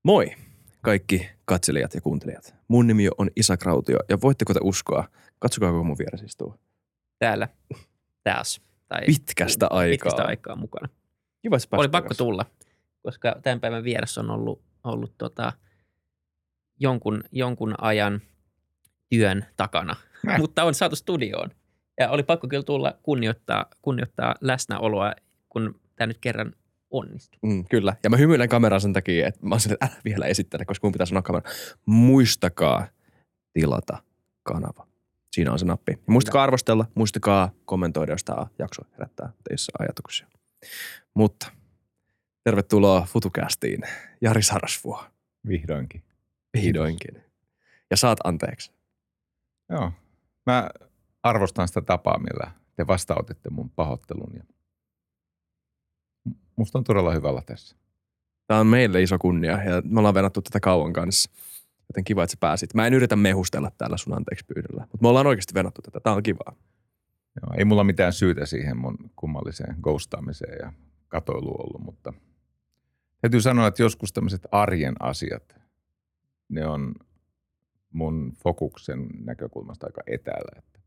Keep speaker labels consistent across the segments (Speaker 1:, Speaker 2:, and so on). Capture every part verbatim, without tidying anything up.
Speaker 1: Moi kaikki katselijat ja kuuntelijat. Mun nimi on Isak Rautio ja voitteko te uskoa, katsokaa kun mun vieressä istuu.
Speaker 2: Täällä taas. Tai
Speaker 1: Pitkästä aikaa.
Speaker 2: Pitkästä aikaa mukana.
Speaker 1: Kiva, että
Speaker 2: Oli pakko
Speaker 1: takaisin.
Speaker 2: tulla, koska tämän päivän vieressä on ollut, ollut tota, jonkun, jonkun ajan työn takana, äh. mutta on saatu studioon. Ja oli pakko kyllä tulla kunnioittaa, kunnioittaa läsnäoloa, kun tämä nyt kerran onnistuu.
Speaker 1: Mm, kyllä. Ja mä hymyilen kameraan sen takia, että mä oon silleen, että älä vielä esittele, koska mun pitää sanoa kameraan. Muistakaa tilata kanava. Siinä on se nappi. Ja muistakaa arvostella, muistakaa kommentoida, jos tämä jakso herättää teissä ajatuksia. Mutta tervetuloa FutuCastiin, Jari Sarasvuo.
Speaker 3: Vihdoinkin.
Speaker 1: Vihdoinkin. Ja saat anteeksi.
Speaker 3: Joo. Mä arvostan sitä tapaa, millä te vastaanotitte mun pahoittelun. Ja musta on todella hyvällä tässä.
Speaker 1: Tämä on meille iso kunnia ja me ollaan venattu tätä kauan kanssa. Joten kiva, että sä pääsit. Mä en yritä mehustella täällä sun anteeksi pyydellä, mutta me ollaan oikeasti venattu tätä. Tämä on kivaa.
Speaker 3: Joo, ei mulla mitään syytä siihen mun kummalliseen ghostaamiseen ja katoiluun ollut, mutta täytyy sanoa, että joskus tämmöiset arjen asiat, ne on mun fokuksen näkökulmasta aika etäällä. Että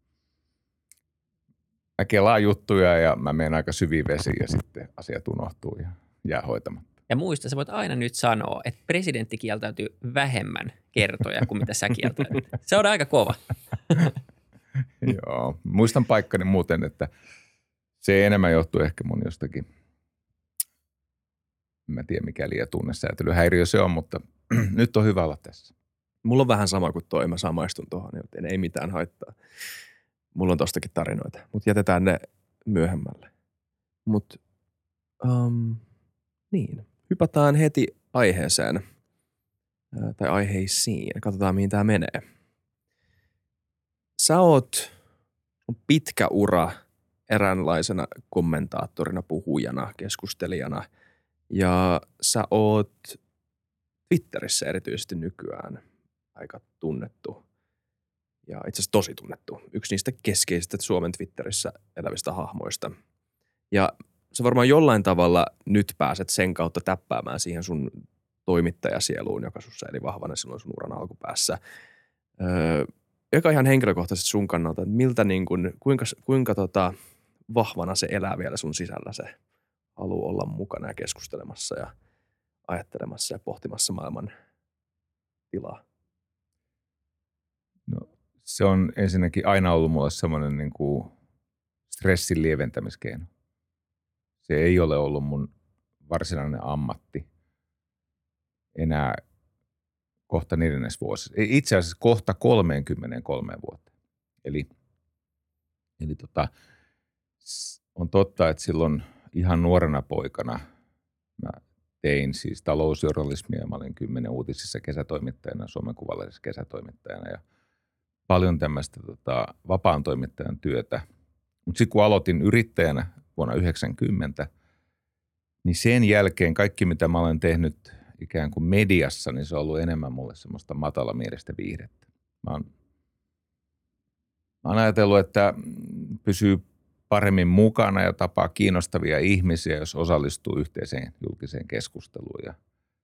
Speaker 3: mä kelaan juttuja ja mä menen aika syviin vesiin ja sitten asiat unohtuu ja jää hoitamatta.
Speaker 2: Ja muista, sä voit aina nyt sanoa, että presidentti kieltäytyy vähemmän kertoja kuin mitä sä kieltäytyt. Se on aika kova.
Speaker 3: Joo, muistan paikkani muuten, että se enemmän johtuu ehkä mun jostakin, mä en tiedä mikä liian tunnesäätelyhäiriö se on, mutta nyt on hyvä olla tässä.
Speaker 1: Mulla on vähän sama kuin toi, mä samaistun tuohon, joten ei mitään haittaa. Mulla on tostakin tarinoita, mutta jätetään ne myöhemmälle. Mutta um, niin, hypätään heti aiheeseen tai aiheisiin. Katsotaan, mihin tämä menee. Sä oot on pitkä ura eräänlaisena kommentaattorina, puhujana, keskustelijana ja sä oot Twitterissä erityisesti nykyään aika tunnettu ja itse asiassa tosi tunnettu. Yksi niistä keskeisistä Suomen Twitterissä elävistä hahmoista. Ja sä varmaan jollain tavalla nyt pääset sen kautta täppäämään siihen sun toimittajasieluun, joka sussa eli vahvana silloin sun uran alkupäässä. Öö, joka ihan henkilökohtaisesti sun kannalta, että miltä niin kuin, kuinka, kuinka tota, vahvana se elää vielä sun sisällä se halu olla mukana ja keskustelemassa ja ajattelemassa ja pohtimassa maailman tilaa?
Speaker 3: No, se on ensinnäkin aina ollut mulle semmoinen niin kuin stressin lieventämiskeino. Se ei ole ollut mun varsinainen ammatti enää kohta neljännes vuosi. Itse asiassa kohta kolmekymmentäkolme vuotta. Eli, eli tota, on totta, että silloin ihan nuorena poikana mä tein siis talousjournalismia. Mä olin kymmenen uutisissa kesätoimittajana, Suomen Kuvalehdissä kesätoimittajana ja paljon tämmöistä tota, vapaan toimittajan työtä. Mutta sitten kun aloitin yrittäjänä vuonna yhdeksänkymmentä, niin sen jälkeen kaikki, mitä mä olen tehnyt ikään kuin mediassa, niin se on ollut enemmän mulle semmoista matalamielistä viihdettä. Mä oon, mä oon ajatellut, että pysyy paremmin mukana ja tapaa kiinnostavia ihmisiä, jos osallistuu yhteiseen julkiseen keskusteluun. Ja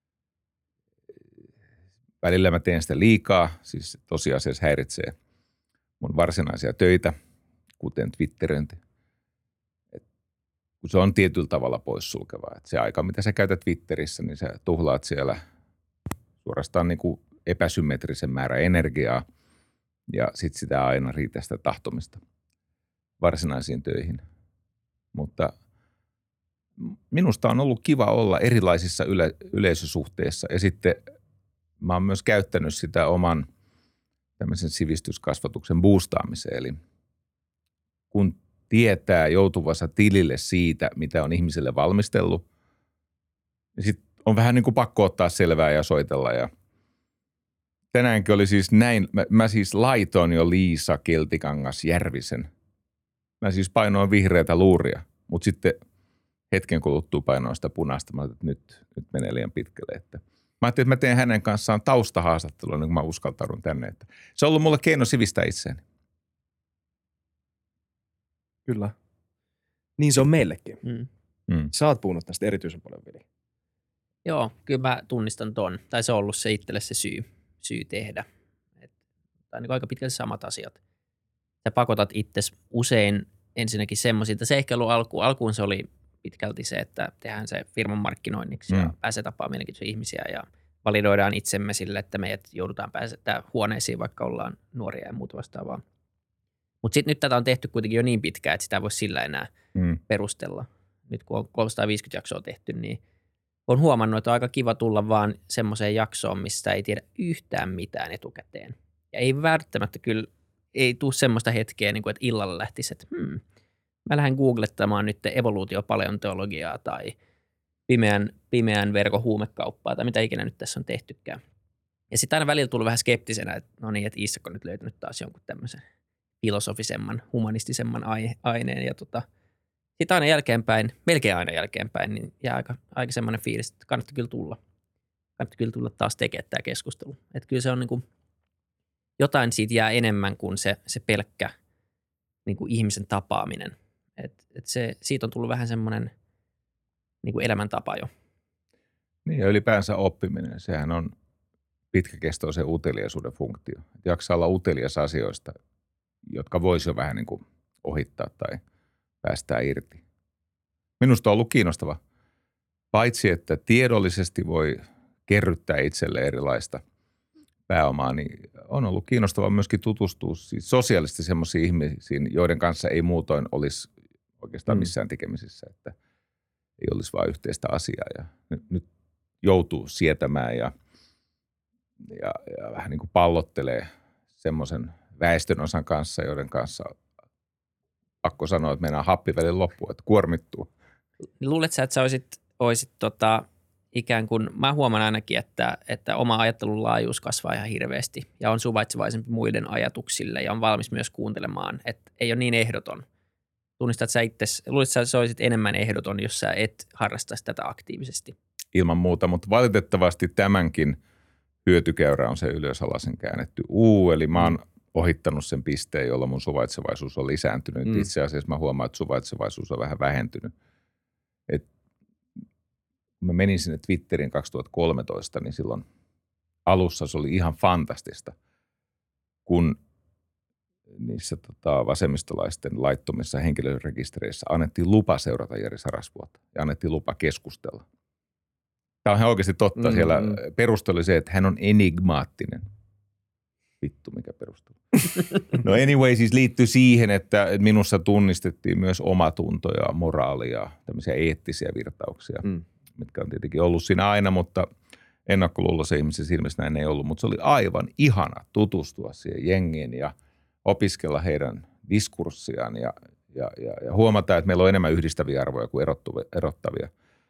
Speaker 3: välillä mä teen sitä liikaa, siis tosiasiassa häiritsee mun varsinaisia töitä, kuten Twitterointi. Kun se on tietyllä tavalla poissulkevaa. Että se aika, mitä sä käytät Twitterissä, niin sä tuhlaat siellä suorastaan niin kuin epäsymmetrisen määrän energiaa ja sitten sitä aina riitä sitä tahtomista varsinaisiin töihin. Mutta minusta on ollut kiva olla erilaisissa yle- yleisösuhteissa ja sitten mä oon myös käyttänyt sitä oman tämmöisen sivistyskasvatuksen boostaamiseen. Eli kun tietää joutuvansa tilille siitä, mitä on ihmiselle valmistellut, niin sitten on vähän niin kuin pakko ottaa selvää ja soitella. Ja tänäänkin oli siis näin, mä, mä siis laitoin jo Liisa Keltikangas Järvisen. Mä siis painoin vihreätä luuria, mutta sitten hetken kuluttua painoin sitä punaista. Mä ajattelin, että nyt, nyt menee liian pitkälle. Että mä ajattelin, että mä teen hänen kanssaan taustahaastattelua, niin kun mä uskaltaudun tänne. Että se on ollut mulle keino sivistää itseäni.
Speaker 1: Kyllä. Niin se on meillekin.
Speaker 2: Mm.
Speaker 3: Mm.
Speaker 1: Sä oot puhunut tästä erityisen paljon, Vili.
Speaker 2: Joo, kyllä mä tunnistan ton. Tai se on ollut se itselle se syy, syy tehdä. Et, tai niin aika pitkälti samat asiat. Sä pakotat itsesi usein ensinnäkin semmoisia, se ehkä ollut alku, alkuun se oli pitkälti se, että tehdään se firman markkinoinniksi mm. ja pääsee tapaamaan mielenkiintoisia ihmisiä ja validoidaan itsemme sille, että meidät joudutaan pääsemään huoneisiin, vaikka ollaan nuoria ja muuta vastaavaa. Mutta sitten nyt tätä on tehty kuitenkin jo niin pitkään, että sitä voisi sillä enää mm. perustella. Nyt kun on kolmesataaviisikymmentä jaksoa tehty, niin on huomannut, että on aika kiva tulla vaan semmoiseen jaksoon, mistä ei tiedä yhtään mitään etukäteen. Ja ei välttämättä kyllä, ei tule semmoista hetkeä, niin kuin, että illalla lähtisi, että hmm, mä lähden googlettamaan nyt evoluutiopaleontologiaa tai pimeän, pimeän verkon huumekauppaa tai mitä ikinä nyt tässä on tehtykään. Ja sitten aina välillä tullut vähän skeptisenä, että no niin, että Iissakko on nyt löytänyt taas jonkun tämmöisen filosofisemman, humanistisemman aineen. Ja tota, sitten aina jälkeenpäin, melkein aina jälkeenpäin, niin jää aika, aika semmoinen fiilis, että kannattaa kyllä tulla. Kannattaa kyllä tulla taas tekemään tämä keskustelu. Että kyllä se on niin kuin, jotain siitä jää enemmän kuin se, se pelkkä niin kuin ihmisen tapaaminen. Että et se, siitä on tullut vähän semmoinen niin kuin elämäntapa jo.
Speaker 3: Niin ja ylipäänsä oppiminen, sehän on pitkäkestoisen uteliaisuuden funktio. Et jaksaa olla utelias asioista, jotka voisi jo vähän niin kuin ohittaa tai päästää irti. Minusta on ollut kiinnostava. Paitsi, että tiedollisesti voi kerryttää itselle erilaista pääomaa, niin on ollut kiinnostavaa myöskin tutustua siis sosiaalisesti semmoisiin ihmisiin, joiden kanssa ei muutoin olisi oikeastaan missään tekemisissä, että ei olisi vain yhteistä asiaa. Ja nyt, nyt joutuu sietämään ja, ja, ja vähän niin kuin pallottelee semmoisen väestönosan kanssa, joiden kanssa pakko sanoa, että mennään happivälin loppuun, että kuormittuu.
Speaker 2: Luuletko sä, että sä olisit, olisit tota, ikään kuin, mä huomaan ainakin, että, että oma ajattelun laajuus kasvaa ihan hirveästi ja on suvaitsevaisempi muiden ajatuksille ja on valmis myös kuuntelemaan, että ei ole niin ehdoton. Tunnistat sä itse, luuletko sä, että sä olisit enemmän ehdoton, jos sä et harrastaisi tätä aktiivisesti?
Speaker 3: Ilman muuta, mutta valitettavasti tämänkin hyötykäyrä on se ylös-alasen käännetty U, eli mä oon ohittanut sen pisteen, jolla mun suvaitsevaisuus on lisääntynyt. Mm. Itse asiassa mä huomaan, että suvaitsevaisuus on vähän vähentynyt. Et mä menin sinne Twitteriin kaksituhattakolmetoista, niin silloin alussa se oli ihan fantastista, kun niissä tota, vasemmistolaisten laittomissa henkilörekistereissä annettiin lupa seurata Jari Sarasvuota ja annettiin lupa keskustella. Tämä on ihan oikeasti totta. Mm-hmm. Siellä perustelu oli se, että hän on enigmaattinen. Vittu, mikä perustelu. No anyway, siis liittyy siihen, että minussa tunnistettiin myös omatunto ja moraali ja tämmöisiä eettisiä virtauksia, mm. mitkä on tietenkin ollut siinä aina, mutta ennakkoluuloisen ihmisen silmissä näin ei ollut. Mutta se oli aivan ihana tutustua siihen jengiin ja opiskella heidän diskurssiaan ja, ja, ja, ja huomata, että meillä on enemmän yhdistäviä arvoja kuin erottavia.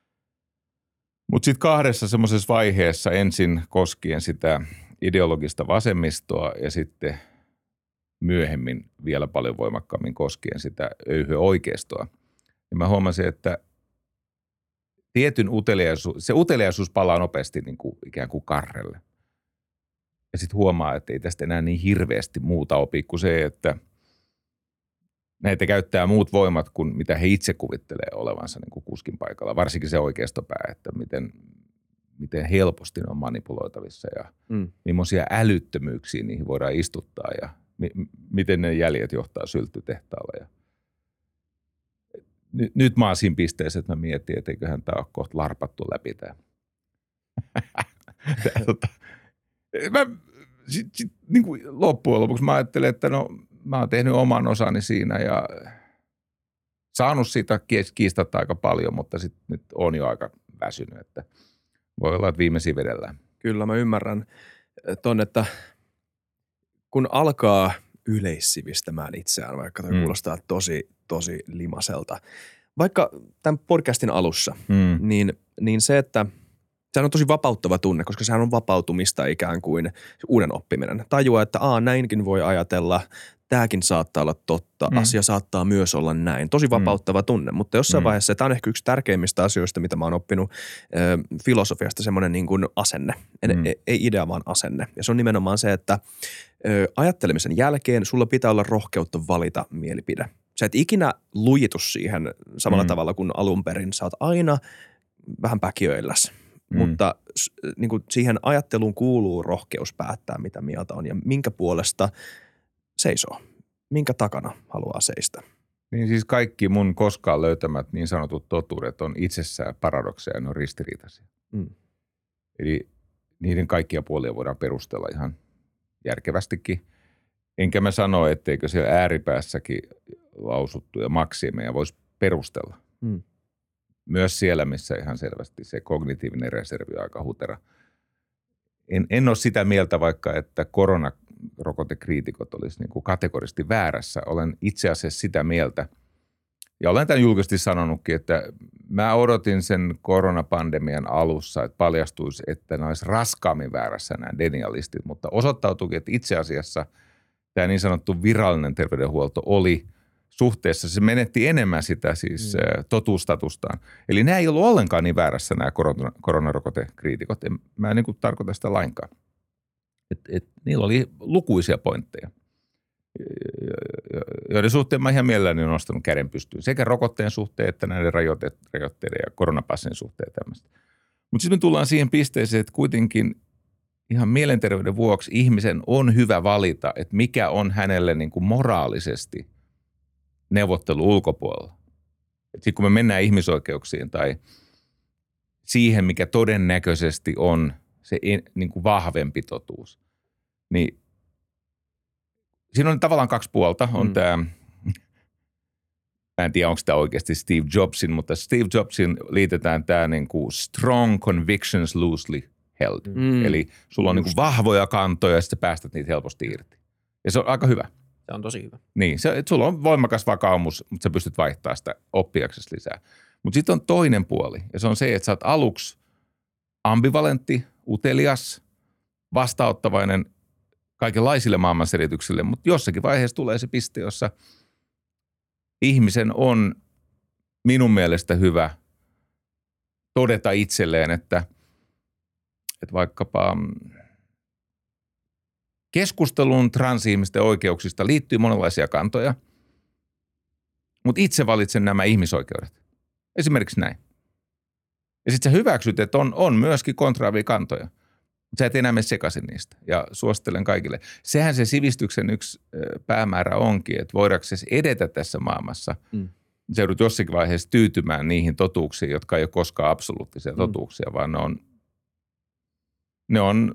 Speaker 3: Mutta sitten kahdessa semmoisessa vaiheessa ensin koskien sitä ideologista vasemmistoa ja sitten myöhemmin vielä paljon voimakkaammin koskien sitä öyhöoikeistoa. Ja mä huomasin, että tietyn uteliaisuus, se uteliaisuus palaa nopeasti niin kuin ikään kuin karrelle. Ja sitten huomaa, että ei tästä enää niin hirveästi muuta opi kuin se, että näitä käyttää muut voimat kuin mitä he itse kuvittelee olevansa niin kuin kuskin paikalla. Varsinkin se oikeistopää, että miten, miten helposti ne on manipuloitavissa ja mm. millaisia älyttömyyksiä niihin voidaan istuttaa ja mi- miten ne jäljet johtaa sylttytehtaalle. Ja nyt, nyt mä oon siinä pisteessä, että mä mietin, että eiköhän tämä ole kohta larpattu läpi tämä. tota, mä, sit, sit, niin kuin loppujen lopuksi mä ajattelen, että no mä oon tehnyt oman osani siinä ja saanut siitä kiistata aika paljon, mutta sitten nyt on jo aika väsynyt, että voi olla, että viimeisiä vedellään.
Speaker 1: Kyllä mä ymmärrän ton, että kun alkaa yleissivistämään itseään, vaikka toi mm. kuulostaa tosi, tosi limaselta, vaikka tämän podcastin alussa, mm. niin, niin se, että sehän on tosi vapauttava tunne, koska sehän on vapautumista ikään kuin uuden oppiminen. Tajua, että aa, näinkin voi ajatella, tämäkin saattaa olla totta, mm. asia saattaa myös olla näin. Tosi vapauttava mm. tunne, mutta jossain mm. vaiheessa tämä on ehkä yksi tärkeimmistä asioista, mitä mä oon oppinut ö, filosofiasta, semmoinen niin kuin asenne. Mm. Ei, ei idea, vaan asenne. Ja se on nimenomaan se, että ö, ajattelemisen jälkeen sulla pitää olla rohkeutta valita mielipide. Sä et ikinä lujitu siihen samalla mm. tavalla kuin alun perin. Sä oot aina vähän päkiöilläs. mm. mutta niin kuin siihen ajatteluun kuuluu rohkeus päättää, mitä mieltä on ja minkä puolesta seisoo, minkä takana haluaa seistä.
Speaker 3: Niin siis kaikki mun koskaan löytämät niin sanotut totuudet on itsessään paradokseja ja ne on ristiriitaisia. Mm. Eli niiden kaikkia puolia voidaan perustella ihan järkevästikin. Enkä mä sano, etteikö siellä ääripäässäkin lausuttuja maksimeja voisi perustella. Mm. Myös siellä, missä ihan selvästi se kognitiivinen reservi on aika hutera. En, en ole sitä mieltä vaikka, että koronarokotekriitikot olisi niin kuin kategorisesti väärässä. Olen itse asiassa sitä mieltä, ja olen tämän julkisesti sanonutkin, että mä odotin sen koronapandemian alussa, että paljastuisi, että ne olisi raskaammin väärässä nämä denialistit, mutta osoittautuikin, että itse asiassa tämä niin sanottu virallinen terveydenhuolto oli suhteessa, se menetti enemmän sitä siis mm. totuustatustaan. Eli nämä ei ollut ollenkaan niin väärässä nämä korona, koronarokotekriitikot. En, mä en niin kuin tarkoita sitä lainkaan. Et, et, niillä oli lukuisia pointteja, joiden suhteen mä ihan mielelläni olen nostanut käden pystyyn. Sekä rokotteen suhteen että näiden rajoitteiden ja koronapassin suhteen tämmöistä. Mutta sitten me tullaan siihen pisteeseen, että kuitenkin ihan mielenterveyden vuoksi ihmisen on hyvä valita, että mikä on hänelle niin kuin moraalisesti neuvottelu ulkopuolella. Sitten kun me mennään ihmisoikeuksiin tai siihen, mikä todennäköisesti on se niin kuin vahvempi totuus, niin siinä on tavallaan kaksi puolta. On mm. tämä, mä en tiedä onko tämä oikeasti Steve Jobsin, mutta Steve Jobsin liitetään tämä niin kuin strong convictions loosely held. Mm. Eli sulla on niin kuin vahvoja kantoja ja sitten päästät niitä helposti irti. Ja se on aika hyvä.
Speaker 2: Se on tosi hyvä.
Speaker 3: Niin, se, että sulla on voimakas vakaumus, mutta sä pystyt vaihtamaan sitä oppiaksesi lisää. Mutta sitten on toinen puoli, ja se on se, että sä oot aluksi ambivalentti, utelias, vastaanottavainen kaikenlaisille maailmanselityksille, mutta jossakin vaiheessa tulee se piste, jossa ihmisen on minun mielestä hyvä todeta itselleen, että, että vaikkapa keskustelun transihmisten oikeuksista liittyy monenlaisia kantoja, mutta itse valitsen nämä ihmisoikeudet. Esimerkiksi näin. Ja sitten sä hyväksyt, että on, on myöskin kontraavia kantoja. Sä et enää mene sekaisin niistä ja suosittelen kaikille. Sehän se sivistyksen yksi päämäärä onkin, että voidaanko se edetä tässä maailmassa. Mm. Sä joudut jossakin vaiheessa tyytymään niihin totuuksiin, jotka ei ole koskaan absoluuttisia mm. totuuksia, vaan ne on, ne on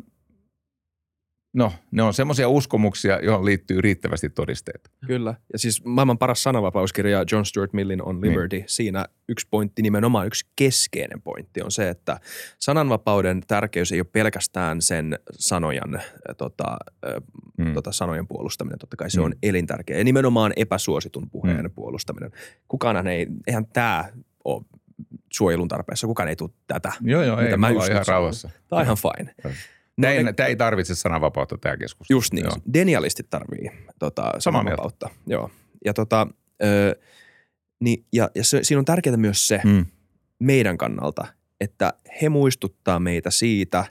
Speaker 3: No, ne on semmoisia uskomuksia, johon liittyy riittävästi todisteita.
Speaker 1: Kyllä. Ja siis maailman paras sananvapauskirja John Stuart Millin On Liberty. Niin. Siinä yksi pointti, nimenomaan yksi keskeinen pointti on se, että sananvapauden tärkeys ei ole pelkästään sen sanojan, tota, mm. tota, sanojen puolustaminen. Totta kai se mm. on elintärkeä. Ja nimenomaan epäsuositun puheen mm. puolustaminen. Kukaan ei, eihän tämä ole suojelun tarpeessa. Kukaan ei tule tätä.
Speaker 3: Joo, joo, ei, me ollaan ihan rauhassa.
Speaker 1: Tämä on ihan fine.
Speaker 3: Tämä ei, tämä ei tarvitse sananvapautta tämä keskustelu.
Speaker 1: Just niin. Joo. Denialistit tarvii tota, sananvapautta. Joo. Ja, tota, ö, niin, ja, ja se, siinä on tärkeää myös se mm. meidän kannalta, että he muistuttaa meitä siitä,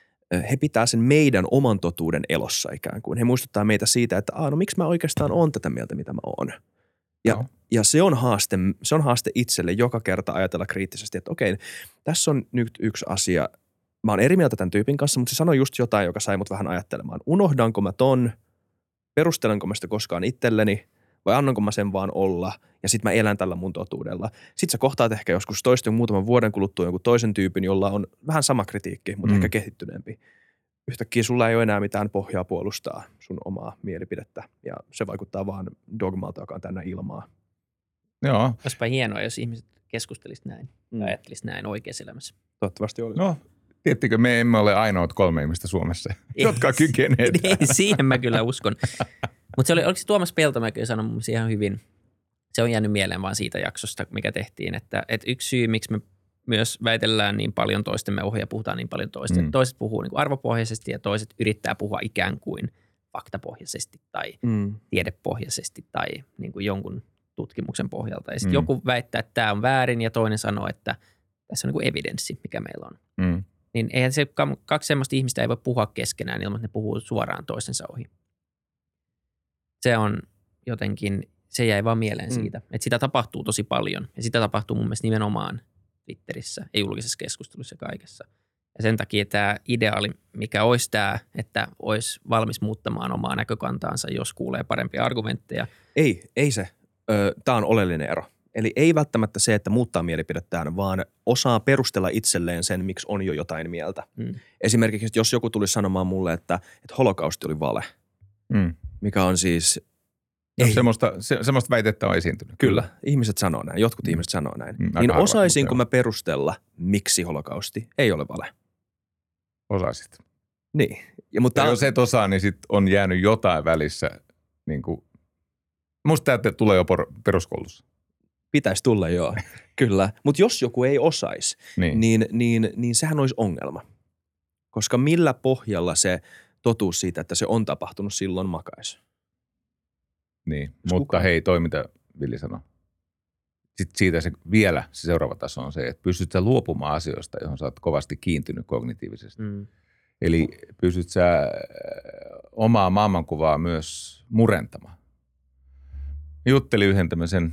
Speaker 1: he pitää sen meidän oman totuuden elossa ikään kuin. He muistuttaa meitä siitä, että Aa, no miksi mä oikeastaan oon tätä mieltä, mitä mä oon. Ja, no. ja se, on haaste, se on haaste itselle joka kerta ajatella kriittisesti, että okei, tässä on nyt yksi asia. Mä oon eri mieltä tämän tyypin kanssa, mutta se sanoi just jotain, joka sai mut vähän ajattelemaan. Unohdanko mä ton, perustelenko mä sitä koskaan itselleni vai annanko mä sen vaan olla ja sit mä elän tällä mun totuudella. Sit sä kohtaat ehkä joskus toisten muutaman vuoden kuluttua jonkun toisen tyypin, jolla on vähän sama kritiikki, mutta mm. ehkä kehittyneempi. Yhtäkkiä sulla ei ole enää mitään pohjaa puolustaa sun omaa mielipidettä ja se vaikuttaa vaan dogmalta, joka on täynnä ilmaa.
Speaker 3: Joo.
Speaker 2: Olisipa hienoa, jos ihmiset keskustelisivat näin mm. ja ajattelisivat näin oikeassa elämässä.
Speaker 1: Toivottavasti olisi.
Speaker 3: No. Tiedättekö, me emme ole ainoat kolme ihmistä Suomessa, ei, jotka kykenevät.
Speaker 2: Siihen mä kyllä uskon. Mutta se oli, oliko se Tuomas Peltomäki sanoi mun ihan hyvin, se on jäänyt mieleen vaan siitä jaksosta, mikä tehtiin, että, että yksi syy, miksi me myös väitellään niin paljon toistemme ohi ja puhutaan niin paljon toista. Mm. Toiset puhuu niin kuin arvopohjaisesti ja toiset yrittää puhua ikään kuin faktapohjaisesti tai mm. tiedepohjaisesti tai niin kuin jonkun tutkimuksen pohjalta. Ja sitten mm. joku väittää, että tämä on väärin ja toinen sanoo, että tässä on niin kuin evidenssi, mikä meillä on. Mm. Niin eihän se kaksi semmoista ihmistä ei voi puhua keskenään ilman, että ne puhuu suoraan toisensa ohi. Se on jotenkin, se jäi vaan mieleen mm. siitä, että sitä tapahtuu tosi paljon. Ja sitä tapahtuu mun mielestä nimenomaan Twitterissä, ei julkisessa keskustelussa ja kaikessa. Ja sen takia tämä ideaali, mikä olisi tämä, että olisi valmis muuttamaan omaa näkökantaansa, jos kuulee parempia argumentteja.
Speaker 1: Ei, ei se. Tämä on oleellinen ero. Eli ei välttämättä se, että muuttaa mielipidettään, vaan osaa perustella itselleen sen, miksi on jo jotain mieltä. Mm. Esimerkiksi, jos joku tulisi sanomaan mulle, että, että holokausti oli vale, mm. mikä on siis...
Speaker 3: No, semmoista, se, semmoista väitettä on esiintynyt.
Speaker 1: Kyllä, kyllä. Ihmiset sanoo näin, jotkut mm. ihmiset sanoo näin. Mm, niin osaisinko mä perustella, miksi holokausti ei ole vale?
Speaker 3: Osaisit.
Speaker 1: Niin. Ja, mutta
Speaker 3: ja jos et osaa, niin sit on jäänyt jotain välissä. Niin kuin, musta tämä tulee jo peruskoulussa.
Speaker 1: Pitäisi tulla, joo. Kyllä. Mutta jos joku ei osaisi, niin. Niin, niin, niin sehän olisi ongelma. Koska millä pohjalla se totuus siitä, että se on tapahtunut silloin makaisi?
Speaker 3: Niin, jos mutta kukaan... hei, toi mitä Villi sanoi. Sitten siitä se vielä se seuraava taso on se, että pystyt sä luopumaan asioista, johon sä oot kovasti kiintynyt kognitiivisesti. Mm. Eli pystyt sä omaa maailmankuvaa myös murentamaan. Juttelin yhden tämmöisen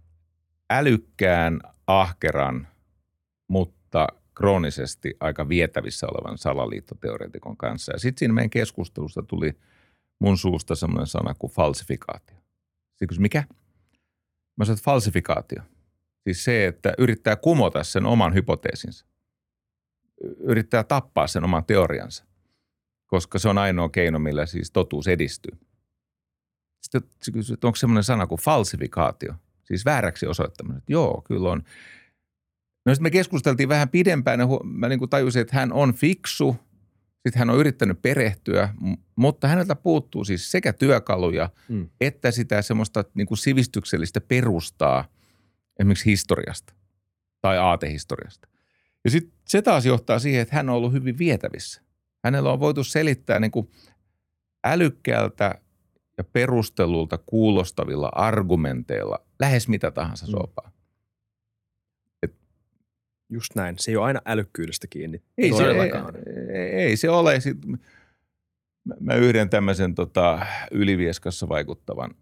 Speaker 3: älykkään, ahkeran, mutta kroonisesti aika vietävissä olevan salaliittoteoreetikon kanssa. Ja sitten siinä meidän keskustelusta tuli mun suusta semmoinen sana kuin falsifikaatio. Sitten kysyi, mikä? Mä sanoin, että falsifikaatio. Siis se, että yrittää kumota sen oman hypoteesinsa. Yrittää tappaa sen oman teoriansa, koska se on ainoa keino, millä siis totuus edistyy. Sitten se kysyi, että onko semmoinen sana kuin falsifikaatio? Siis vääräksi osoittaminen. Että joo, kyllä on. No sitten me keskusteltiin vähän pidempään ja mä niin kuin tajusin, että hän on fiksu. Sitten hän on yrittänyt perehtyä, mutta häneltä puuttuu siis sekä työkaluja mm. että sitä semmoista niin kuin sivistyksellistä perustaa esimerkiksi historiasta tai aatehistoriasta. Ja sitten se taas johtaa siihen, että hän on ollut hyvin vietävissä. Hänellä on voitu selittää niin kuin älykkäältä ja perustelulta kuulostavilla argumenteilla lähes mitä tahansa mm. sopaa.
Speaker 1: Just näin. Se ei ole aina älykkyydestä kiinni.
Speaker 3: Ei se, ei, ei se ole. Sitten mä yhden tämmöisen tota, Ylivieskassa vaikuttavan,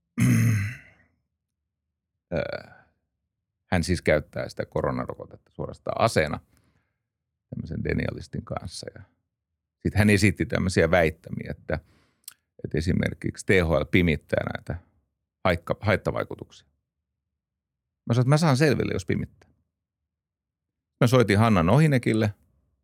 Speaker 3: hän siis käyttää sitä koronarokotetta suorastaan aseena tämmöisen denialistin kanssa. Ja sitten hän esitti tämmöisiä väittämiä, että, että esimerkiksi T H L pimittää näitä haikka, haittavaikutuksia. Mä sanoin, että mä saan selville, jos pimittää. Mä soitin Hanna Nohinekille.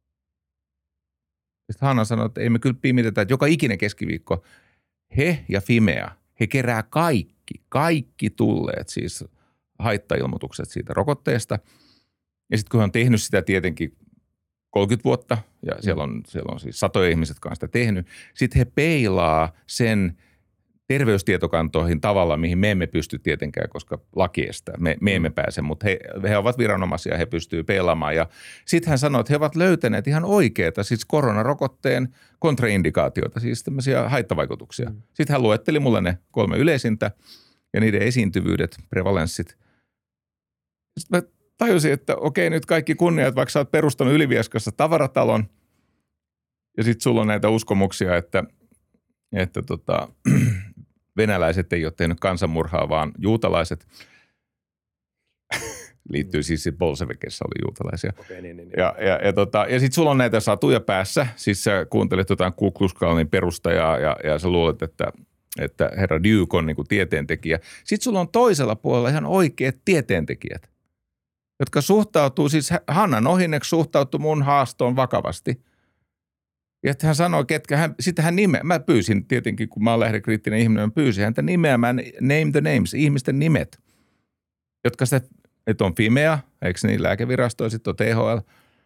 Speaker 3: Sitten Hanna sanoi, että ei me kyllä pimitetä, että joka ikinen keskiviikko he ja Fimea, he kerää kaikki, kaikki tulleet siis haittailmoitukset siitä rokotteesta. Ja sitten kun he on tehnyt sitä tietenkin kolmekymmentä vuotta ja siellä on, siellä on siis satoja ihmiset, jotka on sitä tehnyt, sitten he peilaa sen terveystietokantoihin tavalla, mihin me emme pysty tietenkään, koska laki estää. Me, me emme pääse, mutta he, he ovat viranomaisia, he pystyvät peilaamaan. Ja sitten hän sanoi, että he ovat löytäneet ihan oikeita, siis koronarokotteen kontraindikaatioita, siis tämmöisiä haittavaikutuksia. Mm. Sitten hän luetteli mulle ne kolme yleisintä ja niiden esiintyvyydet, prevalenssit. Sitten mä tajusin, että okei, nyt kaikki kunniat, vaikka sä oot perustanut Ylivieskassa tavaratalon ja sitten sulla on näitä uskomuksia, että, että tota, venäläiset ei ole tehnyt kansanmurhaa, vaan juutalaiset. Liittyy siis, bolshevikissa oli juutalaisia. Okay, niin, niin, niin. Ja, ja, ja, tota, ja sitten sulla on näitä satuja päässä. Siis sä kuuntelet jotain Ku Klux Klanin perustajaa ja, ja sä luulet, että, että herra Duke on niin kuin tieteentekijä. Sitten sulla on toisella puolella ihan oikeat tieteentekijät, jotka suhtautuu, siis Hanna Nohinek suhtautui mun haastoon vakavasti. Ja että hän sanoi, ketkä hän, sitten hän nimeä, mä pyysin tietenkin, kun mä oon lähdekriittinen ihminen, mä pyysin häntä nimeämään name the names, ihmisten nimet, jotka sitä, että on Fimea, eikö niin, lääkevirasto ja sitten on T H L.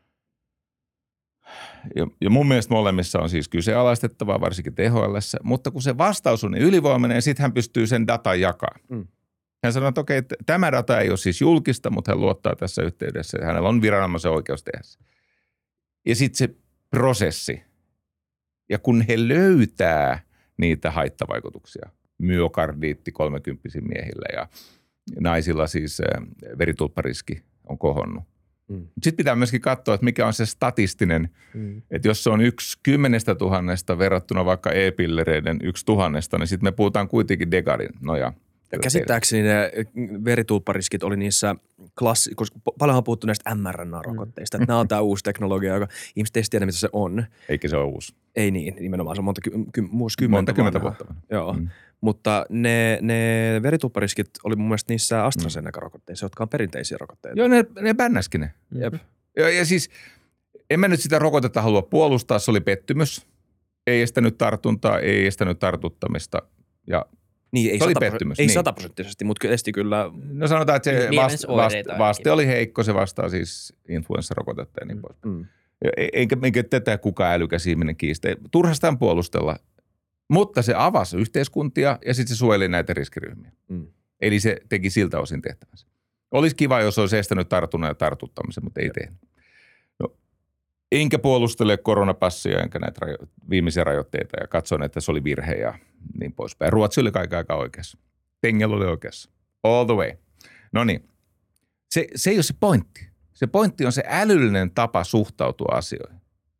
Speaker 3: Ja, ja mun mielestä molemmissa on siis kyseenalaistettavaa, varsinkin T H L:ssä, mutta kun se vastaus on niin ylivoimainen, sitten hän pystyy sen datan jakamaan. Mm. Hän sanoi, että okei, että tämä data ei ole siis julkista, mutta hän luottaa tässä yhteydessä, että hänellä on viranomaisen oikeus tehdä se. Ja sitten se prosessi. Ja kun he löytää niitä haittavaikutuksia, myokardiitti kolmekymppisillä miehillä ja naisilla siis veritulppariski on kohonnut. Mm. Sitten pitää myöskin katsoa, että mikä on se statistinen, mm. että jos se on yksi kymmenestä tuhannesta verrattuna vaikka e-pillereiden yksi tuhannesta, niin sitten me puhutaan kuitenkin Degarin noja
Speaker 1: Käsittääkseni ne veritulppariskit oli niissä klassi, koska paljon on puhuttu näistä mRNA-rokotteista, mm. että nämä on tämä uusi teknologia, joka ihmiset ei tiedä, mitä se on.
Speaker 3: Eikä se ole uusi.
Speaker 1: Ei niin, nimenomaan se on monta, ky, ky, vuosikymmentä.
Speaker 3: Monta kymmentä vuotta.
Speaker 1: Joo, mm. mutta ne, ne veritulppariskit oli mun mielestä niissä AstraZeneca-rokotteissa, jotka on perinteisiä rokotteita.
Speaker 3: Joo, ne, ne bännäskin ne.
Speaker 1: Jep.
Speaker 3: Ja, ja siis en mä nyt sitä rokotetta halua puolustaa, se oli pettymys. Ei estänyt tartuntaa, ei estänyt tartuttamista ja
Speaker 1: Niin, ei,
Speaker 3: se oli
Speaker 1: sata,
Speaker 3: pettymys.
Speaker 1: ei
Speaker 3: niin.
Speaker 1: sataprosenttisesti, mutta esti kyllä.
Speaker 3: No sanotaan, että se
Speaker 2: Niin,
Speaker 3: vast, vast, vaste oli heikko, se vastaa siis influenssarokotetta ja niin pois. Mm. Eikä, eikä tätä kukaan älykäs ihminen kiistä. Turhastaan puolustella, mutta se avasi yhteiskuntia ja sitten se suojeli näitä riskiryhmiä. Mm. Eli se teki siltä osin tehtävänsä. Olisi kiva, jos olisi estänyt tartunnan ja tartuttamisen, mutta ei tehnyt. No, enkä puolustele koronapassia enkä näitä rajo- viimeisiä rajoitteita ja katson, että se oli virhe ja niin poispäin. Ruotsi oli kaiken aikaa oikeassa. Tengel oli oikeassa. All the way. No niin. Se, se ei ole se pointti. Se pointti on se älyllinen tapa suhtautua asioihin.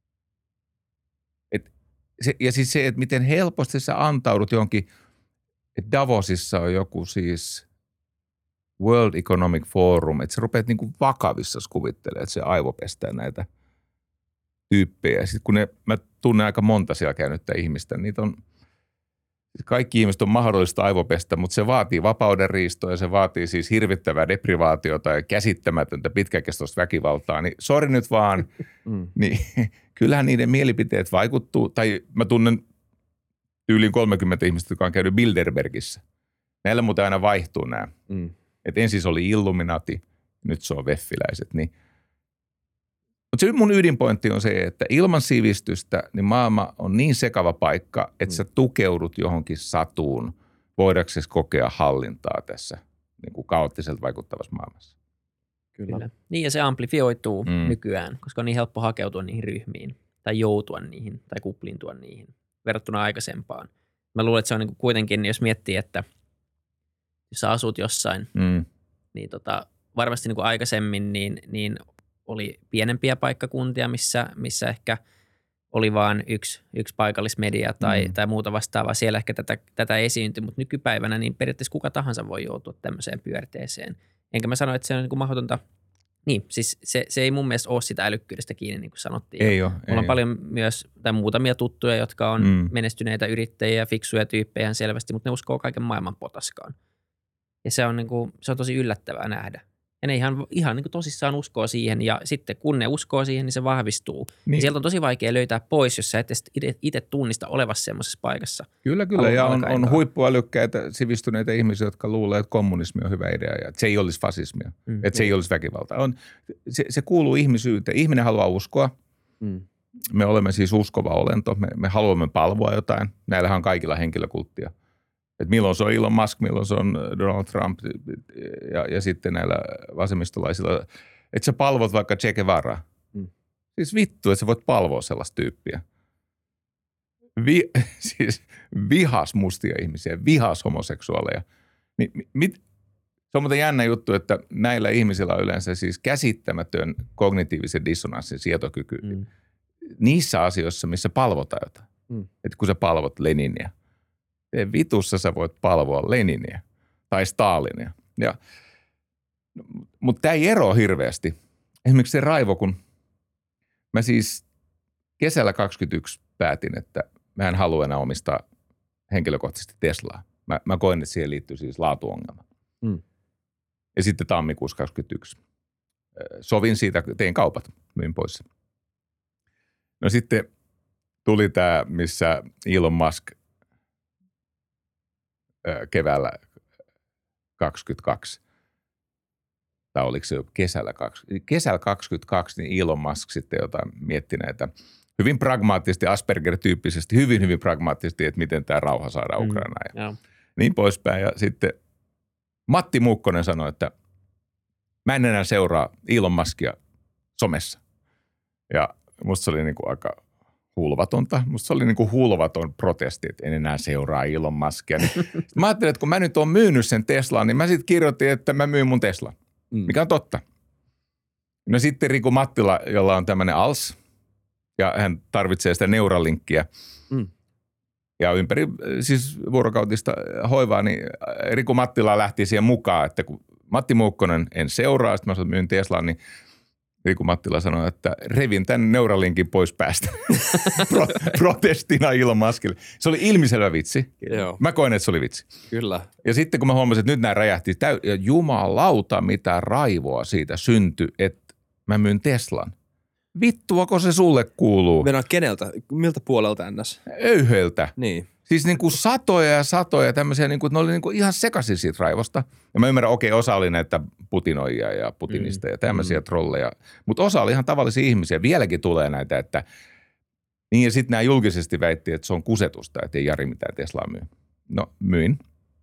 Speaker 3: Et se, ja siis se, että miten helposti sä antaudut johonkin, että Davosissa on joku siis World Economic Forum, että sä rupeat niin kuin vakavissa kuvittelemaan, että se aivopestää näitä tyyppejä. Ja sitten kun ne, mä tunnen aika monta siellä käynyttä ihmistä, niitä on, kaikki ihmiset on mahdollista aivopestä, mutta se vaatii vapauden riistoa ja se vaatii siis hirvittävää deprivaatiota ja käsittämätöntä pitkäkestoista väkivaltaa. Niin sori nyt vaan, mm. niin kyllähän niiden mielipiteet vaikuttuu. Tai mä tunnen yli kolmekymmentä ihmistä, jotka on käynyt Bilderbergissä. Näillä muuten aina vaihtuu nämä. Mm. Että ensin oli Illuminati, nyt se on veffiläiset. Niin. Mutta se mun ydinpointti on se, että ilman sivistystä niin maailma on niin sekava paikka, että mm. sä tukeudut johonkin satuun voidaksesi kokea hallintaa tässä niin kuin kaoottiselta vaikuttavassa maailmassa.
Speaker 2: Kyllä. Kyllä. Niin ja se amplifioituu mm. nykyään, koska on niin helppo hakeutua niihin ryhmiin tai joutua niihin tai kuplintua niihin verrattuna aikaisempaan. Mä luulen, että se on niin kuin kuitenkin, jos miettii, että jos sä asut jossain, mm. niin tota, varmasti niin kuin aikaisemmin niin, niin oli pienempiä paikkakuntia, missä, missä ehkä oli vain yksi, yksi paikallismedia tai, mm. tai muuta vastaavaa. Siellä ehkä tätä, tätä esiintyi, mutta nykypäivänä niin periaatteessa kuka tahansa voi joutua tämmöiseen pyörteeseen. Enkä mä sano, että se on niin kuin mahdotonta. Niin, siis se, se ei mun mielestä ole sitä älykkyydestä kiinni, niin kuin sanottiin.
Speaker 3: Ei ole.
Speaker 2: Mulla ei on paljon ole. myös tai muutamia tuttuja, jotka on mm. menestyneitä yrittäjiä, fiksuja tyyppejä selvästi, mutta ne uskoo kaiken maailman potaskaan. Ja se on, niin kuin, se on tosi yllättävää nähdä. Ja ne ihan, ihan niin kuin tosissaan uskoo siihen ja sitten kun ne uskoo siihen, niin se vahvistuu. Niin. Ja sieltä on tosi vaikea löytää pois, jos sä et itse tunnista olevassa semmoisessa paikassa.
Speaker 3: Kyllä, kyllä. Ja on, on huippuälykkäitä, sivistyneitä ihmisiä, jotka luulee, että kommunismi on hyvä idea ja että se ei olisi fasismia, mm. että se mm. ei olisi väkivaltaa. On, se, se kuuluu ihmisyyteen. Ihminen haluaa uskoa. Mm. Me olemme siis uskova olento. Me, me haluamme palvoa jotain. Näillähän on kaikilla henkilökulttia. Että milloin se on Elon Musk, milloin se on Donald Trump ja, ja sitten näillä vasemmistolaisilla. Että sä palvot vaikka Che Guevaraa. Mm. Siis vittu, että sä voit palvoa sellaista tyyppiä. Vi, siis vihas mustia ihmisiä, vihas homoseksuaaleja. Mi, mit, se on muuten jännä juttu, että näillä ihmisillä on yleensä siis käsittämätön kognitiivisen dissonanssin sietokyky mm. niissä asioissa, missä palvotaan jotain. Mm. Että kun sä palvot Leninia. Vitussa sä voit palvoa Leninia tai Stalinia. Ja, mutta tämä ei eroa hirveästi. Esimerkiksi se raivo, kun mä siis kesällä kaksikymmentäyksi päätin, että mä en halua enää omistaa henkilökohtaisesti Teslaa. Mä, mä koin, että siihen liittyy siis laatuongelma. Mm. Ja sitten tammikuussa kaksikymmentäyksi sovin siitä, tein kaupat, myin pois. No sitten tuli tämä, missä Elon Musk keväällä kaksikymmentäkaksi, tai oliko se jo kesällä, kesällä kaksikymmentäkaksi, niin Elon Musk sitten jotain mietti näitä hyvin pragmaattisesti, Asperger-tyyppisesti, hyvin, hyvin pragmaattisesti, että miten tämä rauha saadaan mm, Ukrainaan ja yeah. niin poispäin. Ja sitten Matti Muukkonen sanoi, että mä en enää seuraa Elon Muskia somessa. Ja musta se oli niin kuin aika hulvatonta. Musta se oli niin kuin hulvaton protesti, että en enää seuraa Elon Muskia. Niin mä ajattelin, että kun mä nyt oon myynyt sen Teslaan, niin mä sitten kirjoitin, että mä myyn mun Teslan, mm. mikä on totta. No sitten Riku Mattila, jolla on tämmöinen A L S, ja hän tarvitsee sitä Neuralinkkiä, mm. Ja ympäri siis vuorokautista hoivaa, niin Riku Mattila lähti siihen mukaan, että kun Matti Muukkonen en seuraa, sitten mä sanoin, myyn Teslaan, niin Riku Mattila sanoi, että revin tämän Neuralinkin pois päästä Pro, protestina Elon Muskille. Se oli ilmiselvä vitsi.
Speaker 1: Joo.
Speaker 3: Mä koen, että se oli vitsi.
Speaker 1: Kyllä.
Speaker 3: Ja sitten kun mä huomasin, että nyt nämä räjähti, täy- ja jumalauta mitä raivoa siitä syntyi, että mä myyn Teslan. Vittuako se sulle kuuluu?
Speaker 1: Venä keneltä? Miltä puolelta ennäs?
Speaker 3: Öyhöltä.
Speaker 1: Niin.
Speaker 3: Siis niin kuin satoja ja satoja tämmöisiä, niin kuin, että ne oli niin kuin ihan sekaisin siitä raivosta. Ja mä ymmärrän, okei, osa oli näitä putinoijia ja putinista mm. ja tämmöisiä mm. trolleja. Mutta osa oli ihan tavallisia ihmisiä. Vieläkin tulee näitä, että niin ja sitten nämä julkisesti väitti, että se on kusetusta, että ei Jari mitään Teslaa myy. No, myin.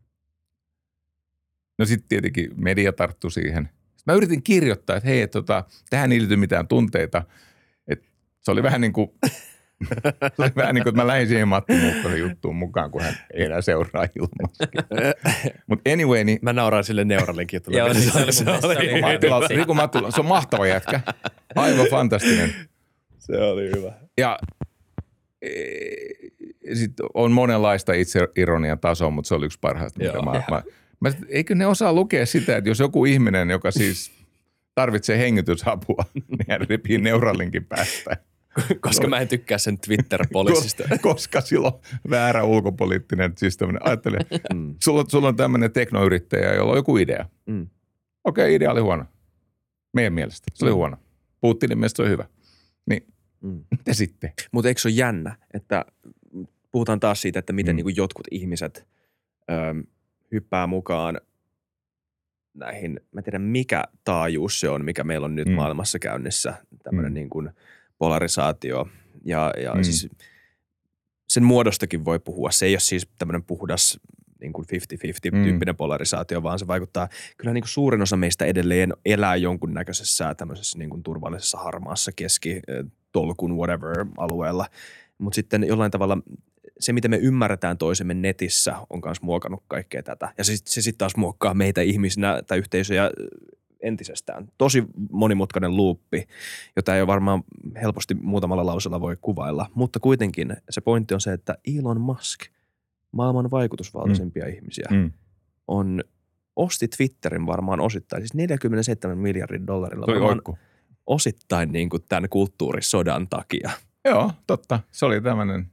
Speaker 3: No sitten tietenkin media tarttui siihen. Sitten mä yritin kirjoittaa, että hei, että tota, tähän ei liity mitään tunteita. Että se oli vähän niin kuin... Se oli vähän niin kuin, että mä lähdin siihen Matti Muukkosen juttuun mukaan, kun hän ei enää seuraa ilmaskin. Mutta anyway, niin...
Speaker 1: Mä nauraan sille Neuralinkin juttuun.
Speaker 2: Joo, se oli mun mielestä.
Speaker 3: Riku Mattila, se on mahtava jätkä. Aivan fantastinen.
Speaker 1: Se oli hyvä.
Speaker 3: Ja e, sitten on monenlaista itse-ironian tasoa, mutta se oli yksi parhaista, mitä mä, mä, mä... Eikö ne osaa lukea sitä, että jos joku ihminen, joka siis tarvitsee hengitysapua, niin hän repii Neuralinkin päästä.
Speaker 1: Koska mä en tykkää sen Twitter-poliisista.
Speaker 3: Koska, koska silloin väärä ulkopoliittinen, siis tämmöinen, ajattelin, mm. sulla, sulla on tämmöinen teknoyrittäjä, jolla on joku idea. Mm. Okei, okay, idea oli huono. Meidän mielestä. Se oli mm. huono. Putinin mielestä se oli hyvä. Niin, mm. mitä sitten?
Speaker 1: Mutta eikö se ole jännä, että puhutaan taas siitä, että miten mm. niin jotkut ihmiset ö, hyppää mukaan näihin, mä en tiedä mikä taajuus se on, mikä meillä on nyt mm. maailmassa käynnissä, tämmöinen mm. niin kuin polarisaatio ja, ja mm. siis sen muodostakin voi puhua. Se ei ole siis tämmöinen puhdas niin kuin viisikymmentä-viisikymmentä mm. polarisaatio, vaan se vaikuttaa, kyllä niin kuin suurin osa meistä edelleen elää jonkunnäköisessä tämmöisessä niin kuin turvallisessa harmaassa keskitolkun whatever alueella, mutta sitten jollain tavalla se, miten me ymmärretään toisemme netissä, on myös muokannut kaikkea tätä. Ja se, se sitten taas muokkaa meitä ihmisinä tai yhteisöjä entisestään. Tosi monimutkainen luuppi, jota ei ole varmaan helposti muutamalla lausella voi kuvailla. Mutta kuitenkin se pointti on se, että Elon Musk, maailman vaikutusvaltaisimpia mm. ihmisiä, mm. on osti Twitterin varmaan osittain, siis neljäkymmentäseitsemän miljardin dollarilla varmaan osittain niin kuin tämän kulttuurisodan takia.
Speaker 3: Joo, totta. Se oli tämmöinen,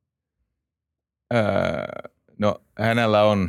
Speaker 3: öö, no hänellä on,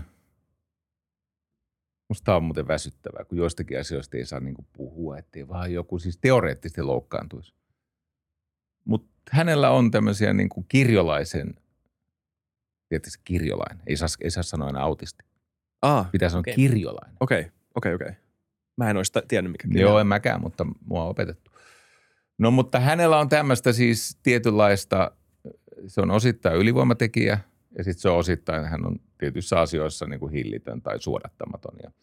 Speaker 3: musta on muuten väsyttävää, kun joistakin asioista ei saa niinku puhua, ettei vaan joku siis teoreettisesti loukkaantuisi. Mutta hänellä on tämmöisiä niinku kirjolaisen, tietysti kirjolainen, ei saa, ei saa sanoa enää autisti.
Speaker 1: Ah,
Speaker 3: pitää sanoa
Speaker 1: okay.
Speaker 3: kirjolainen.
Speaker 1: Okei, okay, okei, okay, okei. Okay. Mä en olisi tiennyt mikä kirja.
Speaker 3: Joo, en mäkään, mutta mua on opetettu. No mutta hänellä on tämmöistä siis tietynlaista, se on osittain ylivoimatekijä ja sitten se on osittain, hän on tietyissä asioissa niin kuin hillitön tai suodattamaton. Ja,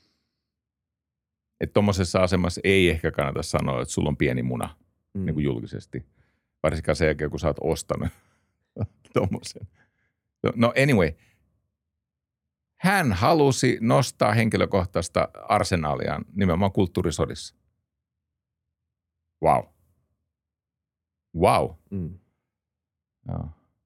Speaker 3: että tuommoisessa asemassa ei ehkä kannata sanoa, että sulla on pieni muna mm. niin kuin julkisesti. Varsinkaan sen jälkeen, kun sä oot ostanut tuommoisen. No anyway, hän halusi nostaa henkilökohtaista arsenaaliaan nimenomaan kulttuurisodissa. Wow. Wow. Mm. Joo.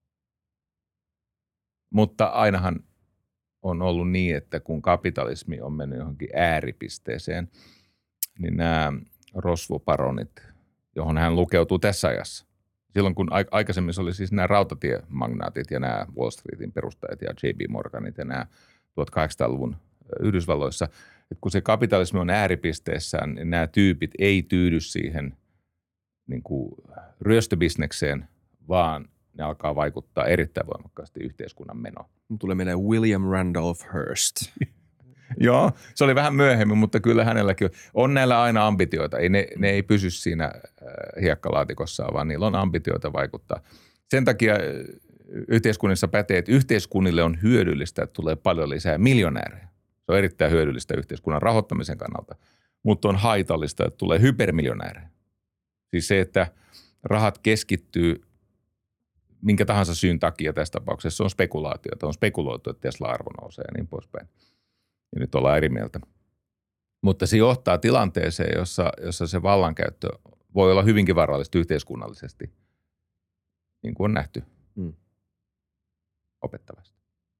Speaker 3: Mutta ainahan on ollut niin, että kun kapitalismi on mennyt johonkin ääripisteeseen, niin nämä rosvoparonit, johon hän lukeutuu tässä ajassa. Silloin kun aikaisemmin se oli siis nämä rautatiemagnaatit ja nämä Wall Streetin perustajat ja J B Morganit ja nämä tuhatkahdeksansataaluvun Yhdysvalloissa, että kun se kapitalismi on ääripisteessään, niin nämä tyypit ei tyydy siihen niin kuin ryöstöbisnekseen, vaan ne alkaa vaikuttaa erittäin voimakkaasti yhteiskunnan menoon.
Speaker 1: Mun tulee mieleen William Randolph Hearst.
Speaker 3: Joo, se oli vähän myöhemmin, mutta kyllä hänelläkin on näillä aina ambitioita. Ei, ne, ne ei pysy siinä hiekkalaatikossaan, vaan niillä on ambitioita vaikuttaa. Sen takia yhteiskunnissa pätee, että yhteiskunnille on hyödyllistä, että tulee paljon lisää miljonäärejä. Se on erittäin hyödyllistä yhteiskunnan rahoittamisen kannalta, mutta on haitallista, että tulee hypermiljonäärejä. Siis se, että rahat keskittyy minkä tahansa syyn takia tässä tapauksessa, on spekulaatiota. On spekuloitu, että Tesla-arvo nousee ja niin poispäin. Ja nyt ollaan eri mieltä. Mutta se johtaa tilanteeseen, jossa, jossa se vallankäyttö voi olla hyvinkin vaarallista yhteiskunnallisesti, niin kuin on nähty. Hmm. opettavasti.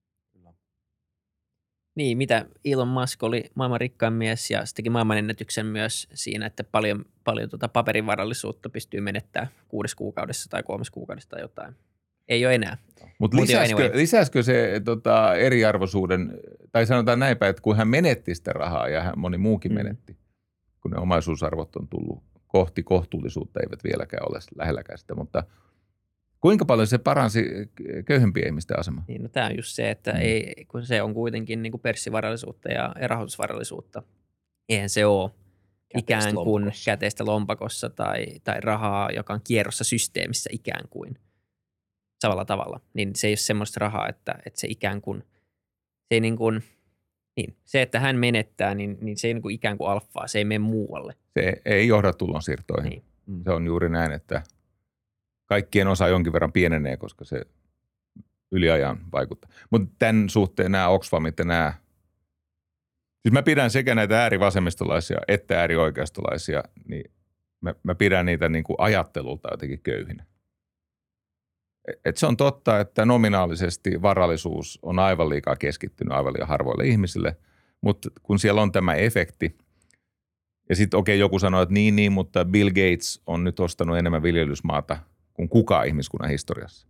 Speaker 2: Niin, mitä Elon Musk oli maailman rikkain mies ja se teki maailmanennätyksen myös siinä, että paljon, paljon tuota paperivarallisuutta pystyy menettämään kuudessa kuukaudessa tai kolmessa kuukaudessa tai jotain. Ei ole enää.
Speaker 3: Mutta
Speaker 2: Mut
Speaker 3: lisäskö,
Speaker 2: anyway.
Speaker 3: lisäskö se tota, eriarvoisuuden, tai sanotaan näinpä, että kun hän menetti sitä rahaa ja hän, moni muukin
Speaker 2: Mm.
Speaker 3: menetti, kun ne omaisuusarvot on tullut kohti kohtuullisuutta, eivät vieläkään ole lähelläkään sitä, mutta kuinka paljon se paransi köyhempien ihmisten asemaa?
Speaker 2: Niin, no tämä on just se, että
Speaker 3: Mm.
Speaker 2: ei, kun se on kuitenkin niin kuin pörssivarallisuutta ja, ja rahoitusvarallisuutta. Eihän se ole ikään kuin
Speaker 1: lompakossa.
Speaker 2: käteistä lompakossa tai, tai rahaa, joka on kierrossa systeemissä ikään kuin samalla tavalla. Niin se ei ole semmoista rahaa, että, että se ikään kuin, se ei niin kuin, niin, se, että hän menettää, niin, niin se ei niin kuin ikään kuin alfaa, se ei mene muualle.
Speaker 3: Se ei johda tulonsiirtoihin.
Speaker 2: Niin.
Speaker 1: Mm.
Speaker 3: Se on juuri näin, että kaikkien osa jonkin verran pienenee, koska se yliajan vaikuttaa. Mutta tämän suhteen nämä Oxfamit ja nämä, siis mä pidän sekä näitä äärivasemmistolaisia että äärioikeistolaisia, niin mä, mä pidän niitä niin kuin ajattelulta jotenkin köyhinä. Et se on totta, että nominaalisesti varallisuus on aivan liikaa keskittynyt aivan liian harvoille ihmisille, mutta kun siellä on tämä efekti, ja sitten okei, okay, joku sanoo, että niin, niin, mutta Bill Gates on nyt ostanut enemmän viljelysmaata kuin kukaan ihmiskunnan historiassa.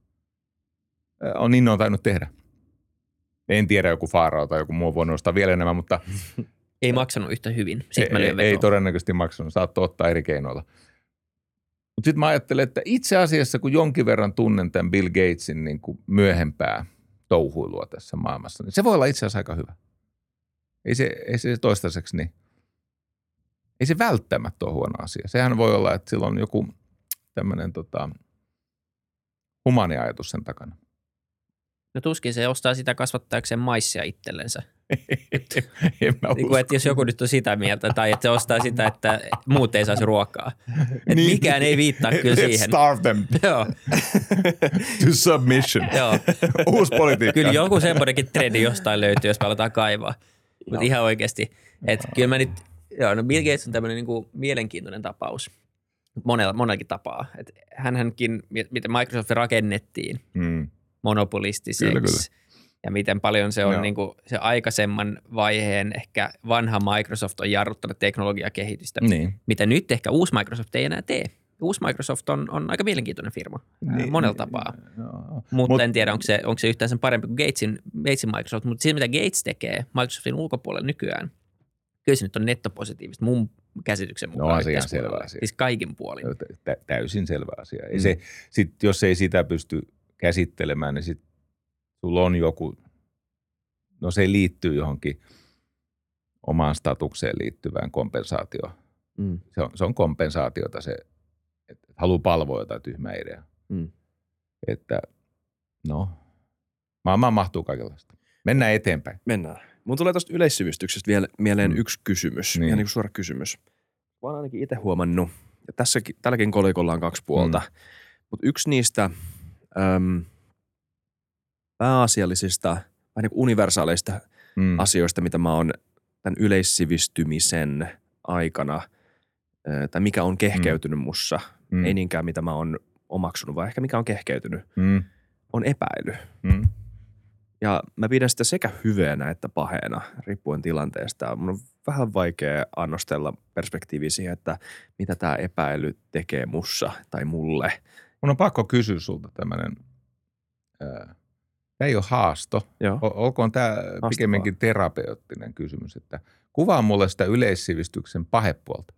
Speaker 3: On niin ne on tainnut tehdä. En tiedä, joku Faarao tai joku muu voi ostaa vielä enemmän, mutta
Speaker 2: Ei maksanut yhtä hyvin. Sitten mä
Speaker 3: ei,
Speaker 2: lyön
Speaker 3: ei
Speaker 2: vetoa.
Speaker 3: todennäköisesti maksanut. Saattoi ottaa eri keinoilla. Mutta sitten mä ajattelen, että itse asiassa kun jonkin verran tunnen tämän Bill Gatesin niin kuin myöhempää touhuilua tässä maailmassa, niin se voi olla itse asiassa aika hyvä. Ei se, ei se toistaiseksi niin. Ei se välttämättä ole huono asia. Sehän voi olla, että sillä on joku tämmöinen tota, humani ajatus sen takana.
Speaker 2: No tuskin se ostaa sitä kasvattaakseen maissia itsellensä.
Speaker 3: En mä
Speaker 2: Niin kuin, että jos joku nyt on sitä mieltä, tai että se ostaa sitä, että muut ei saisi ruokaa. Että
Speaker 3: Niin.
Speaker 2: mikään ei viittaa kyllä
Speaker 3: Let's
Speaker 2: siihen.
Speaker 3: starve them
Speaker 2: Joo,
Speaker 3: to submission.
Speaker 2: joo.
Speaker 3: Uusi politiikka.
Speaker 2: Kyllä joku semmoinenkin trendi jostain löytyy, jos me aletaan kaivaa. Mutta ihan oikeasti. Että kyllä mä nyt, joo, no Bill Gates on tämmöinen niin kuin mielenkiintoinen tapaus. Monella, monellakin tapaa. Että hänhänkin, miten Microsoft rakennettiin
Speaker 3: Mm.
Speaker 2: monopolistiseksi.
Speaker 3: Kyllä, kyllä.
Speaker 2: Ja miten paljon se on
Speaker 3: Joo.
Speaker 2: niin kuin se aikaisemman vaiheen, ehkä vanha Microsoft on jarruttanut teknologiakehitystä,
Speaker 3: Niin.
Speaker 2: mitä nyt ehkä uusi Microsoft ei enää tee. Uusi Microsoft on, on aika mielenkiintoinen firma
Speaker 3: Niin,
Speaker 2: niin, monella
Speaker 3: niin,
Speaker 2: tapaa,
Speaker 3: Joo.
Speaker 2: mutta
Speaker 3: Mut-
Speaker 2: en tiedä, onko se, onko se yhtään sen parempi kuin Gatesin, Gatesin Microsoft, mutta siinä mitä Gates tekee Microsoftin ulkopuolella nykyään, kyllä se nyt on nettopositiivista mun käsityksen mukaan.
Speaker 3: onhan se ihan
Speaker 2: yhteiskunnalla.
Speaker 3: selvä asia.
Speaker 2: Siis kaikin puolin.
Speaker 3: Tä- täysin selvä asia. Ei
Speaker 1: Mm.
Speaker 3: se, sit, jos ei sitä pysty käsittelemään, niin sitten sulla on joku, no se liittyy johonkin omaan statukseen liittyvään kompensaatioon.
Speaker 1: Mm.
Speaker 3: Se on, se on kompensaatiota se, että haluaa palvoa jotain tyhmää ideaa.
Speaker 1: Mm.
Speaker 3: Että no, maailmaan mahtuu kaikenlaista. Mennään eteenpäin.
Speaker 1: Mennään. Mun tulee tuosta yleissivistyksestä vielä mieleen
Speaker 3: Mm.
Speaker 1: yksi kysymys,
Speaker 3: Niin.
Speaker 1: ihan niin kuin suora kysymys. Mä oon ainakin itse huomannut, ja tässäkin, tälläkin kolikolla on kaksi puolta, mm. mutta yksi niistä äm, pääasiallisista, vähän niin kuin universaaleista
Speaker 3: Mm.
Speaker 1: asioista, mitä mä oon tämän yleissivistymisen aikana, ää, tai mikä on kehkeytynyt mussa,
Speaker 3: Mm.
Speaker 1: ei niinkään mitä mä oon omaksunut, vaan ehkä mikä on kehkeytynyt,
Speaker 3: Mm.
Speaker 1: on epäily.
Speaker 3: Mm.
Speaker 1: Ja mä pidän sitä sekä hyveenä että paheena, riippuen tilanteesta. Mun on vähän vaikea annostella perspektiiviä siihen, että mitä tämä epäily tekee mussa tai mulle.
Speaker 3: Mun on pakko kysyä sulta tämmöinen, tämä ei ole haasto,
Speaker 1: Joo.
Speaker 3: O- olkoon tämä pikemminkin terapeuttinen kysymys, että kuvaa mulle sitä yleissivistyksen pahepuolta.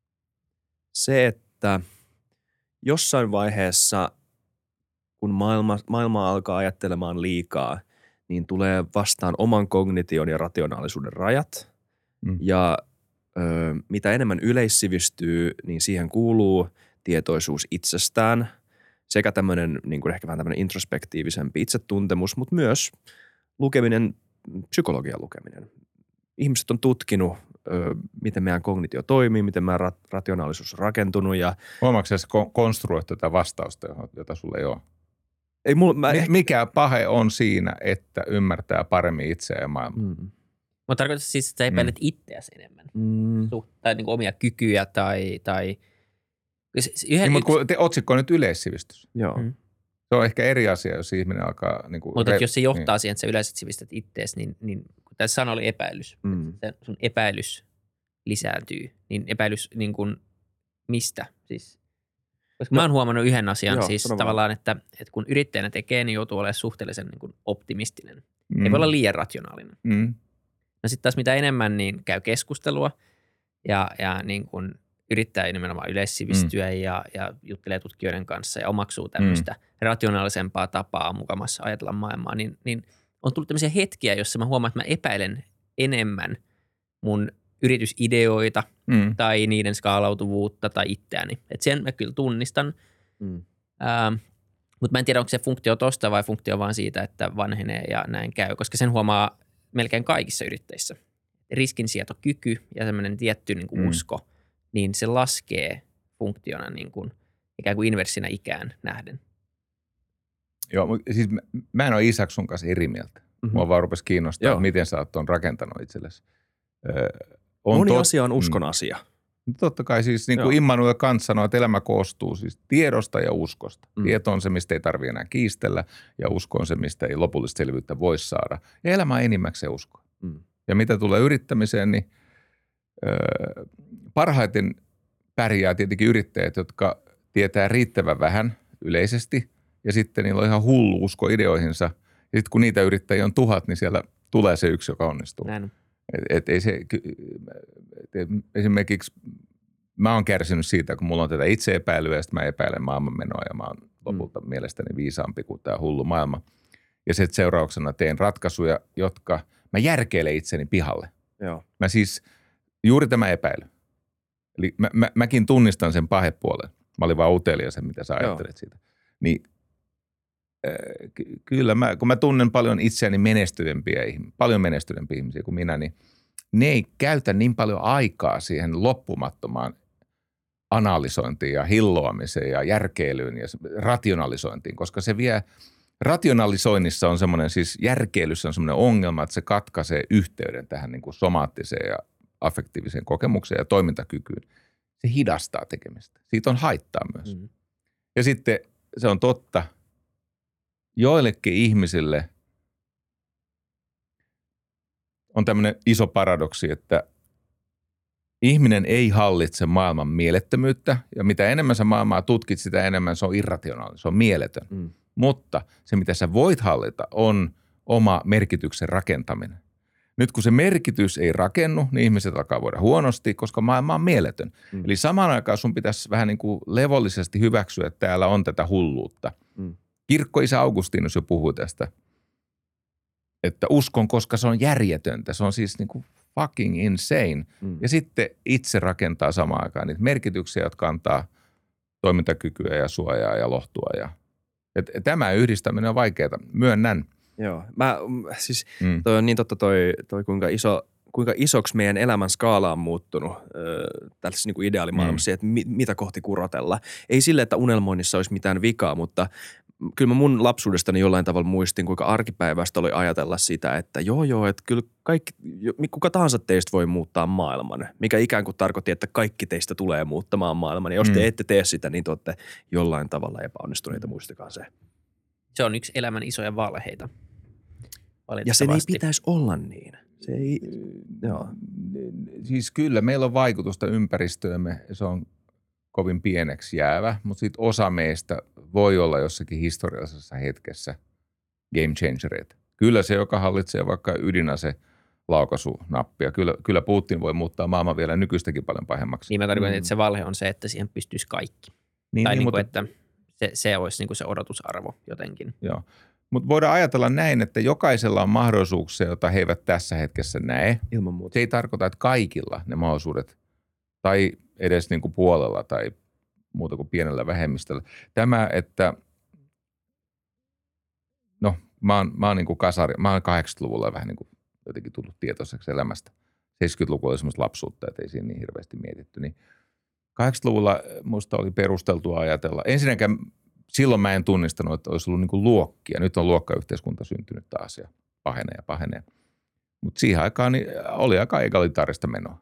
Speaker 1: Se, että jossain vaiheessa, kun maailma, maailma alkaa ajattelemaan liikaa, niin tulee vastaan oman kognition ja rationaalisuuden rajat.
Speaker 3: Mm.
Speaker 1: Ja ö, mitä enemmän yleissivistyy, niin siihen kuuluu tietoisuus itsestään sekä tämmöinen niin kuin ehkä vähän tämmöinen introspektiivisempi itsetuntemus, mutta myös lukeminen, psykologian lukeminen. Ihmiset on tutkinut, ö, miten meidän kognitio toimii, miten meidän rat- rationaalisuus on rakentunut ja
Speaker 3: Huomaatko sä kon- konstruoit tätä vastausta, johon- jota sulle ei ole?
Speaker 1: ei mulla, mä
Speaker 3: Mi-
Speaker 1: ehkä,
Speaker 3: Mikä pahe on siinä, että ymmärtää paremmin itseä ja maailmaa?
Speaker 1: mm,
Speaker 2: Mä tarkoitan siis, että sä epäilet mm. itseäsi enemmän.
Speaker 1: mm,
Speaker 2: Suht, tai niin kuin omia kykyjä tai, tai se- se yhden,
Speaker 3: Niin,
Speaker 2: yksi,
Speaker 3: mutta kun te, otsikko on nyt yleissivistys.
Speaker 1: joo.
Speaker 2: Mm.
Speaker 3: Se on ehkä eri asia, jos ihminen alkaa... Niin kuin
Speaker 2: Mutta
Speaker 3: re-
Speaker 2: jos se johtaa
Speaker 3: niin.
Speaker 2: siihen, että sä yleensä sivistät ittees, niin, niin kun tässä sana oli epäilys,
Speaker 1: Mm.
Speaker 2: se sun epäilys lisääntyy, niin epäilys niin kuin mistä? Siis, koska no, mä oon huomannut yhden asian
Speaker 1: joo,
Speaker 2: siis tavallaan, että, että kun yrittäjänä tekee, niin joutuu olemaan suhteellisen niin kuin optimistinen. Mm. Ei voi olla liian rationaalinen.
Speaker 3: Mm.
Speaker 2: No sitten taas mitä enemmän, niin käy keskustelua ja, ja niin kuin yrittää nimenomaan yleissivistyä mm. ja, ja juttelee tutkijoiden kanssa ja omaksuu tämmöistä mm. rationaalisempaa tapaa mukamassa ajatella maailmaa, niin, niin on tullut tämmöisiä hetkiä, joissa mä huomaan, että mä epäilen enemmän mun yritysideoita mm. tai niiden skaalautuvuutta tai itseäni. Että sen mä kyllä tunnistan, mm. ähm, mutta mä en tiedä, onko se funktio tosta vai funktio vaan siitä, että vanhenee ja näin käy, koska sen huomaa melkein kaikissa yrittäjissä. Riskinsietokyky ja semmoinen tietty niin kuin mm. usko, niin se laskee funktiona niin kuin, ikään kuin inversinä ikään nähden.
Speaker 3: Joo, mutta siis mä, mä en ole Isak sun kanssa eri mieltä. Mm-hmm. Mua vaan rupesi kiinnostaa, että miten sä oot tuon rakentanut itsellesi. Öö, on
Speaker 1: Moni
Speaker 3: tot...
Speaker 1: asia on uskon mm. asia.
Speaker 3: Totta kai siis niin kuin Immanuel Kant sanoi, että elämä koostuu siis tiedosta ja uskosta. Mm. Tieto on se, mistä ei tarvitse enää kiistellä ja usko on se, mistä ei lopullista selvyyttä voi saada. Ja elämä on enimmäkseen usko. Mm. Ja mitä tulee yrittämiseen, niin öö, parhaiten pärjää tietenkin yrittäjät, jotka tietää riittävän vähän yleisesti ja sitten niillä on ihan hullu usko ideoihinsa. Ja sitten kun niitä yrittäjiä on tuhat, niin siellä tulee se yksi, joka onnistuu.
Speaker 2: Näin.
Speaker 3: Et, et ei se, et esimerkiksi mä oon kärsinyt siitä, kun mulla on tätä itseepäilyä ja sitten mä epäilen maailmanmenoa ja mä oon lopulta mm. mielestäni viisaampi kuin tämä hullu maailma. Ja sitten seurauksena teen ratkaisuja, jotka mä järkeilen itseni pihalle.
Speaker 1: Joo. Mä
Speaker 3: siis juuri tämä epäily. Eli mä, mä, mäkin tunnistan sen pahepuolen. Mä olin vaan utelias sen, mitä sä ajattelet Joo. siitä. Niin äh, ky- kyllä mä, kun mä tunnen paljon itseäni menestyvempiä ihmisiä, paljon menestyvempiä ihmisiä kuin minä, niin ne ei käytä niin paljon aikaa siihen loppumattomaan analysointiin ja hilloamiseen ja järkeilyyn ja rationalisointiin, koska se vie, rationalisoinnissa on semmoinen, siis järkeilyssä on semmoinen ongelma, että se katkaisee yhteyden tähän niin kuin somaattiseen ja affektiiviseen kokemukseen ja toimintakykyyn. Se hidastaa tekemistä. Siitä on haittaa myös. Mm-hmm. Ja sitten se on totta, joillekin ihmisille on tämmöinen iso paradoksi, että ihminen ei hallitse maailman mielettömyyttä ja mitä enemmän sä maailmaa tutkit, sitä enemmän se on irrationaalinen, se on mieletön. Mm. Mutta se, mitä sä voit hallita, on oma merkityksen rakentaminen. Nyt kun se merkitys ei rakennu, niin ihmiset alkaa voida huonosti, koska maailma on mieletön. Mm. Eli samaan aikaan sun pitäisi vähän niin kuin levollisesti hyväksyä, että täällä on tätä hulluutta. Mm. Kirkkoisä Augustinus jo puhui tästä, että uskon, koska se on järjetöntä. Se on siis niin kuin fucking insane. Mm. Ja sitten itse rakentaa samaan aikaan niitä merkityksiä, jotka antaa toimintakykyä ja suojaa ja lohtua. Ja, ja tämä yhdistäminen on vaikeaa. Myönnän.
Speaker 1: Joo. Mä, siis mm. toi on niin totta toi, toi kuinka iso, kuinka isoksi meidän elämän skaala on muuttunut äh, tällaisessa niin kuin ideaalimaailmassa, mm. että mi, mitä kohti kurotella. Ei sille, että unelmoinnissa olisi mitään vikaa, mutta kyllä mä mun lapsuudestani jollain tavalla muistin, kuinka arkipäiväistä oli ajatella sitä, että joo joo, että kyllä kaikki, kuka tahansa teistä voi muuttaa maailman, mikä ikään kuin tarkoitti, että kaikki teistä tulee muuttamaan maailman. Ja jos te mm. ette tee sitä, niin te olette jollain tavalla epäonnistuneita, muistakaa se.
Speaker 2: Se on yksi elämän isoja valheita.
Speaker 1: Ja sen ei pitäisi olla niin. Se ei, joo.
Speaker 3: Siis kyllä, meillä on vaikutusta ympäristöömme, se on kovin pieneksi jäävä, mutta sitten osa meistä voi olla jossakin historiallisessa hetkessä game changereita. Kyllä se, joka hallitsee vaikka ydinase laukaisunappia, kyllä, kyllä Putin voi muuttaa maailman vielä nykyistäkin paljon pahemmaksi.
Speaker 2: Niin mä tarkoitan, mm. että se valhe on se, että siihen pystyisi kaikki. Niin, tai niin, niin kuin, mutta, että se, se olisi niin kuin se odotusarvo jotenkin.
Speaker 3: Joo, mutta voidaan ajatella näin, että jokaisella on mahdollisuuksia, joita he eivät tässä hetkessä näe.
Speaker 1: Ilman muuta.
Speaker 3: Se ei tarkoita, että kaikilla ne mahdollisuudet tai edes niin kuin puolella tai muuta kuin pienellä vähemmistöllä. Tämä, että no mä oon, mä oon niin kuin kasari, mä oon kahdeksankymmentäluvulla vähän niin kuin jotenkin tullut tietoiseksi elämästä. seitsemänkymmentäluvulla oli semmoista lapsuutta, että ei siinä niin hirveästi mietitty. Niin kahdeksankymmentäluvulla musta oli perusteltua ajatella. Ensinnäkään silloin mä en tunnistanut, että olisi ollut niin kuin luokkia. Nyt on luokkayhteiskunta syntynyt taas ja pahenee ja pahenee. Mutta siihen aikaan niin oli aika egalitaarista menoa.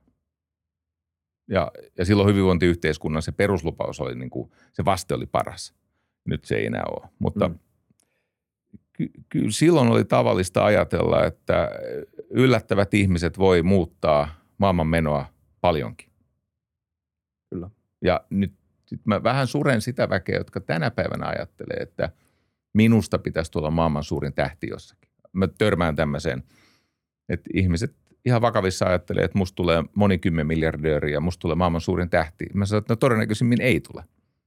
Speaker 3: Ja, ja silloin hyvinvointiyhteiskunnan se peruslupaus oli niin kuin, se vaste oli paras. Nyt se ei enää ole. Mutta
Speaker 1: Mm.
Speaker 3: ky- kyllä silloin oli tavallista ajatella, että yllättävät ihmiset voi muuttaa maailman menoa paljonkin.
Speaker 1: Kyllä.
Speaker 3: Ja nyt sit mä vähän suren sitä väkeä, jotka tänä päivänä ajattelee, että minusta pitäisi tulla maailman suurin tähti jossakin. Mä törmään tämmöiseen, että ihmiset ihan vakavissa ajattelee, että musta tulee monikymmen miljardööriä ja musta tulee maailman suurin tähti. Mä sanon, että no todennäköisemmin ei tule.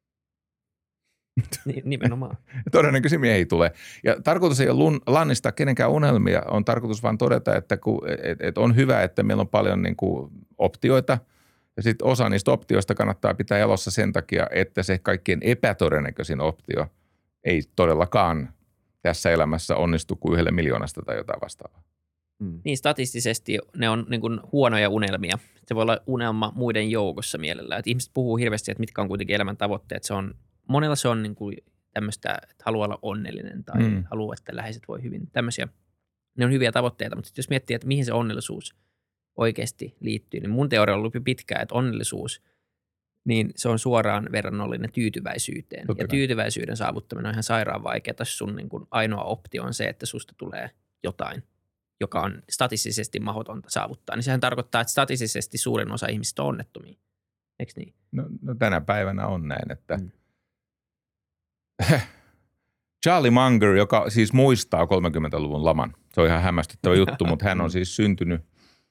Speaker 2: Nimenomaan.
Speaker 3: Todennäköisemmin ei tule. Ja tarkoitus ei ole lannistaa kenenkään unelmia. On tarkoitus vaan todeta, että kun, et, et on hyvä, että meillä on paljon niin kuin optioita. Ja sitten osa niistä optioista kannattaa pitää elossa sen takia, että se kaikkein epätodennäköisin optio ei todellakaan tässä elämässä onnistu kuin yhdelle miljoonasta tai jotain vastaavaa.
Speaker 1: Mm.
Speaker 2: Niin statistisesti ne on niin kuin huonoja unelmia. Se voi olla unelma muiden joukossa mielellään. Että ihmiset puhuu hirveästi, että mitkä on kuitenkin elämän tavoitteet. Se on, monella se on niin kuin tämmöistä, että haluaa olla onnellinen tai mm. haluaa, että läheiset voi hyvin. Tämmöisiä, ne on hyviä tavoitteita, mutta jos miettii, että mihin se onnellisuus oikeasti liittyy, niin mun teoria on ollut pitkään, että onnellisuus, niin se on suoraan verrannollinen tyytyväisyyteen. Totta ja kai. Tyytyväisyyden saavuttaminen on ihan sairaan vaikeaa, jos sun niin kuin ainoa optio on se, että susta tulee jotain, joka on statistisesti mahdotonta saavuttaa. Niin sehän tarkoittaa, että statistisesti suurin osa ihmisistä on onnettomia. Eikö niin?
Speaker 3: No, no tänä päivänä on näin, että mm. Charlie Munger, joka siis muistaa kolmekymmentäluvun laman, se on ihan hämmästyttävä juttu, mutta hän on siis syntynyt,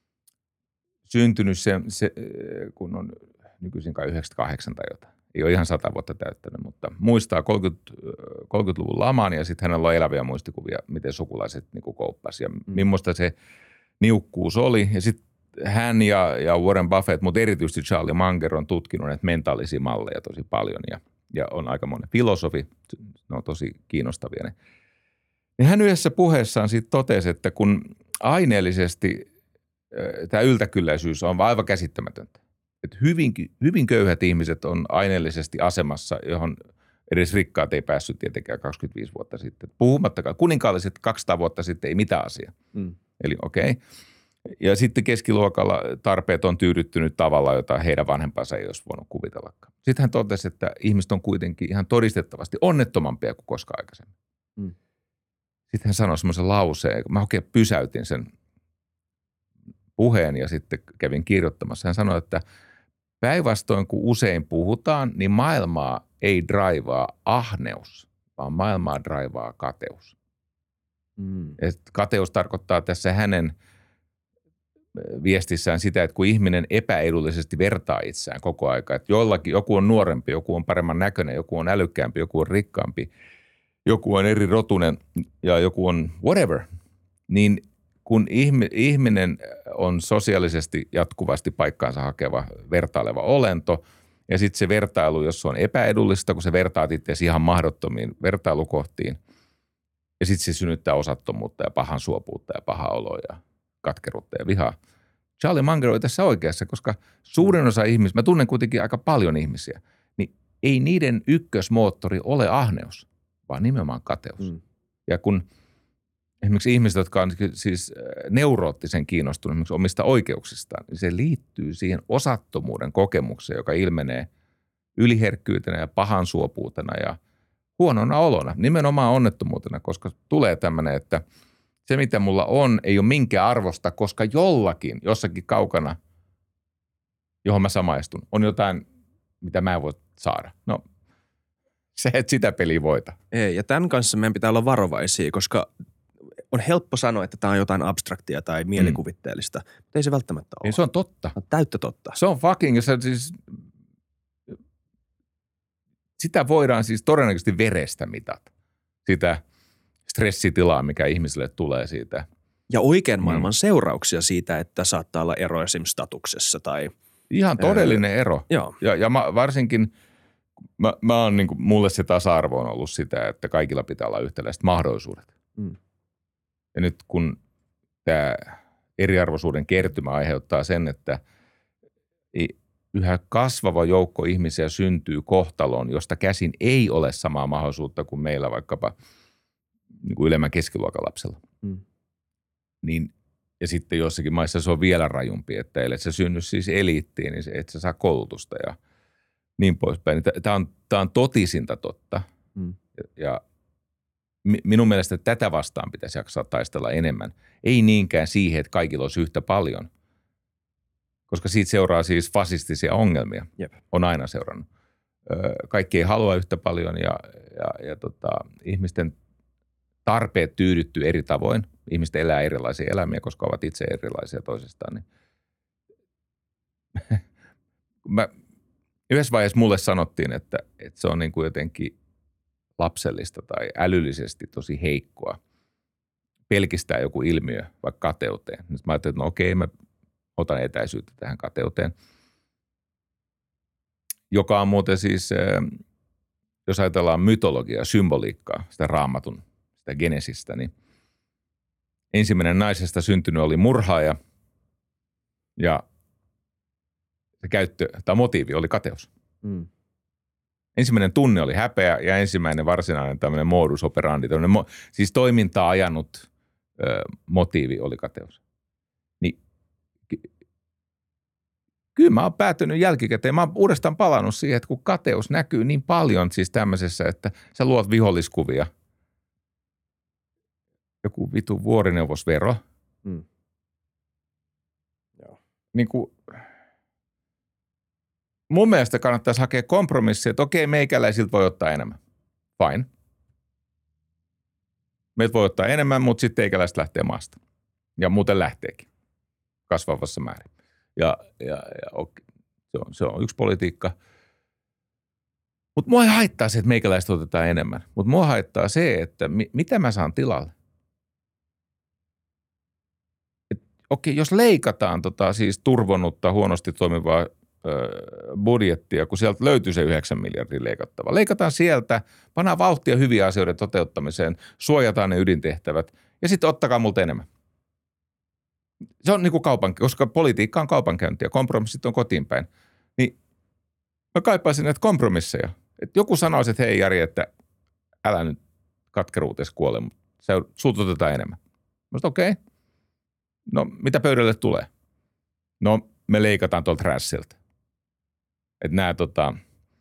Speaker 3: syntynyt se, se, kun on nykyisin kai yhdeksänkymmentäkahdeksan tai jotain. Ei ole ihan sata vuotta täyttänyt, mutta muistaa kolmekymmentäluvun laman ja sitten hänellä on eläviä muistikuvia, miten sukulaiset niin kuin kouppasi ja mm. millaista se niukkuus oli. Ja sitten hän ja, ja Warren Buffett, mutta erityisesti Charlie Munger on tutkinut näitä mentaalisia malleja tosi paljon ja, ja on aika monen filosofi. Ne on tosi kiinnostavia ne. Ja hän yhdessä puheessaan siitä totesi, että kun aineellisesti tämä yltäkylläisyys on aivan käsittämätöntä. Että hyvin, hyvin köyhät ihmiset on aineellisesti asemassa, johon edes rikkaat ei päässyt tietenkään kaksikymmentäviisi vuotta sitten. Puhumattakaan, kuninkaalliset kaksisataa vuotta sitten ei mitään asiaa. Mm. Eli okei. Okay. Ja sitten keskiluokalla tarpeet on tyydyttynyt tavalla, jota heidän vanhempansa ei olisi voinut kuvitellakaan. Sitten hän totesi, että ihmiset on kuitenkin ihan todistettavasti onnettomampia kuin koskaan aikaisemmin. Mm. Sitten hän sanoi semmoisen lauseen, mä oikein pysäytin sen puheen ja sitten kävin kirjoittamassa. Hän sanoi, että päinvastoin kuin usein puhutaan, niin maailmaa ei draivaa ahneus, vaan maailmaa draivaa kateus. Mm. Kateus tarkoittaa tässä hänen viestissään sitä, että kun ihminen epäedullisesti vertaa itseään koko aika, että jollakin, joku on nuorempi, joku on paremman näköinen, joku on älykkäämpi, joku on rikkaampi, joku on eri rotunen ja joku on whatever, niin kun ihminen on sosiaalisesti jatkuvasti paikkaansa hakeva, vertaileva olento, ja sitten se vertailu, jos se on epäedullista, kun se vertaat itseäsi ihan mahdottomiin vertailukohtiin, ja sitten se synnyttää osattomuutta ja pahan suopuutta ja pahaa oloa ja katkeruutta ja vihaa. Charlie Munger oli tässä oikeassa, koska suurin osa ihmisistä, mä tunnen kuitenkin aika paljon ihmisiä, niin ei niiden ykkösmoottori ole ahneus, vaan nimenomaan kateus. Mm. Ja kun esimerkiksi ihmiset, jotka on siis neuroottisen kiinnostunut esimerkiksi omista oikeuksistaan, niin se liittyy siihen osattomuuden kokemukseen, joka ilmenee yliherkkyytenä ja pahan suopuutena ja huonona olona, nimenomaan onnettomuutena, koska tulee tämmöinen, että se mitä mulla on ei ole minkään arvosta, koska jollakin, jossakin kaukana, johon mä samaistun, on jotain, mitä mä en voi saada. No, se et sitä peliä voita.
Speaker 1: Ei, ja tämän kanssa meidän pitää olla varovaisia, koska on helppo sanoa, että tämä on jotain abstraktia tai mielikuvitteellista, mm. mutta ei se välttämättä ole.
Speaker 3: Ei, se on totta.
Speaker 1: On täyttä totta.
Speaker 3: Se on fucking, se siis, sitä voidaan siis todennäköisesti verestä mitata, sitä stressitilaa, mikä ihmiselle tulee siitä.
Speaker 1: Ja oikean maailman mm. seurauksia siitä, että saattaa olla ero esimerkiksi statuksessa tai
Speaker 3: ihan todellinen öö, ero.
Speaker 1: Joo.
Speaker 3: Ja, ja mä, varsinkin mä, mä oon niin kuin, mulle se tasa-arvo on ollut sitä, että kaikilla pitää olla yhtäläiset mahdollisuudet. Mm. Ja nyt kun tämä eriarvoisuuden kertymä aiheuttaa sen, että yhä kasvava joukko ihmisiä syntyy kohtaloon, josta käsin ei ole samaa mahdollisuutta kuin meillä vaikkapa niin kuin ylemmän keskiluokan lapsella. Mm. Niin, ja sitten jossakin maissa se on vielä rajumpi, että ellei sä synny siis eliittiin, niin et sä saa koulutusta ja niin poispäin. Tämä on, tämä on totisinta totta. Mm. Ja minun mielestä tätä vastaan pitäisi jaksaa taistella enemmän. Ei niinkään siihen, että kaikilla olisi yhtä paljon, koska siitä seuraa siis fasistisia ongelmia.
Speaker 1: Jep.
Speaker 3: On aina seurannut. Kaikki ei halua yhtä paljon ja, ja, ja tota, ihmisten tarpeet tyydyttyy eri tavoin. Ihmiset elää erilaisia elämiä, koska ovat itse erilaisia toisistaan. Niin. Mä, yhdessä vaiheessa mulle sanottiin, että, että se on niin kuin jotenkin lapsellista tai älyllisesti tosi heikkoa pelkistää joku ilmiö vaikka kateuteen. Nyt mä ajattelin, että no okei, mä otan etäisyyttä tähän kateuteen, joka on muuten siis, jos ajatellaan mytologiaa, symboliikkaa, sitä raamatun, sitä genesistä, niin ensimmäinen naisesta syntynyt oli murhaaja ja se käyttö tai motiivi oli kateus. Mm. Ensimmäinen tunne oli häpeä ja ensimmäinen varsinainen tämmöinen modus operandi, mo- siis toimintaa ajanut ö, motiivi oli kateus. Niin ky- kyllä mä oon päätynyt jälkikäteen, mä oon uudestaan palannut siihen, että kun kateus näkyy niin paljon siis tämmöisessä, että sä luot viholliskuvia, joku vitu vuorineuvosvero, mm. Joo. Niin kuin mun mielestä kannattaisi hakea kompromissia, että okei, meikäläisiltä voi ottaa enemmän. Fine. Meiltä voi ottaa enemmän, mutta sitten eikäläiset lähtee maasta. Ja muuten lähteekin kasvavassa määrin. Ja, ja, ja okei, se, on, se on yksi politiikka. Mutta mua ei haittaa se, että meikäläiset otetaan enemmän. Mutta mua haittaa se, että mi, mitä mä saan tilalle. Et, okei, jos leikataan tota, siis turvonnutta, huonosti toimivaa budjettia, kun sieltä löytyy se yhdeksän miljardia leikattava. Leikataan sieltä, pannaan vauhtia hyviä asioiden toteuttamiseen, suojataan ne ydintehtävät ja sitten ottakaa multa enemmän. Se on niin kuin kaupan, koska politiikka on kaupankäyntiä, kompromissit on kotiin päin. Niin mä kaipaisin näitä kompromisseja. Että joku sanoisi, että hei Jari, että älä nyt katkeruutesi kuole, mutta sulta otetaan enemmän. Mä sanoin, okei. Okay. No mitä pöydälle tulee? No me leikataan tuolta rässiltä. Että nämä tota,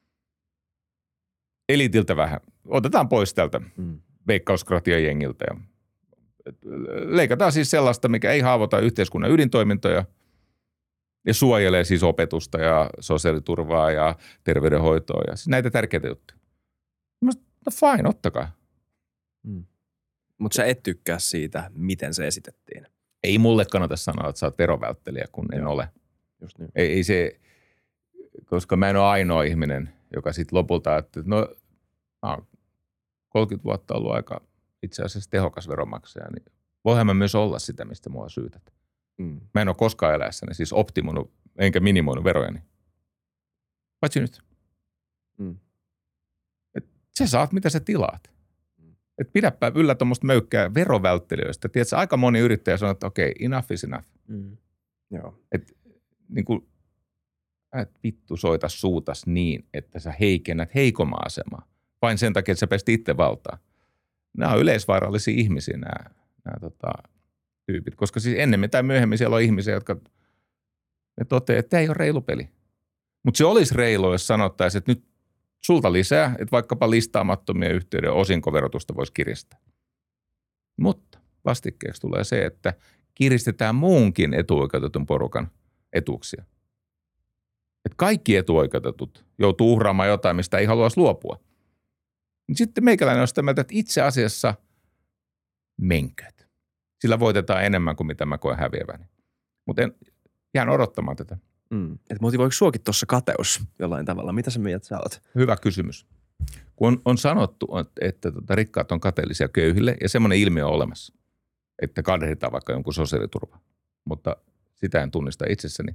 Speaker 3: elitiltä vähän, otetaan pois tältä mm. veikkauskratiajengiltä ja leikataan siis sellaista, mikä ei haavoita yhteiskunnan ydintoimintoja ja suojelee siis opetusta ja sosiaaliturvaa ja terveydenhoitoa ja siis näitä tärkeitä juttuja. No fine, ottakaa.
Speaker 1: Mm. Mutta sä et tykkää siitä, miten se esitettiin.
Speaker 3: Ei mulle kannata sanoa, että sä oot verovälttelijä, kun en Joo. ole. Just niin. Ei, ei se, koska mä en ole ainoa ihminen, joka sitten lopulta, että no kolmekymmentä vuotta ollut aika itse asiassa tehokas veronmaksaja, niin voihan mä myös olla sitä, mistä mua syytät. Mm. Mä en ole koskaan eläessäni siis optimoinut, enkä minimoinut verojani. Paitsi nyt. Mm. Et sä saat, mitä sä tilaat. Mm. Et pidäpä yllä tuommoista möykkää verovälttelijöistä. Tiedätkö, aika moni yrittäjä sanoo, että okei, okay, enough is enough. Mm. Joo. Et niin kuin, et vittu soita suutas niin, että sä heikennät heikomman asemaa. Vain sen takia, että sä pääsit itse valtaan. Nämä on yleisvaarallisia ihmisiä, nämä, nämä tota, tyypit. Koska siis ennemmin tai myöhemmin siellä on ihmisiä, jotka ne toteaa, että tämä ei ole reilu peli. Mutta se olisi reilu, jos sanottaisiin, että nyt sulta lisää, että vaikkapa listaamattomia yhtiöiden osinkoverotusta voisi kiristää. Mutta vastikkeeksi tulee se, että kiristetään muunkin etuoikeutetun porukan etuuksia. Että kaikki etuoikeutetut joutuu uhraamaan jotain, mistä ei haluaisi luopua. Sitten meikäläinen on sitä mieltä, että itse asiassa menköt. Sillä voitetaan enemmän kuin mitä mä koen häviäväni. Mutta jään odottamaan tätä.
Speaker 1: Mm. Että motivoiko suokin tuossa kateus jollain tavalla? Mitä sä mieltä sä oot?
Speaker 3: Hyvä kysymys. Kun on, on sanottu, että, että tota, rikkaat on kateellisia köyhille ja semmoinen ilmiö on olemassa, että kadehditaan vaikka jonkun sosiaaliturva. Mutta sitä en tunnista itsessäni.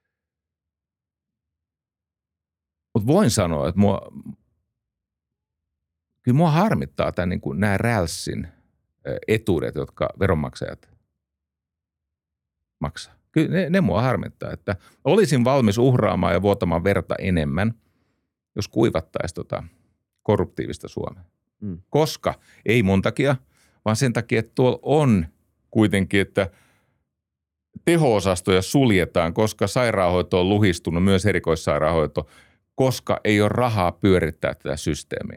Speaker 3: Mutta voin sanoa, että mua, kyllä mua harmittaa tämän, niin kuin nämä rälssin etuudet, jotka veronmaksajat maksaa. Kyllä ne, ne mua harmittaa, että olisin valmis uhraamaan ja vuotamaan verta enemmän, jos kuivattaisi tota korruptiivista Suomea. Mm. Koska ei mun takia, vaan sen takia, että tuolla on kuitenkin, että teho-osastoja suljetaan, koska sairaanhoito on luhistunut, myös erikoissairaanhoito, koska ei ole rahaa pyörittää tätä systeemiä.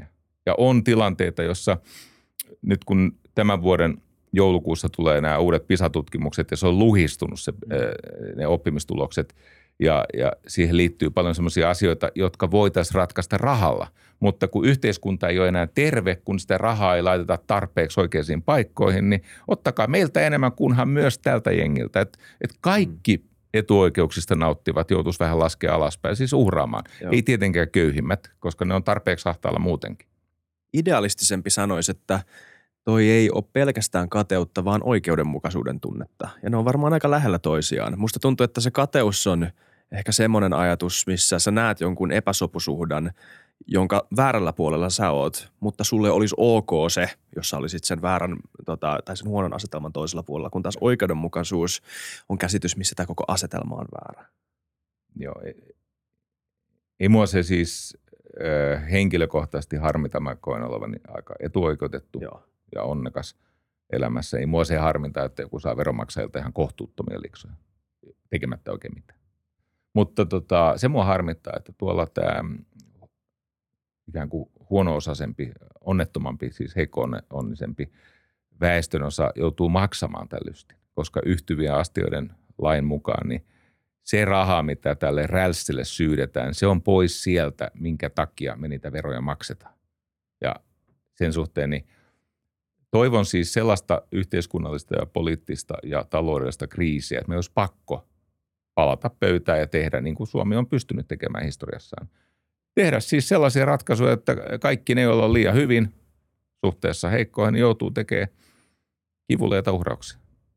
Speaker 3: Ja on tilanteita, jossa nyt kun tämän vuoden joulukuussa tulee nämä uudet PISA-tutkimukset ja se on luhistunut se, ne oppimistulokset ja, ja siihen liittyy paljon sellaisia asioita, jotka voitaisiin ratkaista rahalla. Mutta kun yhteiskunta ei ole enää terve, kun sitä rahaa ei laiteta tarpeeksi oikeisiin paikkoihin, niin ottakaa meiltä enemmän kunhan myös tältä jengiltä. Että et kaikki etuoikeuksista nauttivat joutuisi vähän laskea alaspäin, siis uhraamaan. Joo. Ei tietenkään köyhimmät, koska ne on tarpeeksi ahtaalla muutenkin.
Speaker 1: Idealistisempi sanoisi, että toi ei ole pelkästään kateutta, vaan oikeudenmukaisuuden tunnetta. Ja ne on varmaan aika lähellä toisiaan. Musta tuntuu, että se kateus on ehkä semmoinen ajatus, missä sä näet jonkun epäsopusuhdan, jonka väärällä puolella sä oot, mutta sulle olisi ok se, jos sä olisit sen väärän tota, tai sen huonon asetelman toisella puolella, kun taas oikeudenmukaisuus on käsitys, missä tämä koko asetelma on väärä.
Speaker 3: Joo, ei, ei mua se siis äh, henkilökohtaisesti harmita, mä koen olevani aika etuoikeutettu. Joo. Ja onnekas elämässä. Ei mua se harminta, että joku saa veronmaksajilta ihan kohtuuttomia liksoja tekemättä oikein mitään. Mutta tota, se mua harmittaa, että tuolla tämä ikään kuin huono-osaisempi, onnettomampi, siis heikko-onnisempi väestönosa joutuu maksamaan tämän lystin, koska yhtyvien astioiden lain mukaan niin se raha, mitä tälle rälssille syydetään, se on pois sieltä, minkä takia me niitä veroja maksetaan. Ja sen suhteen niin toivon siis sellaista yhteiskunnallista ja poliittista ja taloudellista kriisiä, että me olisi pakko palata pöytään ja tehdä niin kuin Suomi on pystynyt tekemään historiassaan. Tehdä siis sellaisia ratkaisuja, että kaikki ne, joilla on liian hyvin suhteessa heikkoihin, niin joutuu tekemään kivuliaita uhrauksia.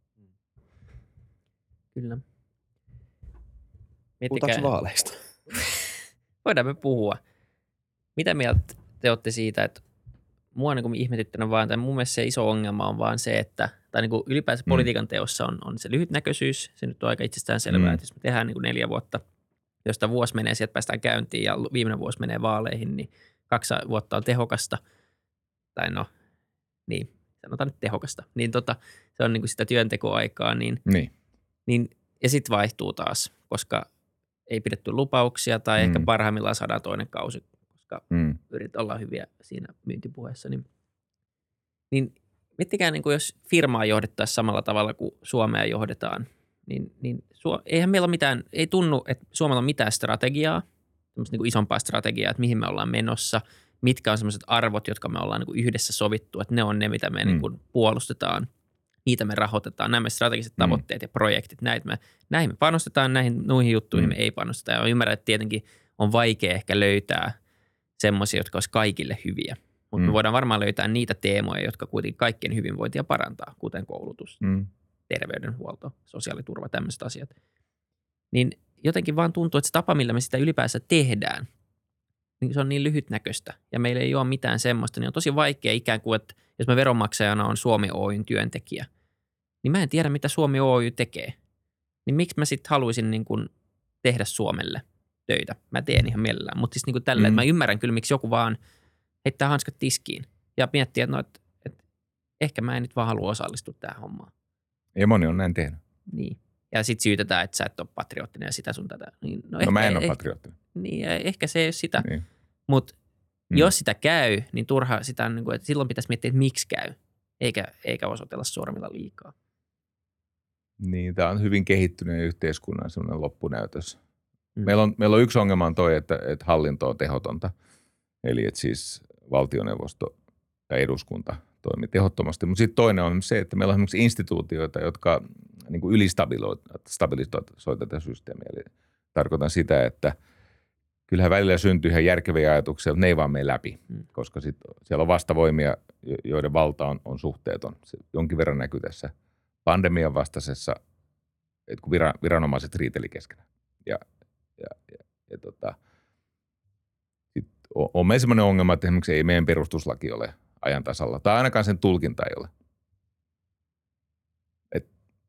Speaker 2: Kyllä.
Speaker 1: Puhutaanko vaaleista?
Speaker 2: Voidaan me puhua. Mitä mieltä te olette siitä, että mua niin ihmetyttänä vaan, tai mun mielestä se iso ongelma on vaan se, että tai niin kuin ylipäänsä mm. politiikan teossa on, on se lyhytnäköisyys. Se nyt on aika itsestään selvää, mm. että jos me tehdään niin kuin neljä vuotta, josta vuosi menee, sieltä päästään käyntiin ja viimeinen vuosi menee vaaleihin, niin kaksi vuotta on tehokasta. Tai no, niin, sanotaan nyt tehokasta. Niin tota, se on niin kuin sitä työntekoaikaa. Niin,
Speaker 3: niin.
Speaker 2: niin, ja sitten vaihtuu taas, koska ei pidetty lupauksia tai mm. ehkä parhaimmillaan saadaan toinen kausi, koska mm. yritetään olla hyviä siinä myyntipuheessa. Niin, niin miettikää, niin kuin jos firmaa johdettaisiin samalla tavalla kuin Suomea johdetaan, niin, niin Suo, eihän meillä ole mitään, ei tunnu, että Suomella on mitään strategiaa, semmoista niin kuin isompaa strategiaa, että mihin me ollaan menossa, mitkä on semmoiset arvot, jotka me ollaan niin kuin yhdessä sovittu, että ne on ne, mitä me mm. niin kuin puolustetaan, niitä me rahoitetaan, nämä strategiset tavoitteet mm. ja projektit, näitä me, näihin me panostetaan, näihin noihin juttuihin mm. me ei panosteta. Ja ymmärrän, että tietenkin on vaikea ehkä löytää semmoisia, jotka olisi kaikille hyviä. Mutta mm. me voidaan varmaan löytää niitä teemoja, jotka kuitenkin kaikkien hyvinvointia parantaa, kuten koulutus, mm. terveydenhuolto, sosiaaliturva, tämmöiset asiat. Niin jotenkin vaan tuntuu, että se tapa, millä me sitä ylipäänsä tehdään, niin se on niin lyhytnäköistä ja meillä ei ole mitään semmoista, niin on tosi vaikea ikään kuin, että jos mä veronmaksajana on Suomi Oyn työntekijä, niin mä en tiedä, mitä Suomi Oy tekee. Niin miksi mä sitten haluaisin niin kuin tehdä Suomelle töitä? Mä teen ihan mielellään, mutta siis niin kuin tällä, mm. että mä ymmärrän kyllä, miksi joku vaan heittää hanskat tiskiin ja miettii, että, no, että, että ehkä mä en nyt vaan halua osallistua tähän hommaan.
Speaker 3: Ja moni on näin tehnyt.
Speaker 2: Niin. Ja sitten syytetään, että sä et ole patriottinen ja sitä sun tätä. Niin, no,
Speaker 3: no
Speaker 2: ehkä,
Speaker 3: mä en ole
Speaker 2: ehkä,
Speaker 3: patriottinen.
Speaker 2: Niin, ehkä se ei ole sitä.
Speaker 3: Niin.
Speaker 2: Mutta
Speaker 3: mm.
Speaker 2: jos sitä käy, niin turha sitä on, niin kuin, että silloin pitäisi miettiä, että miksi käy, eikä, eikä osoitella sormilla liikaa.
Speaker 3: Niin, tämä on hyvin kehittyneen yhteiskunnan sellainen loppunäytös. Mm. Meillä, on, meillä on yksi ongelma on toi, että, että hallinto on tehotonta. Eli että siis valtioneuvosto ja eduskunta toimii tehottomasti. Mutta sitten toinen on se, että meillä on esimerkiksi instituutioita, jotka niin kuin ylistabilisoivat tätä systeemiä. Eli tarkoitan sitä, että kyllähän välillä syntyy ihan järkeviä ajatuksia, mutta ne ei vaan mene läpi, mm. koska sit siellä on vastavoimia, joiden valta on, on suhteeton. Se jonkin verran näkyy tässä pandemian vastaisessa, että kun viran, viranomaiset riiteli keskenään. Ja, ja, ja, ja tota, sit on, on meillä sellainen ongelma, että esimerkiksi ei meidän perustuslaki ole ajan tasalla, tai ainakaan sen tulkinta ei ole. Et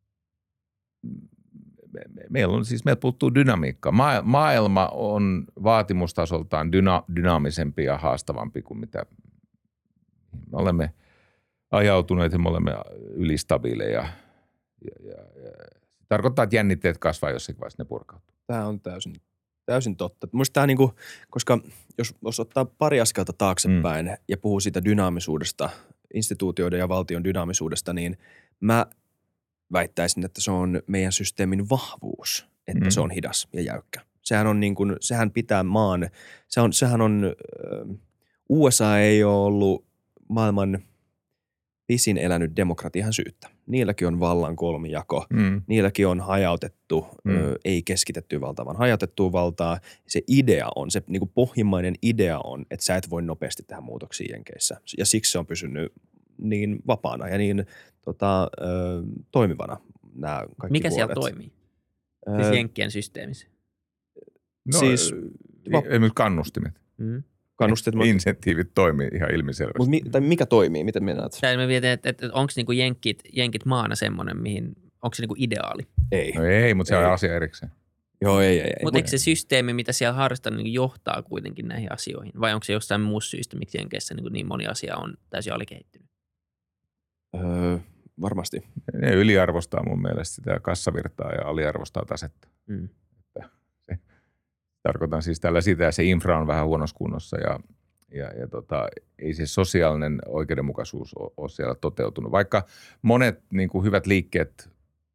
Speaker 3: me, me, meillä on siis, meiltä puuttuu dynamiikkaa. Ma, maailma on vaatimustasoltaan dyna, dynaamisempi ja haastavampi kuin mitä me olemme ajautuneet ja me olemme ylistabiileja. Ja, ja, ja. Tarkoittaa, että jännitteet kasvaa jossakin vaiheessa, ne purkautuu.
Speaker 1: Tämä on täysin Täysin totta. Musta tämä niinku, koska jos, jos ottaa pari askelta taaksepäin mm. ja puhuu siitä dynaamisuudesta, instituutioiden ja valtion dynaamisuudesta, niin mä väittäisin, että se on meidän systeemin vahvuus, että mm. se on hidas ja jäykkä. Sehän on niin kuin, sehän pitää maan, se on, sehän on, U S A ei ole ollut maailman pisin elänyt demokratian syyttä. Niilläkin on vallan kolmijako, mm. niilläkin on hajautettu, mm. ö, ei keskitetty valtaa, vaan hajautettu valtaa. Se idea on, se niin kuin pohjimmainen idea on, että sä et voi nopeasti tehdä muutoksia Jenkeissä. Ja siksi se on pysynyt niin vapaana ja niin tota, ö, toimivana nämä kaikki
Speaker 2: Mikä
Speaker 1: vuodet.
Speaker 2: siellä toimii? Siis Jenkkien systeemissä?
Speaker 3: No
Speaker 1: siis,
Speaker 3: esimerkiksi kannustimet.
Speaker 2: Mm.
Speaker 1: Kannustet,
Speaker 3: insentiivit toimii ihan ilmiselvästi.
Speaker 1: Mutta mi, tai mikä toimii? Miten mennään?
Speaker 2: Tai me mietin, että, että onko niinku jenkit, jenkit maana semmoinen, mihin, onko se niinku ideaali?
Speaker 1: Ei.
Speaker 3: No ei, mutta se on asia erikseen.
Speaker 1: Joo, ei, ei. ei.
Speaker 2: Mutta eikö se systeemi, mitä siellä harrastetaan, niin johtaa kuitenkin näihin asioihin? Vai onko se jostain muusta syystä, miksi Jenkeissä niin, niin moni asia on täysin alikehittynyt?
Speaker 1: Öö, varmasti.
Speaker 3: Ne yliarvostaa mun mielestä sitä kassavirtaa ja aliarvostaa tasetta. Mm. Se, tarkoitan siis tällä sitä, että se infra on vähän huonossa kunnossa ja, ja, ja tota, ei se sosiaalinen oikeudenmukaisuus ole, ole siellä toteutunut. Vaikka monet niin kuin hyvät liikkeet,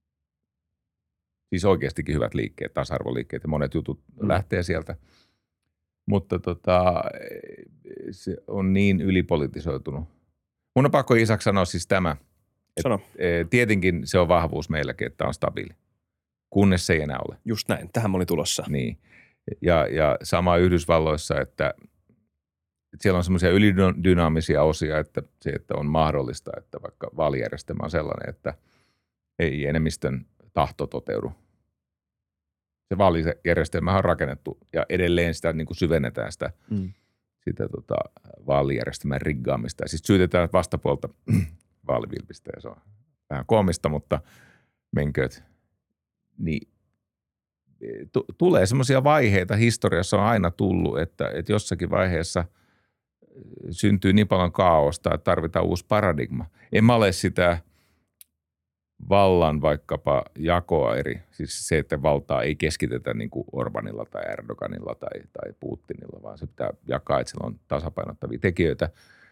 Speaker 3: siis oikeastikin hyvät liikkeet, tasa-arvoliikkeet ja monet jutut mm. lähtee sieltä. Mutta tota, se on niin ylipolitisoitunut. Mun on pakko Isak sanoa siis tämä.
Speaker 1: Sano.
Speaker 3: Et, tietenkin se on vahvuus meilläkin, että on stabiili, kunnes se ei enää ole.
Speaker 1: Just näin, tähän mä olin tulossa.
Speaker 3: Niin. Ja, ja sama Yhdysvalloissa, että, että siellä on semmoisia ylidynaamisia osia, että se, että on mahdollista, että vaikka vaalijärjestelmä on sellainen, että ei enemmistön tahto toteudu. Se vaalijärjestelmä on rakennettu ja edelleen sitä niin kuin syvennetään sitä, mm. sitä tota, vaalijärjestelmän riggaamista. Ja siis syytetään vastapuolta vaalivilpistä ja se on vähän koomista, mutta menkööt. Niin t- tulee semmoisia vaiheita, historiassa on aina tullut, että, että jossakin vaiheessa syntyy niin paljon kaaosta, että tarvitaan uusi paradigma. En mä ole sitä vallan vaikkapa jakoa eri, siis se, että valtaa ei keskitetä niin kuin Orbanilla tai Erdoganilla tai, tai Putinilla, vaan se pitää jakaa, että sillä on tasapainottavia tekijöitä.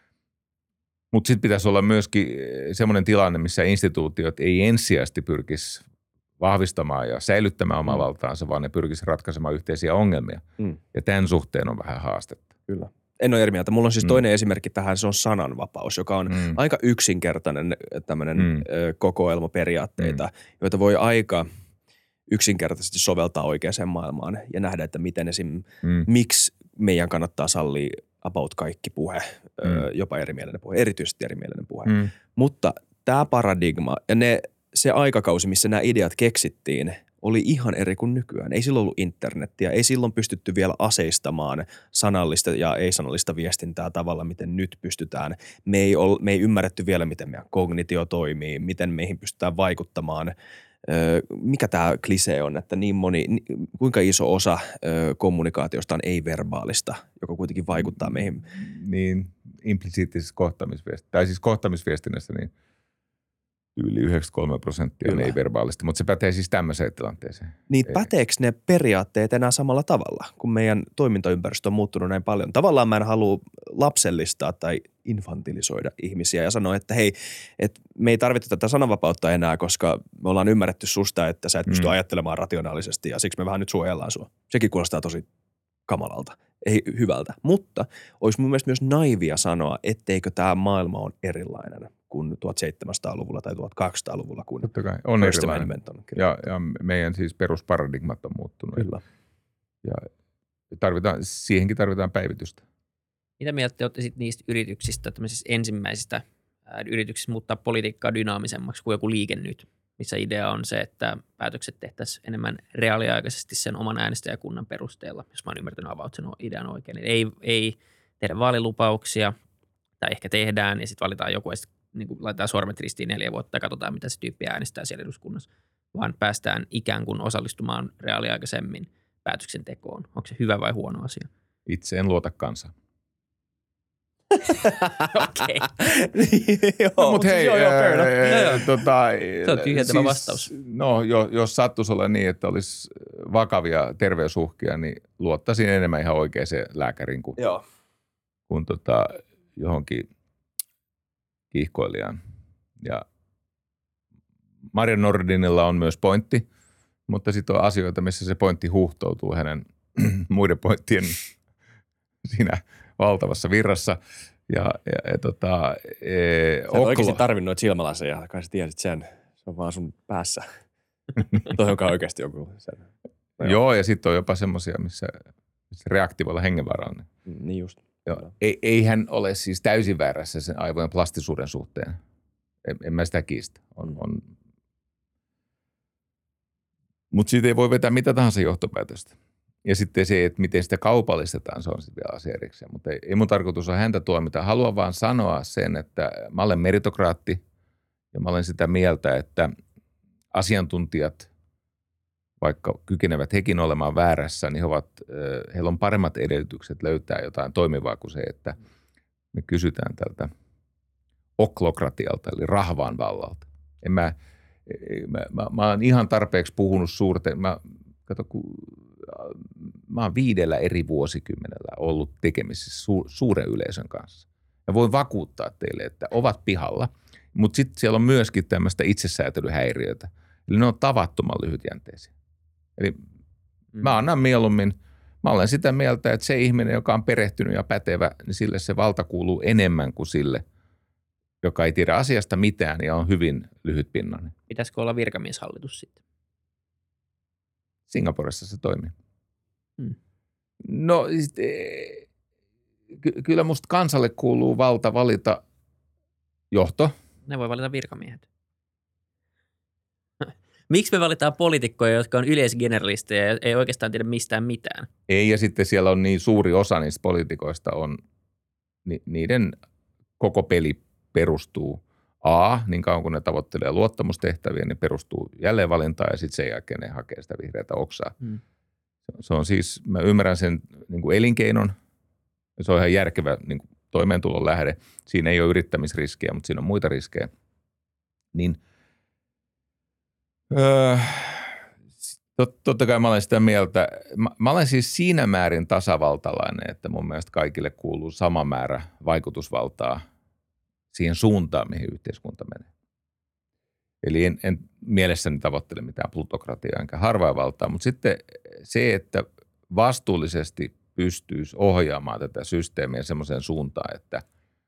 Speaker 3: Mutta sitten pitäisi olla myöskin semmoinen tilanne, missä instituutiot ei ensisijaisesti pyrkisi vahvistamaan ja säilyttämään omaa mm. valtaansa, vaan ne pyrkisi ratkaisemaan yhteisiä ongelmia. Mm. Ja tämän suhteen on vähän haastetta.
Speaker 1: Kyllä. En ole eri mieltä. Mulla on siis mm. toinen esimerkki tähän, se on sananvapaus, joka on mm. aika yksinkertainen tämmöinen mm. kokoelma periaatteita, mm. joita voi aika yksinkertaisesti soveltaa oikeaan maailmaan ja nähdä, että miten esim. Mm. miksi meidän kannattaa sallia about kaikki puhe, mm. jopa erimielinen puhe, erityisesti erimielinen puhe. Mm. Mutta tämä paradigma ja ne, se aikakausi, missä nämä ideat keksittiin, oli ihan eri kuin nykyään. Ei silloin ollut internettiä, ei silloin pystytty vielä aseistamaan sanallista ja ei-sanallista viestintää tavalla, miten nyt pystytään. Me ei, ol, me ei ymmärretty vielä, miten meidän kognitio toimii, miten meihin pystytään vaikuttamaan. Mikä tämä klisee on, että niin moni, kuinka iso osa kommunikaatiosta on ei-verbaalista, joka kuitenkin vaikuttaa meihin?
Speaker 3: Niin, implisiittisessä kohtaamisviestinnässä, tai siis kohtaamisviestinnässä, niin yli yhdeksänkymmentäkolme prosenttia on ei-verbaalista, mutta se pätee siis tämmöiseen tilanteeseen.
Speaker 1: Niin päteekö ne periaatteet enää samalla tavalla, kun meidän toimintaympäristö on muuttunut näin paljon? Tavallaan mä en halua lapsellistaa tai infantilisoida ihmisiä ja sanoa, että hei, että me ei tarvita tätä sananvapautta enää, koska me ollaan ymmärretty susta, että sä et pysty mm. ajattelemaan rationaalisesti ja siksi me vähän nyt suojellaan sua. Sekin kuulostaa tosi kamalalta, ei hyvältä, mutta olisi mun mielestä myös naivia sanoa, etteikö tämä maailma on erilainen kuin tuhatseitsemänsataaluvulla tai tuhatkaksisataaluvulla, kun
Speaker 3: totta kai on erilainen. On ja, ja meidän siis perusparadigmat on muuttunut.
Speaker 1: Kyllä.
Speaker 3: Ja tarvitaan, siihenkin tarvitaan päivitystä.
Speaker 2: Mitä mieltä te olette sitten niistä yrityksistä, tämmöisistä ensimmäisistä ää, yrityksistä muuttaa politiikkaa dynaamisemmaksi kuin joku Liike Nyt, missä idea on se, että päätökset tehtäisiin enemmän reaaliaikaisesti sen oman äänestäjäkunnan perusteella, jos mä oon ymmärtänyt avaut sen idean oikein. Eli ei, ei tehdä vaalilupauksia, tai ehkä tehdään, ja sitten valitaan joku, ja sit, niin kuin laitetaan sormet ristiin neljä vuotta, ja katsotaan, mitä se tyyppi äänestää siellä eduskunnassa, vaan päästään ikään kuin osallistumaan reaaliaikaisemmin päätöksentekoon. Onko se hyvä vai huono asia?
Speaker 3: Itse en luota kansaan.
Speaker 2: Okei.
Speaker 3: No, mutta hei,
Speaker 2: joo, joo, fair enough.
Speaker 3: Tota,
Speaker 2: se on tyhjentävä siis, vastaus.
Speaker 3: No, jos sattuisi olla niin, että olisi vakavia terveysuhkia, niin luottaisin enemmän ihan oikeaan lääkäriin kuin,
Speaker 1: Joo.
Speaker 3: kuin tota, johonkin kiihkoilijaan. Ja Maria Nordinilla on myös pointti, mutta sitten on asioita, missä se pointti huuhtoutuu hänen muiden pointtien siinä valtavassa virrassa. Ja, ja, ja tota, e,
Speaker 1: Sä et oikeasti tarvinnut noita silmälaseja, kai sä tiesit sen. Se on vaan sun päässä. Toi onkaan oikeasti joku sen.
Speaker 3: No joo. joo, ja sitten on jopa semmoisia, missä, missä reaktiivilla hengenvaralla.
Speaker 1: Niin just.
Speaker 3: Joo. Ei, ei hän ole siis täysin väärässä sen aivojen plastisuuden suhteen. En, en mä sitä kiistä. On, on. Mutta siitä ei voi vetää mitä tahansa johtopäätöstä. Ja sitten se, että miten sitä kaupallistetaan, se on sitten vielä asia erikseen. Mutta ei, ei mun tarkoitus ole häntä tuomita. Haluan vaan sanoa sen, että mä olen meritokraatti ja mä olen sitä mieltä, että asiantuntijat, vaikka kykenevät hekin olemaan väärässä, niin he ovat, heillä on paremmat edellytykset löytää jotain toimivaa kuin se, että me kysytään tältä oklokratialta, eli rahvaan vallalta. En mä, mä, mä, mä oon ihan tarpeeksi puhunut suurten, mä, kato, kun, mä oon viidellä eri vuosikymmenellä ollut tekemisissä su, suuren yleisön kanssa. Ja voin vakuuttaa teille, että ovat pihalla, mutta sitten siellä on myöskin tämmöistä itsesäätelyhäiriötä. Eli ne on tavattoman lyhytjänteisiä. Eli mm. mä annan mieluummin, mä olen sitä mieltä, että se ihminen, joka on perehtynyt ja pätevä, niin sille se valta kuuluu enemmän kuin sille, joka ei tiedä asiasta mitään ja on hyvin lyhytpinnainen.
Speaker 2: Pitäisikö olla virkamieshallitus sitten?
Speaker 3: Singaporessa se toimii.
Speaker 2: Mm.
Speaker 3: No ky- kyllä musta kansalle kuuluu valta valita johto.
Speaker 2: Ne voi valita virkamiehet. Miksi me valitaan poliitikkoja, jotka on yleisgeneralisteja ja ei oikeastaan tiedä mistään mitään?
Speaker 3: Ei, ja sitten siellä on niin suuri osa niistä poliitikoista on, ni, niiden koko peli perustuu A, niin kauan kun ne tavoittelee luottamustehtäviä, niin perustuu jälleen valintaan ja sitten sen jälkeen ne hakee sitä vihreätä oksaa. Hmm. Se on siis, mä ymmärrän sen niin kuin elinkeinon, ja se on ihan järkevä niin kuin toimeentulon lähde. Siinä ei ole yrittämisriskejä, mutta siinä on muita riskejä. Niin Öö, tot, totta kai mä olen sitä mieltä, mä, mä olen siis siinä määrin tasavaltalainen, että mun mielestä kaikille kuuluu sama määrä vaikutusvaltaa siihen suuntaan, mihin yhteiskunta menee. Eli en, en mielessäni tavoittele mitään plutokratiaa enkä harvainvaltaa, mutta sitten se, että vastuullisesti pystyisi ohjaamaan tätä systeemiä semmoiseen suuntaan, että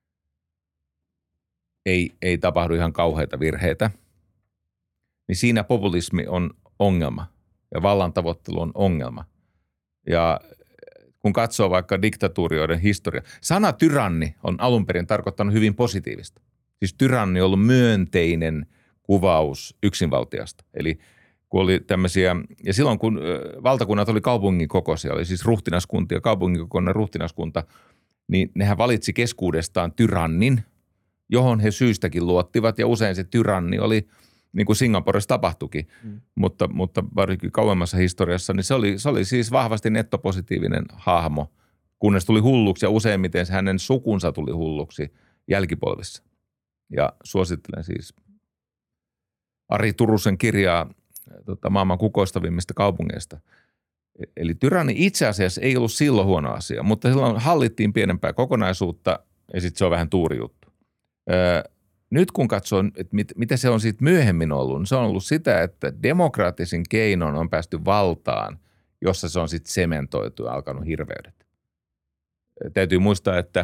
Speaker 3: ei, ei tapahdu ihan kauheita virheitä, niin siinä populismi on ongelma ja vallan tavoittelu on ongelma. Ja kun katsoo vaikka diktatuurioiden historia, sana tyranni on alun perin tarkoittanut hyvin positiivista. Siis tyranni on ollut myönteinen kuvaus yksinvaltiasta. Eli kun oli tämmöisiä, ja silloin kun valtakunnat oli kaupungin kokoisia, oli siis ruhtinaskunta ja kaupungin kokoinen ruhtinaskunta, niin nehän valitsi keskuudestaan tyrannin, johon he syystäkin luottivat ja usein se tyranni oli niin kuin Singaporessa tapahtuikin, mm. mutta, mutta varsinkin kauemmassa historiassa, niin se oli, se oli siis vahvasti nettopositiivinen hahmo, kunnes tuli hulluksi ja useimmiten hänen sukunsa tuli hulluksi jälkipolvissa. Ja suosittelen siis Ari Turusen kirjaa tota, maailman kukoistavimmista kaupungeista. Eli tyranni itse asiassa ei ollut silloin huono asia, mutta silloin hallittiin pienempää kokonaisuutta ja sitten se on vähän tuuri juttu. Öö, Nyt kun katsoo, että mit, mitä se on siitä myöhemmin ollut, niin se on ollut sitä, että demokraattisin keinon on päästy valtaan, jossa se on sitten sementoitu ja alkanut hirveydet. Täytyy muistaa, että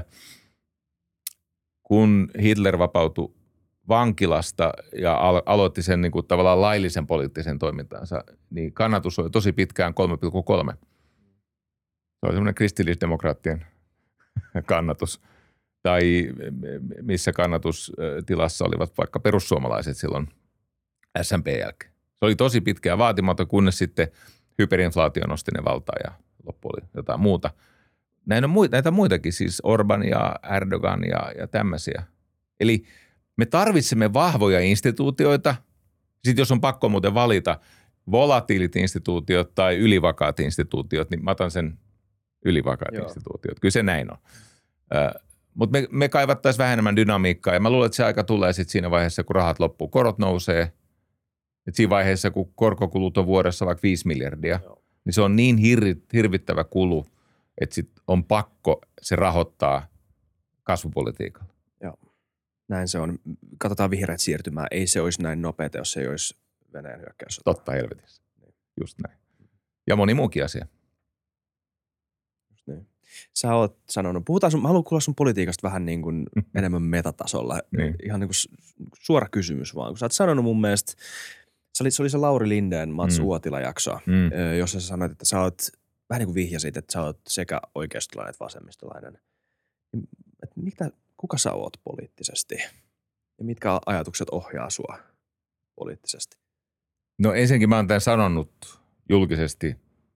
Speaker 3: kun Hitler vapautui vankilasta ja alo- aloitti sen niin kuin tavallaan laillisen poliittisen toimintansa, niin kannatus oli tosi pitkään kolme pilkku kolme. Se oli semmoinen kristillisdemokraattien kannatus. Tai missä kannatustilassa olivat vaikka perussuomalaiset silloin S M P:n jälkeen. Se oli tosi pitkä ja vaatimaton, kunnes sitten hyperinflaatio nosti ne valtaan ja loppu oli jotain muuta. Näin on muita, näitä muitakin, siis Orban ja Erdogan ja, ja tämmöisiä. Eli me tarvitsemme vahvoja instituutioita. Sitten jos on pakko muuten valita volatiilit instituutiot tai ylivakaat instituutiot, niin mä otan sen ylivakaat Joo. instituutiot. Kyllä se näin on. Ö, Mutta me, me kaivattaisiin vähän enemmän dynamiikkaa ja mä luulen, että se aika tulee sitten siinä vaiheessa, kun rahat loppuu, korot nousee. Et siinä vaiheessa, kun korkokulut on vuodessa vaikka viisi miljardia, Joo. niin se on niin hir- hirvittävä kulu, että sit on pakko se rahoittaa kasvupolitiikalla.
Speaker 1: Joo, näin se on. Katsotaan vihreät siirtymää. Ei se olisi näin nopeata, jos ei olisi Venäjän hyökkäys.
Speaker 3: Totta helvetissä. Just näin. Ja moni muukin asia.
Speaker 1: Just niin. Sä oot sanonut, puhutaan sun, mä haluan kuulla sun politiikasta vähän niin kuin enemmän metatasolla.
Speaker 3: Niin.
Speaker 1: Ihan niin kuin suora kysymys vaan. Kun sä oot sanonut mun mielestä, se oli se, oli se Lauri Lindén, Mats mm. Uotila-jakso,
Speaker 3: Mm.
Speaker 1: jossa sä sanoit, että sä oot, vähän niin kuin vihjasit, että sä oot sekä oikeistolainen että vasemmistolainen. Että mitä, kuka sä oot poliittisesti? Ja mitkä ajatukset ohjaa sua poliittisesti?
Speaker 3: No ensinnäkin mä oon tämän sanonut julkisesti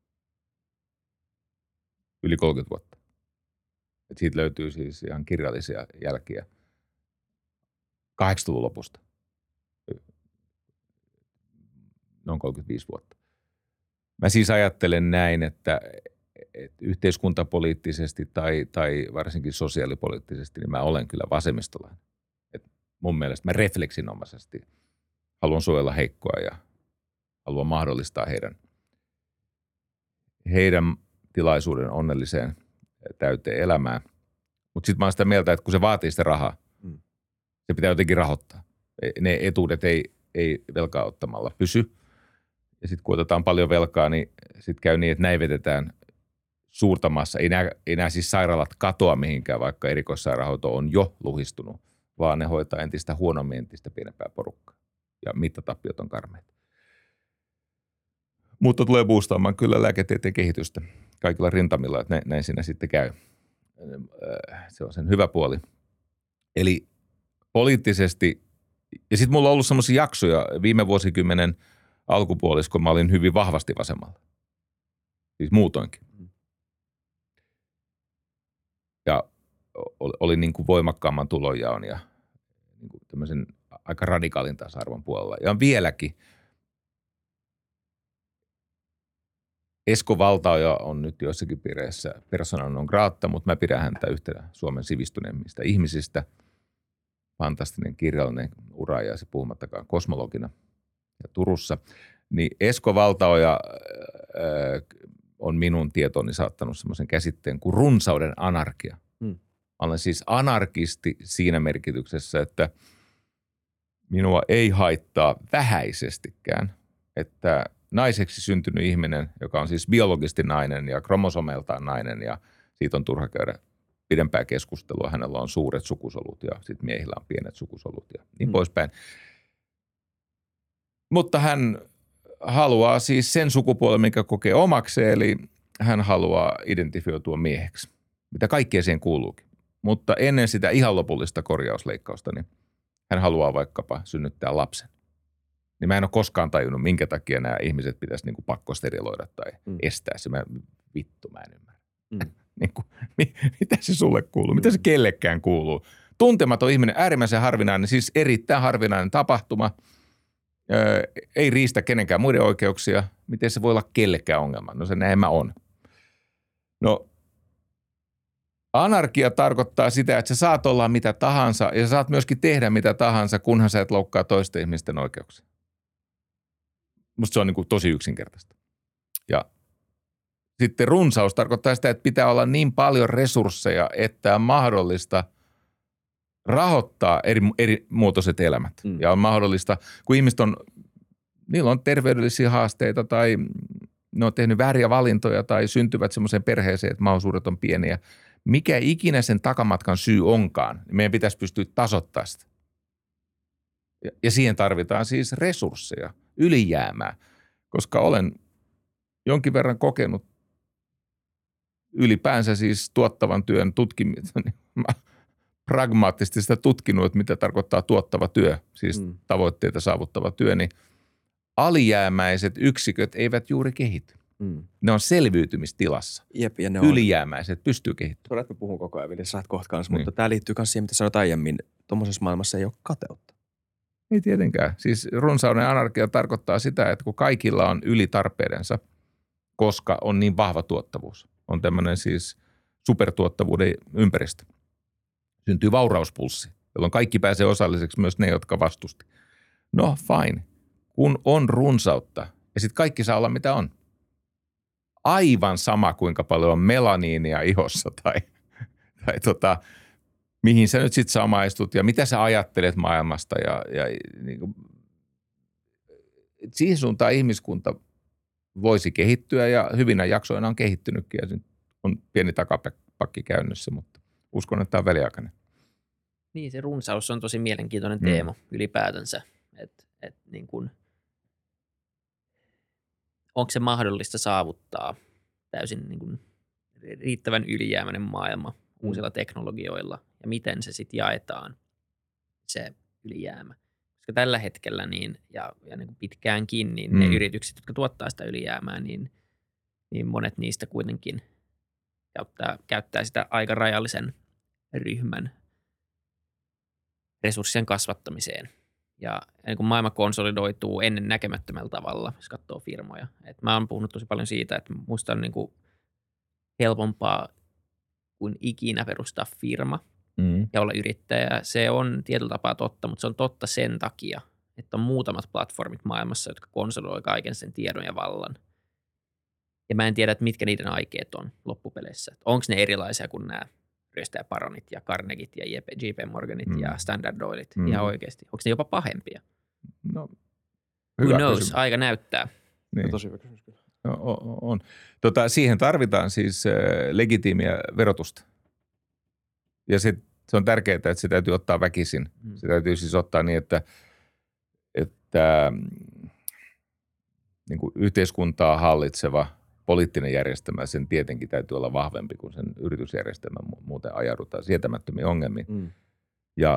Speaker 3: yli kolmekymmentä vuotta. Et siitä löytyy siis ihan kirjallisia jälkiä kahdeksankymmentäluvun lopusta. Noin kolmekymmentäviisi vuotta. Mä siis ajattelen näin, että, että yhteiskuntapoliittisesti tai, tai varsinkin sosiaalipoliittisesti niin mä olen kyllä vasemmistolainen. Et mun mielestä mä refleksinomaisesti haluan suojella heikkoa ja haluan mahdollistaa heidän, heidän tilaisuuden onnelliseen täyteen elämään. Mutta sitten mä oon sitä mieltä, että kun se vaatii sitä rahaa, mm. se pitää jotenkin rahoittaa. Ne etuudet ei, ei velkaa ottamalla pysy. Ja sitten kun otetaan paljon velkaa, niin sitten käy niin, että näivetetään suurta massa. Ei nämä, ei nämä siis sairaalat katoa mihinkään, vaikka erikoissairaanhoito on jo luhistunut, vaan ne hoitaa entistä huonommin, entistä pienempää porukkaa. Ja mittatappiot on karmeita. Mutta tulee boostaamaan kyllä lääketieteen kehitystä kaikilla rintamilla, että näin siinä sitten käy. Se on sen hyvä puoli. Eli poliittisesti, ja sitten mulla on ollut semmoisia jaksoja viime vuosikymmenen alkupuolissa, kun mä olin hyvin vahvasti vasemmalla. Siis muutoinkin. Ja oli niin kuin voimakkaamman tulonjaon ja niin kuin tämmöisen aika radikaalin tasa-arvon puolella. Ja vieläkin. Esko Valtaoja on nyt joissakin piireissä persona non grata, mutta mä pidän häntä yhtenä Suomen sivistyneimmistä ihmisistä. Fantastinen kirjallinen ura ja se puhumattakaan kosmologina ja Turussa. Niin Esko Valtaoja äh, on minun tietoni saattanut semmoisen käsitteen kuin runsauden anarkia. Hmm. Mä olen siis anarkisti siinä merkityksessä, että minua ei haittaa vähäisestikään, että naiseksi syntynyt ihminen, joka on siis biologisesti nainen ja kromosomeiltaan nainen ja siitä on turha käydä pidempää keskustelua. Hänellä on suuret sukusolut ja sitten miehillä on pienet sukusolut ja niin hmm. poispäin. Mutta hän haluaa siis sen sukupuolen, mikä kokee omakseen, eli hän haluaa identifioitua mieheksi, mitä kaikkea siihen kuuluukin. Mutta ennen sitä ihan lopullista korjausleikkausta, niin hän haluaa vaikkapa synnyttää lapsen. Niin mä en ole koskaan tajunnut, minkä takia nämä ihmiset pitäisi niin kuin pakkosteriloida tai mm. estää se. Mä, vittu, mä en ymmärrä. Mm. niin kuin, mitä se sulle kuuluu? Mitä se kellekään kuuluu? Tuntematon ihminen, äärimmäisen harvinainen, siis erittäin harvinainen tapahtuma. Öö, ei riistä kenenkään muiden oikeuksia. Miten se voi olla kellekään ongelma? No se näin mä on. No anarkia tarkoittaa sitä, että sä saat olla mitä tahansa ja sä saat myöskin tehdä mitä tahansa, kunhan sä et loukkaa toisten ihmisten oikeuksia. Musta se on niin kuin tosi yksinkertaista. Ja sitten runsaus tarkoittaa sitä, että pitää olla niin paljon resursseja, että on mahdollista rahoittaa eri, eri muotoiset elämät. Mm. Ja on mahdollista, kun ihmiset on, niillä on terveydellisiä haasteita tai ne on tehnyt vääriä valintoja tai syntyvät semmoiseen perheeseen, että mahdollisuudet on pieniä. Mikä ikinä sen takamatkan syy onkaan, niin meidän pitäisi pystyä tasoittamaan sitä. Ja, ja siihen tarvitaan siis resursseja, ylijäämää, koska olen jonkin verran kokenut ylipäänsä siis tuottavan työn tutkimista. Pragmaattisesti sitä tutkinut, että mitä tarkoittaa tuottava työ, siis mm. tavoitteita saavuttava työ, niin alijäämäiset yksiköt eivät juuri kehity. Mm. Ne on selviytymistilassa.
Speaker 1: Jep, ja ne
Speaker 3: Ylijäämäiset on, pystyy kehittymään.
Speaker 1: Todella, että mä puhun koko ajan, Vili, sä kohta kanssa, niin. Mutta tämä liittyy myös siihen, mitä sanoit aiemmin. Tuommoisessa maailmassa ei ole kateutta.
Speaker 3: Ei tietenkään. Siis runsauden anarkia tarkoittaa sitä, että kun kaikilla on yli tarpeidensa, koska on niin vahva tuottavuus. On tämmöinen siis supertuottavuuden ympäristö. Syntyy vaurauspulssi, jolloin kaikki pääsee osalliseksi, myös ne, jotka vastusti. No fine, kun on runsautta ja sitten kaikki saa olla mitä on. aivan sama, kuinka paljon on melaniinia ihossa tai, tai tota, mihin sä nyt sitten samaistut ja mitä sä ajattelet maailmasta. Ja, ja niin kuin, siihen suuntaan ihmiskunta voisi kehittyä ja hyvinä jaksoina on kehittynytkin ja on pieni takapakki käynnissä, mutta uskon, että tämä on väliaikainen.
Speaker 2: Niin, se runsaus on tosi mielenkiintoinen
Speaker 3: Mm.
Speaker 2: teema ylipäätänsä. Et, et niin kun, onko se mahdollista saavuttaa täysin niin kun riittävän ylijäämäinen maailma uusilla teknologioilla ja miten se sitten jaetaan, se ylijäämä. Koska tällä hetkellä niin, ja, ja niin kuin pitkäänkin niin ne
Speaker 3: Mm.
Speaker 2: yritykset, jotka tuottaa sitä ylijäämää, niin, niin monet niistä kuitenkin käyttää, käyttää sitä aika rajallisen ryhmän resurssien kasvattamiseen. Ja niin kun maailma konsolidoituu ennen näkemättömällä tavalla, jos katsoo firmoja. Et mä oon puhunut tosi paljon siitä, että musta on niin kuin helpompaa kuin ikinä perustaa firma
Speaker 3: Mm.
Speaker 2: ja olla yrittäjä. Se on tietyllä tapaa totta, mutta se on totta sen takia, että on muutamat platformit maailmassa, jotka konsolidoi kaiken sen tiedon ja vallan. Ja mä en tiedä, että mitkä niiden aikeet on loppupeleissä. Onko ne erilaisia kuin nämä ryöstäjäparonit ja Carnegiet ja J P Morganit
Speaker 3: Mm.
Speaker 2: ja Standard Oilit
Speaker 3: Mm.
Speaker 2: ihan oikeasti? Onko ne jopa pahempia?
Speaker 3: No,
Speaker 2: Who
Speaker 3: hyvä
Speaker 2: knows?
Speaker 3: kysymys.
Speaker 2: Aika näyttää.
Speaker 3: Niin.
Speaker 1: Tosi hyvä kysymys kyllä.
Speaker 3: No, on, on. Tota, siihen tarvitaan siis äh, legitiimiä verotusta. Ja se, se on tärkeää, että se täytyy ottaa väkisin.
Speaker 2: Mm.
Speaker 3: Se täytyy siis ottaa niin, että, että mm, niin kuin yhteiskuntaa hallitseva poliittinen järjestelmä, sen tietenkin täytyy olla vahvempi kuin sen yritysjärjestelmä. Mu- Muuten ajaudutaan sietämättömiin ongelmiin.
Speaker 1: Mm.
Speaker 3: Ja,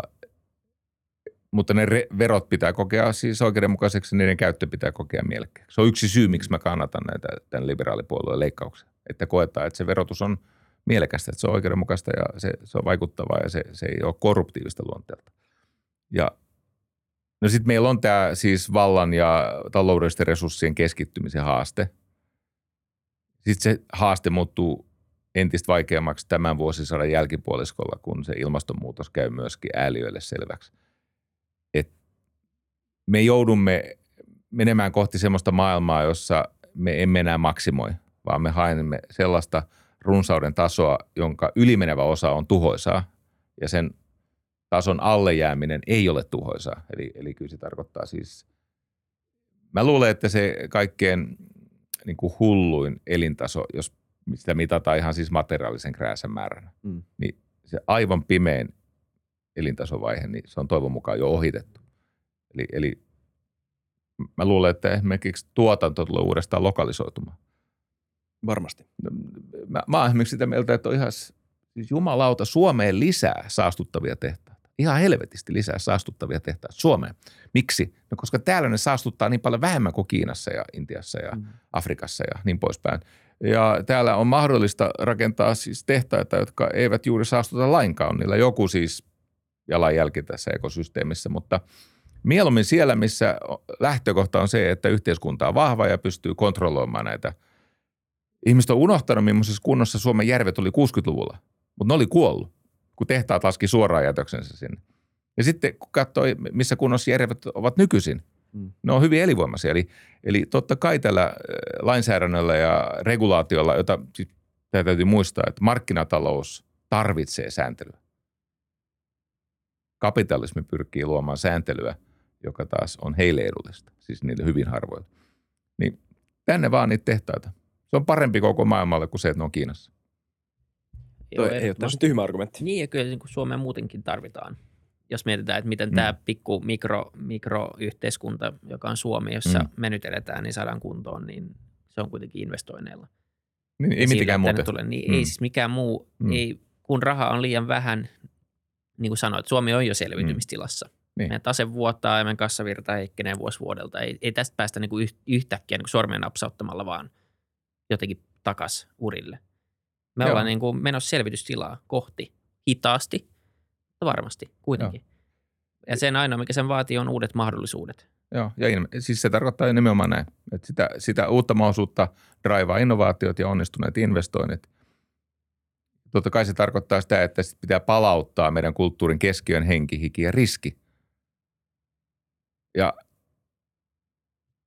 Speaker 3: mutta ne re- verot pitää kokea siis oikeudenmukaiseksi, niiden käyttö pitää kokea mielekkääksi. Se on yksi syy, miksi mä kannatan näitä tämän liberaalipuolueen leikkauksia. Että koetaan, että se verotus on mielekästä, että se on oikeudenmukaista ja se, se on vaikuttavaa ja se, se ei ole korruptiivista luonteelta. Ja no sitten meillä on tämä siis vallan ja taloudellisten resurssien keskittymisen haaste. Sitten se haaste muuttuu entistä vaikeammaksi tämän vuosisadan jälkipuoliskolla, kun se ilmastonmuutos käy myöskin ääliöille selväksi. Et me joudumme menemään kohti sellaista maailmaa, jossa me emme enää maksimoi, vaan me haemme sellaista runsauden tasoa, jonka ylimenevä osa on tuhoisaa ja sen tason alle jääminen ei ole tuhoisaa. Eli, eli kyllä se tarkoittaa siis, mä luulen, että se kaikkein niin kuin hulluin elintaso, jos sitä mitataan ihan siis materiaalisen krääsän määränä,
Speaker 1: Mm.
Speaker 3: niin se aivan pimein elintasovaihe, niin se on toivon mukaan jo ohitettu. Eli, eli mä luulen, että esimerkiksi tuotanto tulee uudestaan lokalisoitumaan.
Speaker 1: Varmasti.
Speaker 3: Mä, mä oon esimerkiksi sitä mieltä, että on ihan siis jumalauta Suomeen lisää saastuttavia tehtaita. Ihan helvetisti lisää saastuttavia tehtaita Suomeen. Miksi? No koska täällä ne saastuttaa niin paljon vähemmän kuin Kiinassa ja Intiassa ja
Speaker 1: Mm.
Speaker 3: Afrikassa ja niin poispäin. Ja täällä on mahdollista rakentaa siis tehtaita, jotka eivät juuri saastuta lainkaan. On niillä joku siis jalanjälki tässä ekosysteemissä, mutta mieluummin siellä, missä lähtökohta on se, että yhteiskunta on vahva ja pystyy kontrolloimaan näitä. Ihmiset on unohtanut, millaisessa kunnossa Suomen järvet oli kuusikymmentäluvulla, mutta ne oli kuollut, kun tehtaat laski suoraan jätöksensä sinne. Ja sitten kun katsoi, missä kunnossa järvet ovat nykyisin,
Speaker 1: Mm.
Speaker 3: ne on hyvin elinvoimaisia. Eli, eli totta kai tällä lainsäädännöllä ja regulaatiolla, jota sit täytyy muistaa, että markkinatalous tarvitsee sääntelyä. Kapitalismi pyrkii luomaan sääntelyä, joka taas on heille edullista, siis niille hyvin harvoille. Niin tänne vaan niitä tehtaita. Se on parempi koko maailmalle kuin se, että ne on Kiinassa.
Speaker 1: Toi ei ole täysin tyhmä argumentti.
Speaker 2: Niin, ja kyllä niin kuin Suomea muutenkin tarvitaan. Jos mietitään, että miten
Speaker 3: Mm.
Speaker 2: tämä pikku mikro, mikroyhteiskunta, joka on Suomi, jossa
Speaker 3: Mm.
Speaker 2: me nyt eletään, niin saadaan kuntoon, niin se on kuitenkin investoinneilla.
Speaker 3: Niin, ei
Speaker 2: Ja sillä,
Speaker 3: mitenkään
Speaker 2: että
Speaker 3: muuta.
Speaker 2: tänne Tulee, niin
Speaker 3: Mm.
Speaker 2: ei siis mikään muu,
Speaker 3: Mm.
Speaker 2: ei, kun rahaa on liian vähän, niin kuin sanoit, Suomi on jo selviytymistilassa.
Speaker 3: Niin.
Speaker 2: Meidän tase vuotaa ja meidän kassavirta heikkenee vuosi vuodelta. Ei, ei tästä päästä niin kuin yhtäkkiä niin kuin sormen napsauttamalla vaan jotenkin takas urille. Me
Speaker 3: Joo.
Speaker 2: ollaan niin kuin menossa selvitystilaa kohti hitaasti, mutta varmasti kuitenkin. Joo. Ja sen ainoa, mikä sen vaatii, on uudet mahdollisuudet.
Speaker 3: Joo, ja in, siis se tarkoittaa nimenomaan näin, että sitä, sitä uutta mahdollisuutta draivaa innovaatiot ja onnistuneet investoinnit. Totta kai se tarkoittaa sitä, että sit pitää palauttaa meidän kulttuurin keskiön henki, hiki ja riski. Ja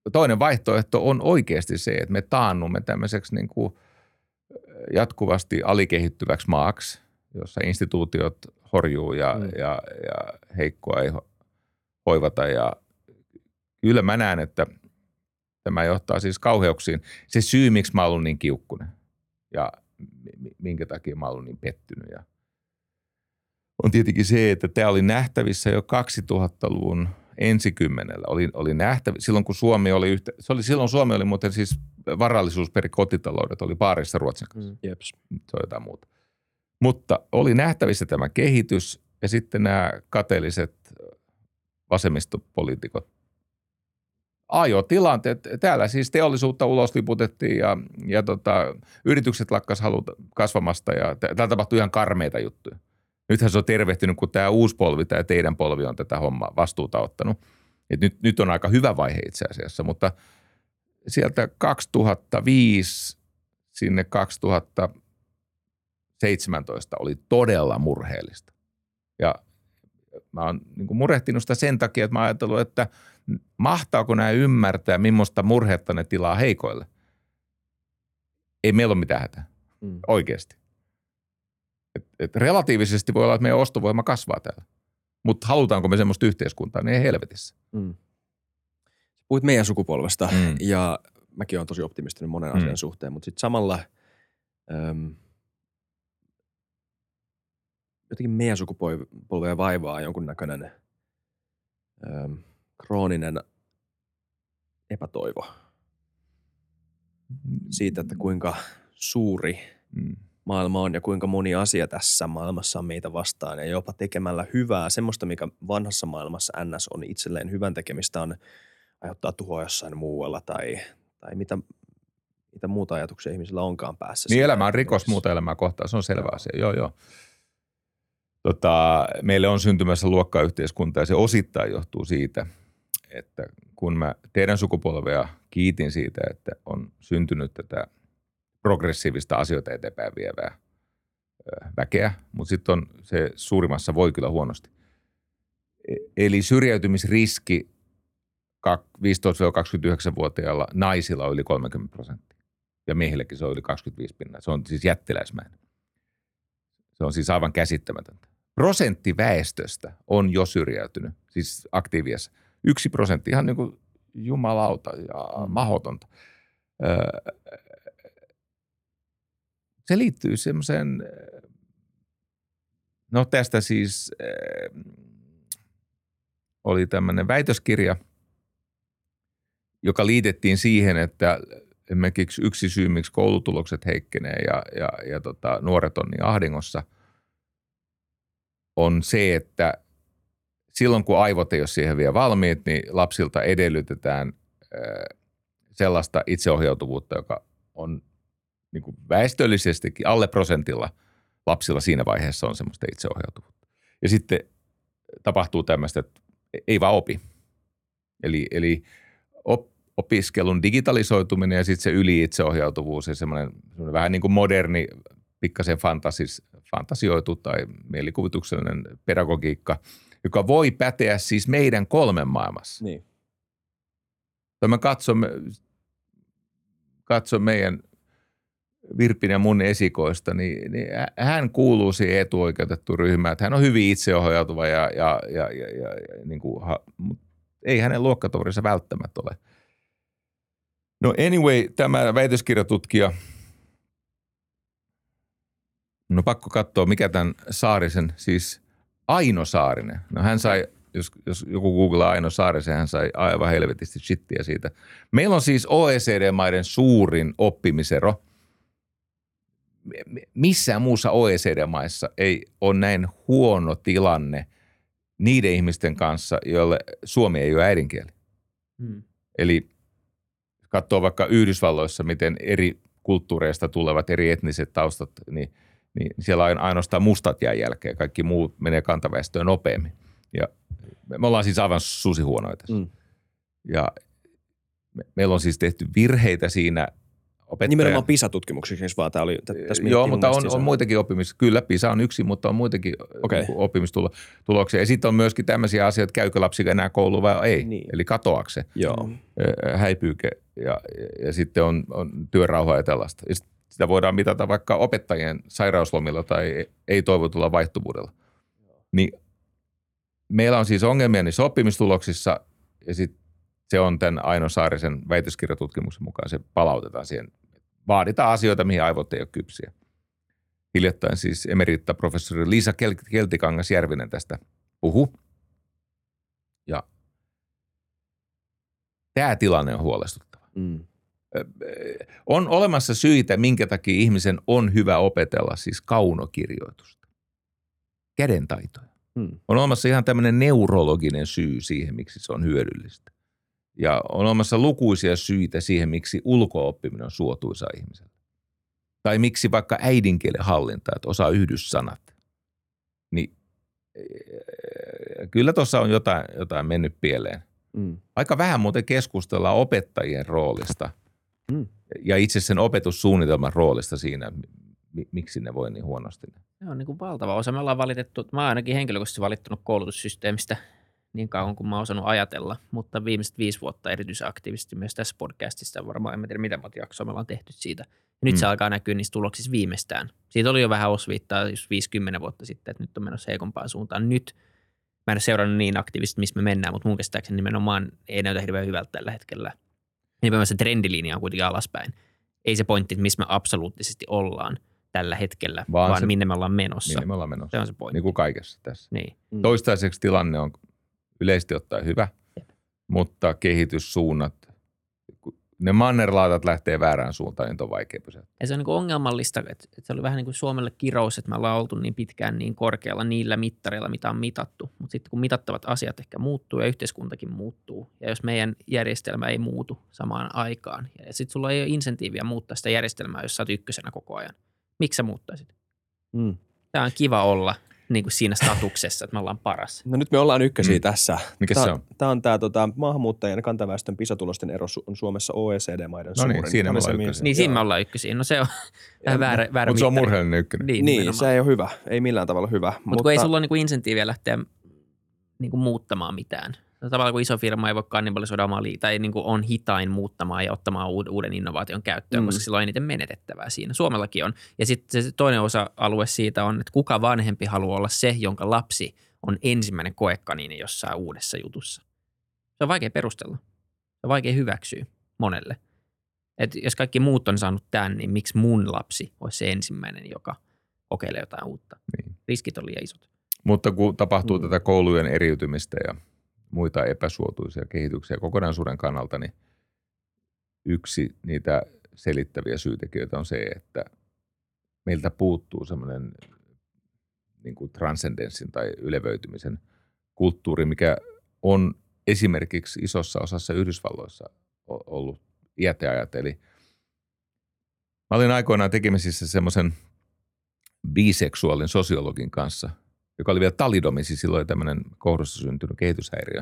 Speaker 3: toinen vaihtoehto on oikeasti se, että me taannumme tämmöiseksi niin kuin jatkuvasti alikehittyväksi maaksi, jossa instituutiot horjuu ja, mm. ja, ja heikkoa ei hoivata. Ja kyllä mä näen, että tämä johtaa siis kauheuksiin. Se syy, miksi mä oon niin kiukkunen ja minkä takia mä oon niin pettynyt. Ja on tietenkin se, että tämä oli nähtävissä jo kaksituhattaluvun ensikymmenellä. Oli, oli nähtävissä, silloin kun Suomi oli, yhtä, se oli, silloin Suomi oli muuten siis varallisuus per kotitaloudet, oli paarissa Ruotsin kanssa.
Speaker 1: Mm, jeps.
Speaker 3: Se on jotain muuta. Mutta oli nähtävissä tämä kehitys ja sitten nämä kateelliset vasemmistopoliitikot ajo tilanteet. Täällä siis teollisuutta ulosliputettiin ja, ja tota, yritykset lakkas haluta kasvamasta ja täällä tapahtui ihan karmeita juttuja. Nythän se on tervehtynyt, kun tämä uusi polvi, tämä teidän polvi on tätä hommaa vastuuta ottanut. Et nyt, nyt on aika hyvä vaihe itse asiassa, mutta sieltä kaksituhattaviisi sinne kaksituhattaseitsemäntoista oli todella murheellista. Ja mä oon niin kuin murehtinut sitä sen takia, että mä oon ajatellut, että mahtaako nämä ymmärtää, millaista murhetta ne tilaa heikoille. Ei meillä ole mitään hätää. Mm. Oikeasti. Et, et relatiivisesti voi olla, että meidän ostovoima kasvaa täällä. Mutta halutaanko me semmoista yhteiskuntaa, niin ei helvetissä.
Speaker 1: Mm. Puhuit meidän sukupolvesta
Speaker 3: Mm.
Speaker 1: ja mäkin olen tosi optimistinen monen asian
Speaker 3: Mm.
Speaker 1: suhteen, mutta sitten samalla äm, jotenkin meidän sukupolvea vaivaa jonkunnäköinen äm, krooninen epätoivo siitä, että kuinka suuri
Speaker 3: Mm.
Speaker 1: maailma on ja kuinka moni asia tässä maailmassa on meitä vastaan ja jopa tekemällä hyvää, semmoista, mikä vanhassa maailmassa ns. On itselleen hyvän tekemistä, on aiheuttaa tuhoa jossain muualla tai, tai mitä, mitä muuta ajatuksia ihmisillä onkaan päässä.
Speaker 3: Niin
Speaker 1: siitä,
Speaker 3: elämä on
Speaker 1: että
Speaker 3: rikos
Speaker 1: olisi-
Speaker 3: muuta elämää kohtaan, se on selvä asia, joo joo. Tota, meille on syntymässä luokkayhteiskunta ja se osittain johtuu siitä, että kun mä teidän sukupolvea kiitin siitä, että on syntynyt tätä progressiivista asioita eteenpäin vievää ö, väkeä, mutta sitten on se suurimmassa voi kyllä huonosti. E- Eli syrjäytymisriski viisitoista–kaksikymmentäyhdeksän-vuotiailla naisilla on yli kolmekymmentä prosenttia ja miehillekin se on yli kaksikymmentäviisi pinnaa. Se on siis jättiläismäinen. Se on siis aivan käsittämätöntä. Prosentti väestöstä on jo syrjäytynyt, siis aktiiviassa. Yksi prosentti, ihan niin kuin jumalauta ja mahdotonta. Öö, se liittyy semmoiseen, no tästä siis öö, oli tämmöinen väitöskirja, joka liitettiin siihen, että esimerkiksi yksi syy, miksi koulutulokset heikkenee ja, ja, ja tota, nuoret on niin ahdingossa, on se, että silloin kun aivot ei ole siihen vielä valmiit, niin lapsilta edellytetään ö, sellaista itseohjautuvuutta, joka on niin kuin väestöllisestikin alle prosentilla lapsilla siinä vaiheessa on semmoista itseohjautuvuutta. Ja sitten tapahtuu tämmöistä, että ei vaan opi. Eli, eli op, opiskelun digitalisoituminen ja sitten se yli-itseohjautuvuus ja semmoinen, semmoinen vähän niin kuin moderni, pikkasen fantasis, fantasioitu tai mielikuvituksellinen pedagogiikka, joka voi päteä siis meidän kolmen maailmassa.
Speaker 1: Niin.
Speaker 3: Tai mä katson, katson meidän Virpin ja mun esikoista, niin, niin hän kuuluu siihen etuoikeutettuun ryhmään, että hän on hyvin itseohjautuva ja, ja, ja, ja, ja, ja niin kuin, mutta ei hänen luokkatoverinsa välttämättä ole. No anyway, tämä väitöskirjatutkija, no pakko katsoa, mikä tämän Saarisen, siis Aino Saarinen. No hän sai, jos, jos joku googlaa Aino Saarisen, hän sai aivan helvetisti shittiä siitä. Meillä on siis O E C D-maiden suurin oppimisero. Missään muussa O E C D-maissa ei ole näin huono tilanne niiden ihmisten kanssa, joille suomi ei ole äidinkieli. Hmm. Eli katsoo vaikka Yhdysvalloissa, miten eri kulttuureista tulevat eri etniset taustat, niin, niin siellä on ainoastaan mustat jää jälkeen. Kaikki muu menee kantaväestöön nopeammin. Ja me ollaan siis aivan susihuonoja tässä. Hmm. Ja me, meillä on siis tehty virheitä siinä opettaja.
Speaker 1: Nimenomaan PISA-tutkimuksiksi vaan tämä oli. Tässä
Speaker 3: Joo, mutta on, on muitakin oppimis. Kyllä PISA on yksi, mutta on muitakin
Speaker 1: okay.
Speaker 3: oppimistuloksia. Ja sitten on myöskin tämmöisiä asioita, käykö lapsi enää kouluun vai ei. Niin. Eli katoako se,
Speaker 1: Joo.
Speaker 3: häipyykö ja, ja sitten on, on työrauha ja tällaista. Ja sitä voidaan mitata vaikka opettajien sairauslomilla tai ei-toivotulla vaihtuvuudella. Niin meillä on siis ongelmia niissä oppimistuloksissa ja sitten se on tämän Aino Saarisen väitöskirjatutkimuksen mukaan, se palautetaan siihen. Vaaditaan asioita, mihin aivot ei ole kypsiä. Hiljattain siis emerittaprofessori Liisa Keltikangas-Järvinen tästä puhui. Ja tämä tilanne on huolestuttava. Mm. On olemassa syitä, minkä takia ihmisen on hyvä opetella siis kaunokirjoitusta, kädentaitoja. Mm. On olemassa ihan tämmöinen neurologinen syy siihen, miksi se on hyödyllistä. Ja on olemassa lukuisia syitä siihen, miksi ulko-oppiminen on suotuisaa ihmiselle. Tai miksi vaikka äidinkielen hallinta, että osaa yhdyssanat. Niin kyllä tuossa on jotain, jotain mennyt pieleen. Mm. Aika vähän muuten keskustellaan opettajien roolista mm. ja itse sen opetussuunnitelman roolista siinä, miksi ne voi niin huonosti.
Speaker 2: Se on niin kuin valtava osa. Me ollaan valitettu, mä oon ainakin henkilökohtaisesti valittanut koulutussysteemistä niin kauan kuin mä oon osannut ajatella, mutta viimeiset viisi vuotta erityisaktiivisesti myös tässä podcastissa, varmaan en tiedä mitä monta jaksoa me ollaan tehty siitä. Ja nyt mm. se alkaa näkyä niissä tuloksissa viimeistään. Siitä oli jo vähän osviittaa just viisikymmentä vuotta sitten, että nyt on menossa heikompaan suuntaan. Nyt mä en ole seurannut niin aktiivisesti, missä me mennään, mutta mun käsittääkseni nimenomaan ei näytä hirveän hyvältä tällä hetkellä. Nimenomaan se trendilinja on kuitenkin alaspäin. Ei se pointti, että missä me absoluuttisesti ollaan tällä hetkellä, vaan, vaan se, minne me ollaan menossa.
Speaker 3: Minne me ollaan menossa.
Speaker 2: Se on se pointti.
Speaker 3: Niin kuin kaikessa tässä.
Speaker 2: Niin.
Speaker 3: Mm. Toistaiseksi tilanne on yleisesti ottaen hyvä, Jep. mutta kehityssuunnat, ne mannerlaatat lähtee väärään suuntaan, niin on vaikea pysäyttää.
Speaker 2: Ja se on niin kuin ongelmallista, että se oli vähän niin kuin Suomelle kirous, että me ollaan oltu niin pitkään niin korkealla niillä mittareilla, mitä on mitattu. Mutta sitten kun mitattavat asiat ehkä muuttuu ja yhteiskuntakin muuttuu, ja jos meidän järjestelmä ei muutu samaan aikaan, ja sitten sulla ei ole insentiiviä muuttaa sitä järjestelmää, jos sä oot ykkösenä koko ajan. Miksi sä muuttaisit? Mm. Tämä on kiva olla niin kuin siinä statuksessa, että me ollaan paras.
Speaker 1: No nyt me ollaan ykkösiä mm. tässä.
Speaker 3: Mikä
Speaker 1: tämä,
Speaker 3: se on?
Speaker 1: Tämä on tämä tota, maahanmuuttajien kantaväestön PISA-tulosten ero on Suomessa O E C D-maiden
Speaker 3: no
Speaker 1: suurin.
Speaker 3: niin, siinä me ollaan ykkösiä.
Speaker 2: Niin, siinä me ollaan ykkösiä. No se on vähän väärä, väärä
Speaker 3: Mutta se on murheellinen ykkönen.
Speaker 1: Niin, niin se ei ole hyvä. Ei millään tavalla hyvä.
Speaker 2: Mut mutta kun ei sulla ole niin kuin insentiiviä lähteä niin kuin muuttamaan mitään. Tavallaan kun iso firma ei voi kannibalisoida omaa liitaa, tai niin kuin on hitain muuttamaan ja ottamaan uuden innovaation käyttöön, mm. koska sillä on eniten menetettävää siinä. Suomellakin on. Ja sitten se toinen osa-alue siitä on, että kuka vanhempi haluaa olla se, jonka lapsi on ensimmäinen koekaniini jossain uudessa jutussa. Se on vaikea perustella. Se on vaikea hyväksyä monelle. Et jos kaikki muut on saanut tämän, niin miksi mun lapsi olisi se ensimmäinen, joka kokeilee jotain uutta? Niin. Riskit on liian isot.
Speaker 3: Mutta kun tapahtuu mm. tätä koulujen eriytymistä ja muita epäsuotuisia kehityksiä kokonaisuuden kannalta, niin yksi niitä selittäviä syytekijöitä on se, että meiltä puuttuu semmoinen niin kuin transcendenssin tai ylevöitymisen kulttuuri, mikä on esimerkiksi isossa osassa Yhdysvalloissa ollut iät ja ajat. Eli mä olin aikoinaan tekemisissä semmoisen biseksuaalin sosiologin kanssa, joka oli vielä talidomisi, silloin tämmöinen kohdussa syntynyt kehityshäiriö.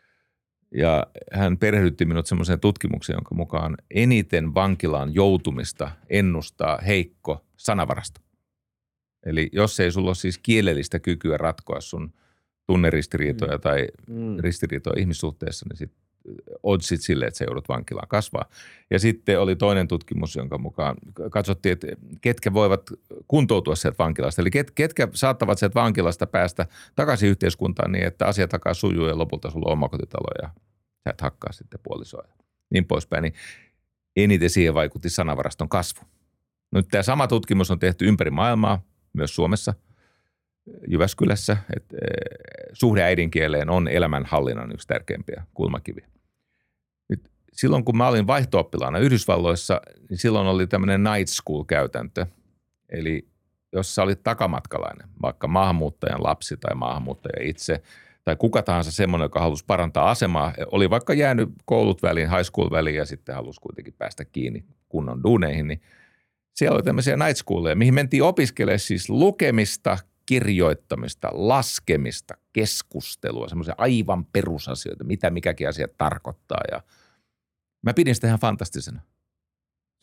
Speaker 3: Ja hän perehdytti minut semmoiseen tutkimukseen, jonka mukaan eniten vankilaan joutumista ennustaa heikko sanavarasto. Eli jos ei sulla ole siis kielellistä kykyä ratkoa sun tunneristiriitoja mm. tai mm. ristiriitoja ihmissuhteessa, niin sitten oddsit sille, että sä joudut vankilaan kasvaa. Ja sitten oli toinen tutkimus, jonka mukaan katsottiin, että ketkä voivat kuntoutua sieltä vankilasta. Eli ket, ketkä saattavat sieltä vankilasta päästä takaisin yhteiskuntaan niin, että asia takaa sujuu ja lopulta sulla on omakotitalo ja sä et hakkaa sitten puolisoa ja niin poispäin. Niin eniten siihen vaikutti sanavaraston kasvu. Nyt tämä sama tutkimus on tehty ympäri maailmaa, myös Suomessa, Jyväskylässä, että suhde äidinkieleen on elämänhallinnan yksi tärkeimpiä kulmakiviä. Nyt silloin kun mä olin vaihto-oppilaana Yhdysvalloissa, niin silloin oli tämmöinen night school-käytäntö. Eli jos sä olit takamatkalainen, vaikka maahanmuuttajan lapsi tai maahanmuuttaja itse, tai kuka tahansa semmoinen, joka halusi parantaa asemaa, oli vaikka jäänyt koulut väliin, high school väliin ja sitten halusi kuitenkin päästä kiinni kunnon duuneihin, niin siellä oli tämmöisiä night schooleja, mihin mentiin opiskelemaan siis lukemista, kirjoittamista, laskemista, keskustelua, semmoisia aivan perusasioita, mitä mikäkin asia tarkoittaa. Ja mä pidin sitä ihan fantastisena. Se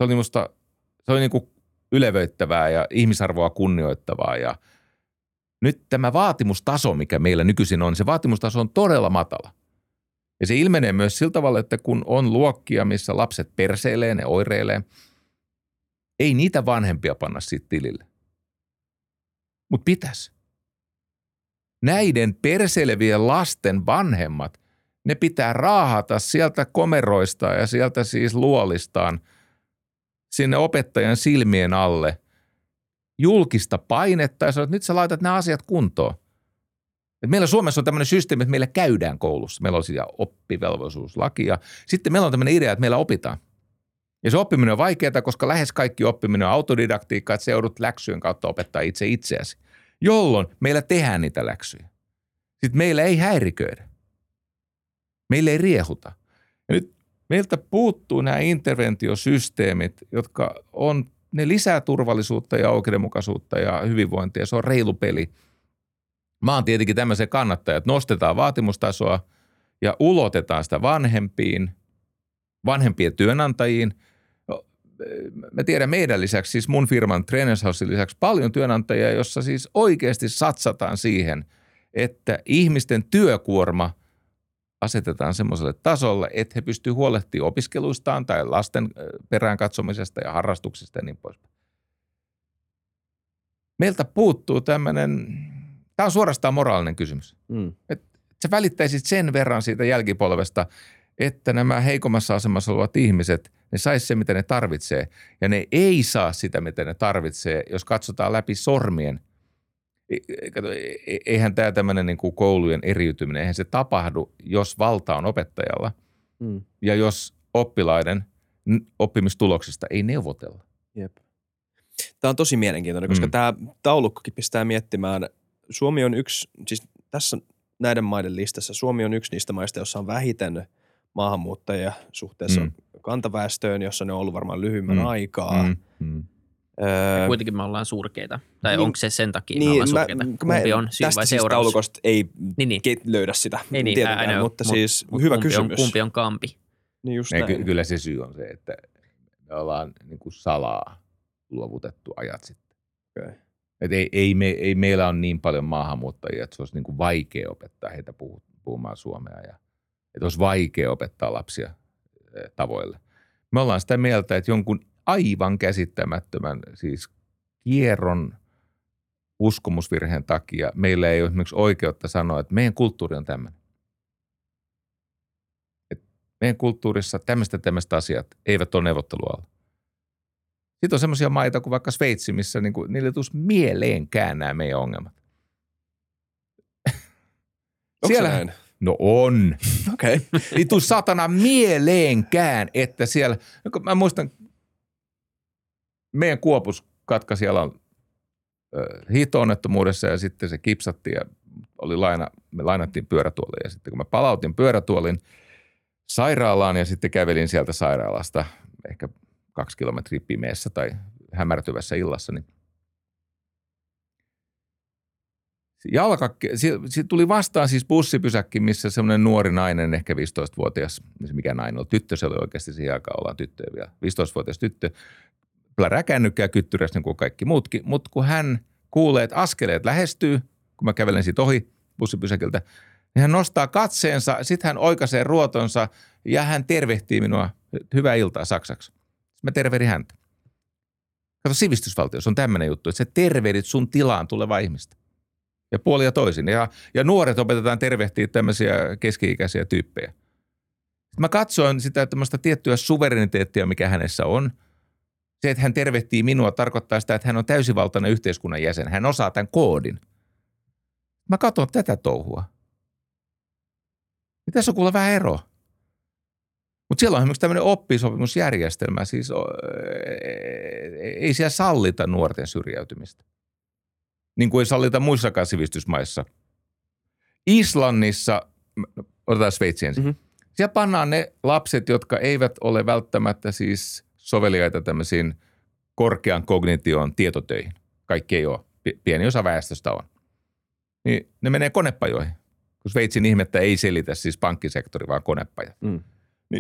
Speaker 3: Se oli musta, se oli niin kuin ylevöittävää ja ihmisarvoa kunnioittavaa ja nyt tämä vaatimustaso, mikä meillä nykyisin on, se vaatimustaso on todella matala. Ja se ilmenee myös sillä tavalla, että kun on luokkia, missä lapset perseilee, ne oireilee, ei niitä vanhempia panna siitä tilille. Mutta pitäisi. Näiden perseilevien lasten vanhemmat, ne pitää raahata sieltä komeroista ja sieltä siis luolistaan sinne opettajan silmien alle julkista painetta ja sanoa, että nyt sä laitat nämä asiat kuntoon. Et meillä Suomessa on tämmöinen systeemi, että meillä käydään koulussa. Meillä on siellä oppivelvollisuuslaki ja sitten meillä on tämmöinen idea, että meillä opitaan. Ja se oppiminen on vaikeaa, koska lähes kaikki oppiminen on autodidaktiikkaa, että se joudut läksyjen kautta opettaa itse itseäsi, jolloin meillä tehdään niitä läksyjä. Sitten meillä ei häiriköidä. Meillä ei riehuta. Ja nyt meiltä puuttuu nämä interventiosysteemit, jotka on, ne lisää turvallisuutta ja oikeudenmukaisuutta ja hyvinvointia. Se on reilu peli. Mä oon tietenkin tämmöisen kannattaja, että nostetaan vaatimustasoa ja ulotetaan sitä vanhempiin, vanhempien työnantajiin. Mä tiedän meidän lisäksi, siis mun firman Trainers Housen lisäksi paljon työnantajia, jossa siis oikeasti satsataan siihen, että ihmisten työkuorma asetetaan semmoiselle tasolle, että he pystyvät huolehtimaan opiskeluistaan tai lasten perään katsomisesta ja harrastuksista ja niin poispäin. Meiltä puuttuu tämmöinen, tämä on suorastaan moraalinen kysymys, mm. että sä välittäisit sen verran siitä jälkipolvesta, että nämä heikommassa asemassa olevat ihmiset, ne sais se, mitä ne tarvitsee. Ja ne ei saa sitä, mitä ne tarvitsee, jos katsotaan läpi sormien. Eihän tämä tämmöinen niin kuin koulujen eriytyminen, eihän se tapahdu, jos valta on opettajalla mm. ja jos oppilaiden oppimistuloksista ei neuvotella.
Speaker 1: Jep. Tämä on tosi mielenkiintoinen, koska mm. tämä taulukkokin pistää miettimään. Suomi on yksi, siis tässä näiden maiden listassa, Suomi on yksi niistä maista, jossa on vähiten maahanmuuttajia suhteessa mm. kantaväestöön, jossa ne on ollut varmaan lyhyimmän mm. aikaa. Mm. Mm.
Speaker 2: Öö, kuitenkin me ollaan surkeita. Tai niin, onko se sen takia niin, me ollaan surkeita? Mä, Kumpi
Speaker 1: mä,
Speaker 2: on syy vai
Speaker 1: siis
Speaker 2: seuraus?
Speaker 1: taulukosta ei niin, niin. löydä sitä
Speaker 2: niin, niin,
Speaker 1: tietenkään,
Speaker 2: know,
Speaker 1: mutta
Speaker 2: mut,
Speaker 1: siis
Speaker 2: mut
Speaker 1: hyvä
Speaker 2: kumpi
Speaker 1: kysymys.
Speaker 2: On, kumpi on kampi?
Speaker 1: Niin just
Speaker 3: ky- kyllä se syy on se, että me ollaan niin kuin salaa luovutettu ajat sitten. Okay. Et ei, ei, me, ei meillä ole niin paljon maahanmuuttajia, että se olisi niin kuin vaikea opettaa heitä puhumaan suomea ja että olisi vaikea opettaa lapsia tavoille. Me ollaan sitä mieltä, että jonkun aivan käsittämättömän siis kierron uskomusvirheen takia meillä ei ole esimerkiksi oikeutta sanoa, että meidän kulttuuri on tämmöinen. Että meidän kulttuurissa tämmöistä tämmöistä asiat eivät ole neuvottelualla. Sitten on semmoisia maita kuin vaikka Sveitsi, missä niin kuin, niille tulisi mieleenkään nämä meidän ongelmat.
Speaker 1: Onko se näin?
Speaker 3: No on.
Speaker 1: Okei. Okay.
Speaker 3: Ei tule satana mieleenkään, että siellä, mä muistan, meidän Kuopuskatka siellä on hiihto-onnettomuudessa ja sitten se kipsattiin ja oli laina, me lainattiin pyörätuolin ja sitten kun mä palautin pyörätuolin sairaalaan ja sitten kävelin sieltä sairaalasta ehkä kaksi kilometriä pimeässä tai hämärtyvässä illassa, niin jalka, siitä tuli vastaan siis bussipysäkki, missä semmoinen nuori nainen, ehkä viisitoistavuotias, mikä nainen oli, tyttö, se oli oikeasti siihen aikaan, ollaan tyttöjä vielä, viisitoistavuotias tyttö, räkännykkää kyttyrässä niin kuin kaikki muutkin, mutta kun hän kuulee, että askeleet lähestyy, kun mä kävelen siitä ohi bussipysäkiltä, niin hän nostaa katseensa, sitten hän oikaisee ruotonsa ja hän tervehtii minua, hyvää iltaa saksaksi. Mä tervehdin häntä. Kato, sivistysvaltiossa on tämmöinen juttu, että sä tervehdit sun tilaan tulevaa ihmistä. Ja puoli ja toisin. Ja, ja nuoret opetetaan tervehtiä tämmöisiä keski-ikäisiä tyyppejä. Sitten mä katsoin sitä tämmöistä tiettyä suvereniteettia, mikä hänessä on. Se, että hän tervehtii minua, tarkoittaa sitä, että hän on täysivaltainen yhteiskunnan jäsen. Hän osaa tämän koodin. Mä katson tätä touhua. Niin tässä on kuule vähän ero. Mutta siellä on esimerkiksi tämmöinen oppisopimusjärjestelmä. Siis ei siellä sallita nuorten syrjäytymistä. Niin kuin ei sallita muissakaan sivistysmaissa. Islannissa, otetaan Sveitsi ensin. Mm-hmm. Siellä pannaan ne lapset, jotka eivät ole välttämättä siis soveliaita tämmöisiin korkean kognition tietotöihin. Kaikki ei ole. Pieni osa väestöstä on. Niin ne menee konepajoihin. Kun Sveitsin ihmettä ei selitä siis pankkisektori, vaan konepajat. Mm. Niin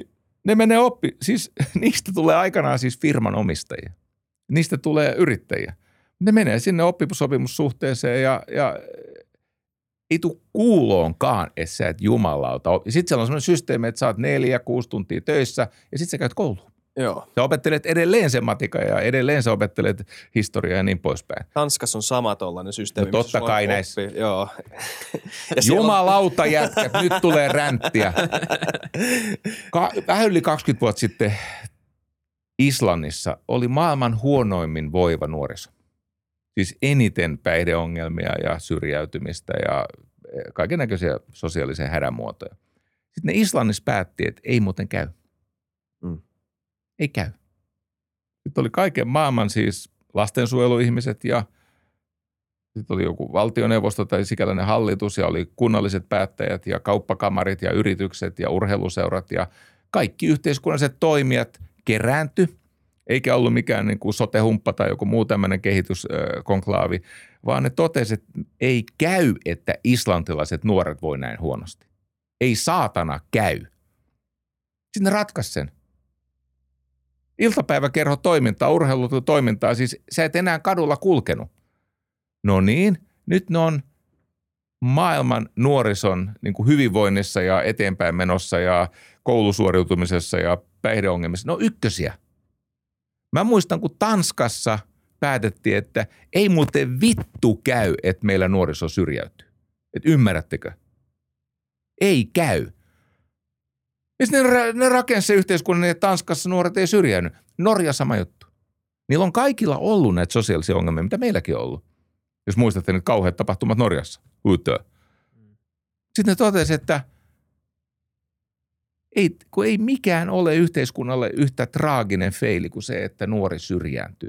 Speaker 3: Ne menee oppi, siis niistä tulee aikanaan siis firman omistajia. Niistä tulee yrittäjiä. Ne menee sinne oppisopimussuhteeseen ja, ja ei tule kuuloonkaan, että sä et jumalauta. Sitten siellä on sellainen systeemi, että sä oot neljä, kuusi tuntia töissä ja sitten sä käyt kouluun.
Speaker 1: Joo.
Speaker 3: Sä opettelet edelleen sen matikan ja edelleen sä opettelet historiaa ja niin poispäin.
Speaker 1: Tanskassa on sama tollainen systeemi.
Speaker 3: No totta kai näissä.
Speaker 1: Joo.
Speaker 3: Jumalauta jätkät, nyt tulee ränttiä. Ka- vähän yli kaksikymmentä vuotta sitten Islannissa oli maailman huonoimmin voiva nuoriso. Siis eniten päihdeongelmia ja syrjäytymistä ja kaikennäköisiä sosiaalisen hädän muotoja. Sitten ne Islannissa päätti, että ei muuten käy. Mm. Ei käy. Sitten oli kaiken maailman siis lastensuojeluihmiset ja sitten oli joku valtioneuvosto tai sikäläinen hallitus ja oli kunnalliset päättäjät ja kauppakamarit ja yritykset ja urheiluseurat ja kaikki yhteiskunnalliset toimijat kerääntyi. Eikä ollut mikään niin kuin sote-humppa tai joku muu tämmöinen kehityskonklaavi, vaan ne totesi, että ei käy, että islantilaiset nuoret voi näin huonosti. Ei saatana käy. Sitten ne ratkaisi sen. Iltapäiväkerho toimintaa, urheilutoimintaa, siis sä et enää kadulla kulkenut. No niin, nyt ne on maailman nuorison niin kuin hyvinvoinnissa ja eteenpäin menossa ja koulusuoriutumisessa ja päihdeongelmissa. No ykkösiä. Mä muistan, kun Tanskassa päätettiin, että ei muuten vittu käy, että meillä nuoriso syrjäytyy. Että ymmärrättekö? Ei käy. Ja sitten ne, ne rakensi se yhteiskunnan, että Tanskassa nuoret ei syrjäynyt. Norja sama juttu. Niillä on kaikilla ollut näitä sosiaalisia ongelmia, mitä meilläkin on ollut. Jos muistatte nyt kauheat tapahtumat Norjassa. Uitöö. Sitten ne totesi, että ei, kun ei mikään ole yhteiskunnalle yhtä traaginen feili kuin se, että nuori syrjääntyy.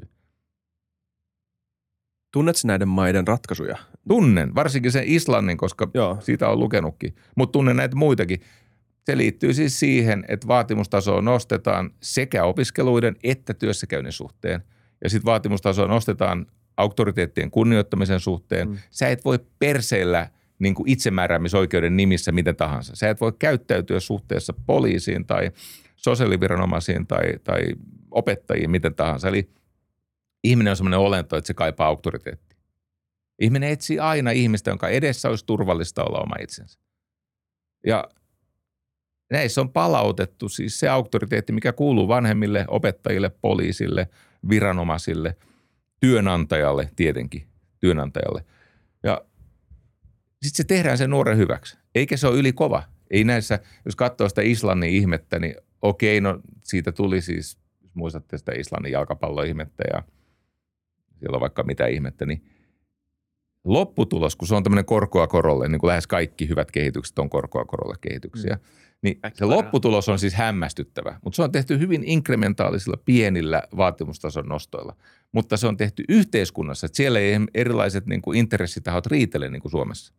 Speaker 1: Tunnetko näiden maiden ratkaisuja?
Speaker 3: Tunnen, varsinkin sen Islannin, koska Joo. siitä on lukenutkin. Mutta tunnen näitä muitakin. Se liittyy siis siihen, että vaatimustasoa nostetaan sekä opiskeluiden että työssäkäynnin suhteen. Ja sitten vaatimustasoa nostetaan auktoriteettien kunnioittamisen suhteen. Mm. Sä et voi perseillä niin kuin itsemääräämisoikeuden nimissä miten tahansa. Sä et voi käyttäytyä suhteessa poliisiin tai sosiaaliviranomaisiin tai, tai opettajiin miten tahansa. Eli ihminen on sellainen olento, että se kaipaa auktoriteettia. Ihminen etsii aina ihmistä, jonka edessä olisi turvallista olla oma itsensä. Ja näissä on palautettu siis se auktoriteetti, mikä kuuluu vanhemmille, opettajille, poliisille, viranomaisille, työnantajalle tietenkin, työnantajalle. Ja sitten se tehdään sen nuoren hyväksi. Eikä se ole yli kova. Ei näissä, jos katsoo sitä Islannin ihmettä, niin okei, no siitä tuli siis, jos muistatte sitä Islannin jalkapalloihmettä ja siellä on vaikka mitä ihmettä, niin lopputulos, kun se on tämmöinen korkoa korolle, niin kuin lähes kaikki hyvät kehitykset on korkoa korolle kehityksiä, mm. niin se lopputulos on siis hämmästyttävä. Mutta se on tehty hyvin inkrementaalisilla pienillä vaatimustason nostoilla. Mutta se on tehty yhteiskunnassa, että siellä ei erilaiset niin kuin intressitahot riitele niin kuin Suomessa.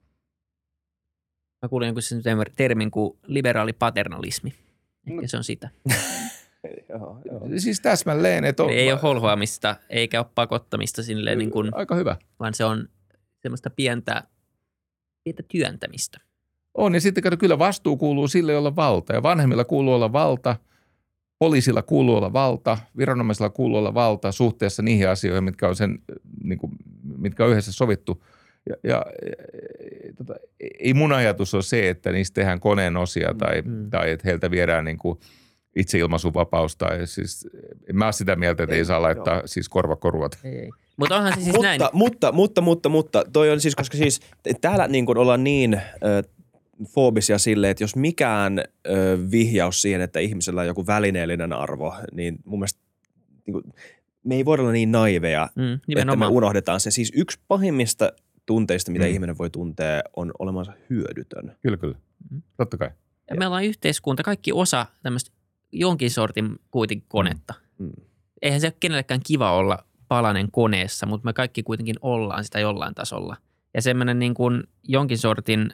Speaker 2: Mä kuulin jonkun sen termin kuin liberaali paternalismi. Ehkä no. se on sitä.
Speaker 3: joo, joo. Siis täsmälleen. Että on,
Speaker 2: ei ole holhoamista eikä ole pakottamista silleen niin kuin,
Speaker 3: aika hyvä.
Speaker 2: Vaan se on semmoista pientä, pientä työntämistä.
Speaker 3: On ja sitten kyllä vastuu kuuluu sille, jolla on valta. Ja vanhemmilla kuuluu olla valta, poliisilla kuuluu olla valta, viranomaisilla kuuluu olla valta suhteessa niihin asioihin, mitkä on, sen, niin kuin, mitkä on yhdessä sovittu. Ja, ja tota, ei mun ajatus ole se, että niistä tehdään koneen osia tai, mm. tai että heiltä viedään niin kuin itseilmaisuvapaus. Tai siis, en mä ole sitä mieltä, että ei, ei saa laittaa joo. siis korvakorvat.
Speaker 2: Ei, ei. Mutta onhan se siis
Speaker 1: mutta,
Speaker 2: näin.
Speaker 1: Mutta, mutta, mutta, mutta, toi on siis, koska siis täällä niin kuin ollaan niin äh, foobisia silleen, että jos mikään äh, vihjaus siihen, että ihmisellä on joku välineellinen arvo, niin mun mielestä niin kuin, me ei voida olla niin naiveja, mm, että me unohdetaan se. Siis yksi pahimmista tunteista, mitä mm. ihminen voi tuntea, on olemansa hyödytön.
Speaker 3: Kyllä, kyllä. Mm. Totta kai.
Speaker 2: Ja me ollaan yhteiskunta, kaikki osa tämmöistä jonkin sortin kuitenkin konetta. Mm. Eihän se ole kenellekään kiva olla palanen koneessa, mutta me kaikki kuitenkin ollaan sitä jollain tasolla. Ja semmoinen niin kuin jonkin sortin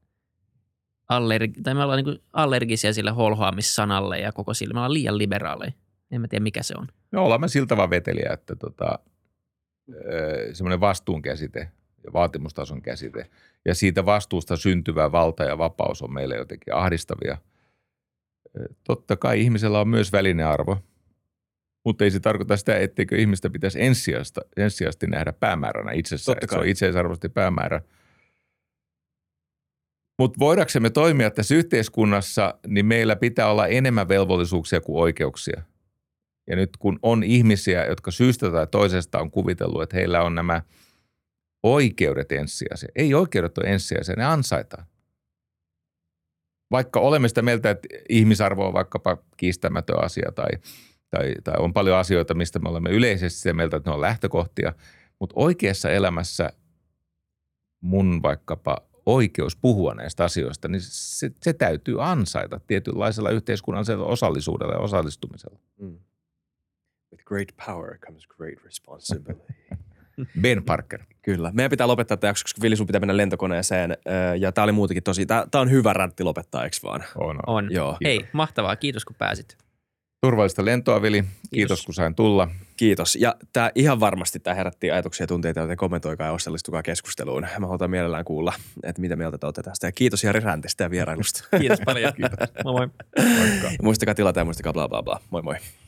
Speaker 2: allergi- tai me ollaan niin kuin allergisia sille holhoamissanalle ja koko sille. Me ollaan liian liberaaleja. En mä tiedä, mikä se on.
Speaker 3: Me ollaan siltä vaan veteliä, että tota, semmoinen vastuun käsite ja vaatimustason käsite ja siitä vastuusta syntyvä valta ja vapaus on meille jotenkin ahdistavia. Totta kai ihmisellä on myös välinearvo, mutta ei se tarkoita sitä, etteikö ihmistä pitäisi ensisijaisesti, ensisijaisesti nähdä päämääränä itsessään. Se on itseisarvoisesti päämäärä. Mutta voidaksemme toimia tässä yhteiskunnassa, niin meillä pitää olla enemmän velvollisuuksia kuin oikeuksia. Ja nyt kun on ihmisiä, jotka syystä tai toisesta on kuvitellut, että heillä on nämä oikeudet ensisijaisia. Ei oikeudet ole ensisijaisia, ne ansaitaan. Vaikka olemme sitä mieltä, että ihmisarvo on vaikkapa kiistämätön asia tai, tai, tai on paljon asioita, mistä me olemme yleisesti sitä mieltä, että ne on lähtökohtia, mutta oikeassa elämässä mun vaikkapa oikeus puhua näistä asioista, niin se, se täytyy ansaita tietynlaisella yhteiskunnallisella osallisuudella ja osallistumisella.
Speaker 1: Mm. With great power comes great responsibility.
Speaker 3: Ben Parker.
Speaker 1: Kyllä. Meidän pitää lopettaa tämä jakso, koska Vili, sun pitää mennä lentokoneeseen. Ja tää oli muutenkin tosi, tää, tää on hyvä räntti lopettaa, eikö vaan?
Speaker 3: On, on.
Speaker 2: On.
Speaker 1: Joo.
Speaker 2: Hei, mahtavaa. Kiitos, kun pääsit.
Speaker 3: Turvallista lentoa, Vili. Kiitos, Kiitos kun sain tulla.
Speaker 1: Kiitos. Ja tämä ihan varmasti tämä herätti ajatuksia ja tunteita, joten kommentoikaa ja osallistukaa keskusteluun. Mä haluan mielellään kuulla, että mitä mieltä te olette tästä. Ja kiitos Jari Räntistä ja vierailusta.
Speaker 2: Kiitos paljon. Kiitos. Moi moi.
Speaker 3: Moikka.
Speaker 1: Muistakaa tilata ja muistakaa bla bla bla. Moi moi.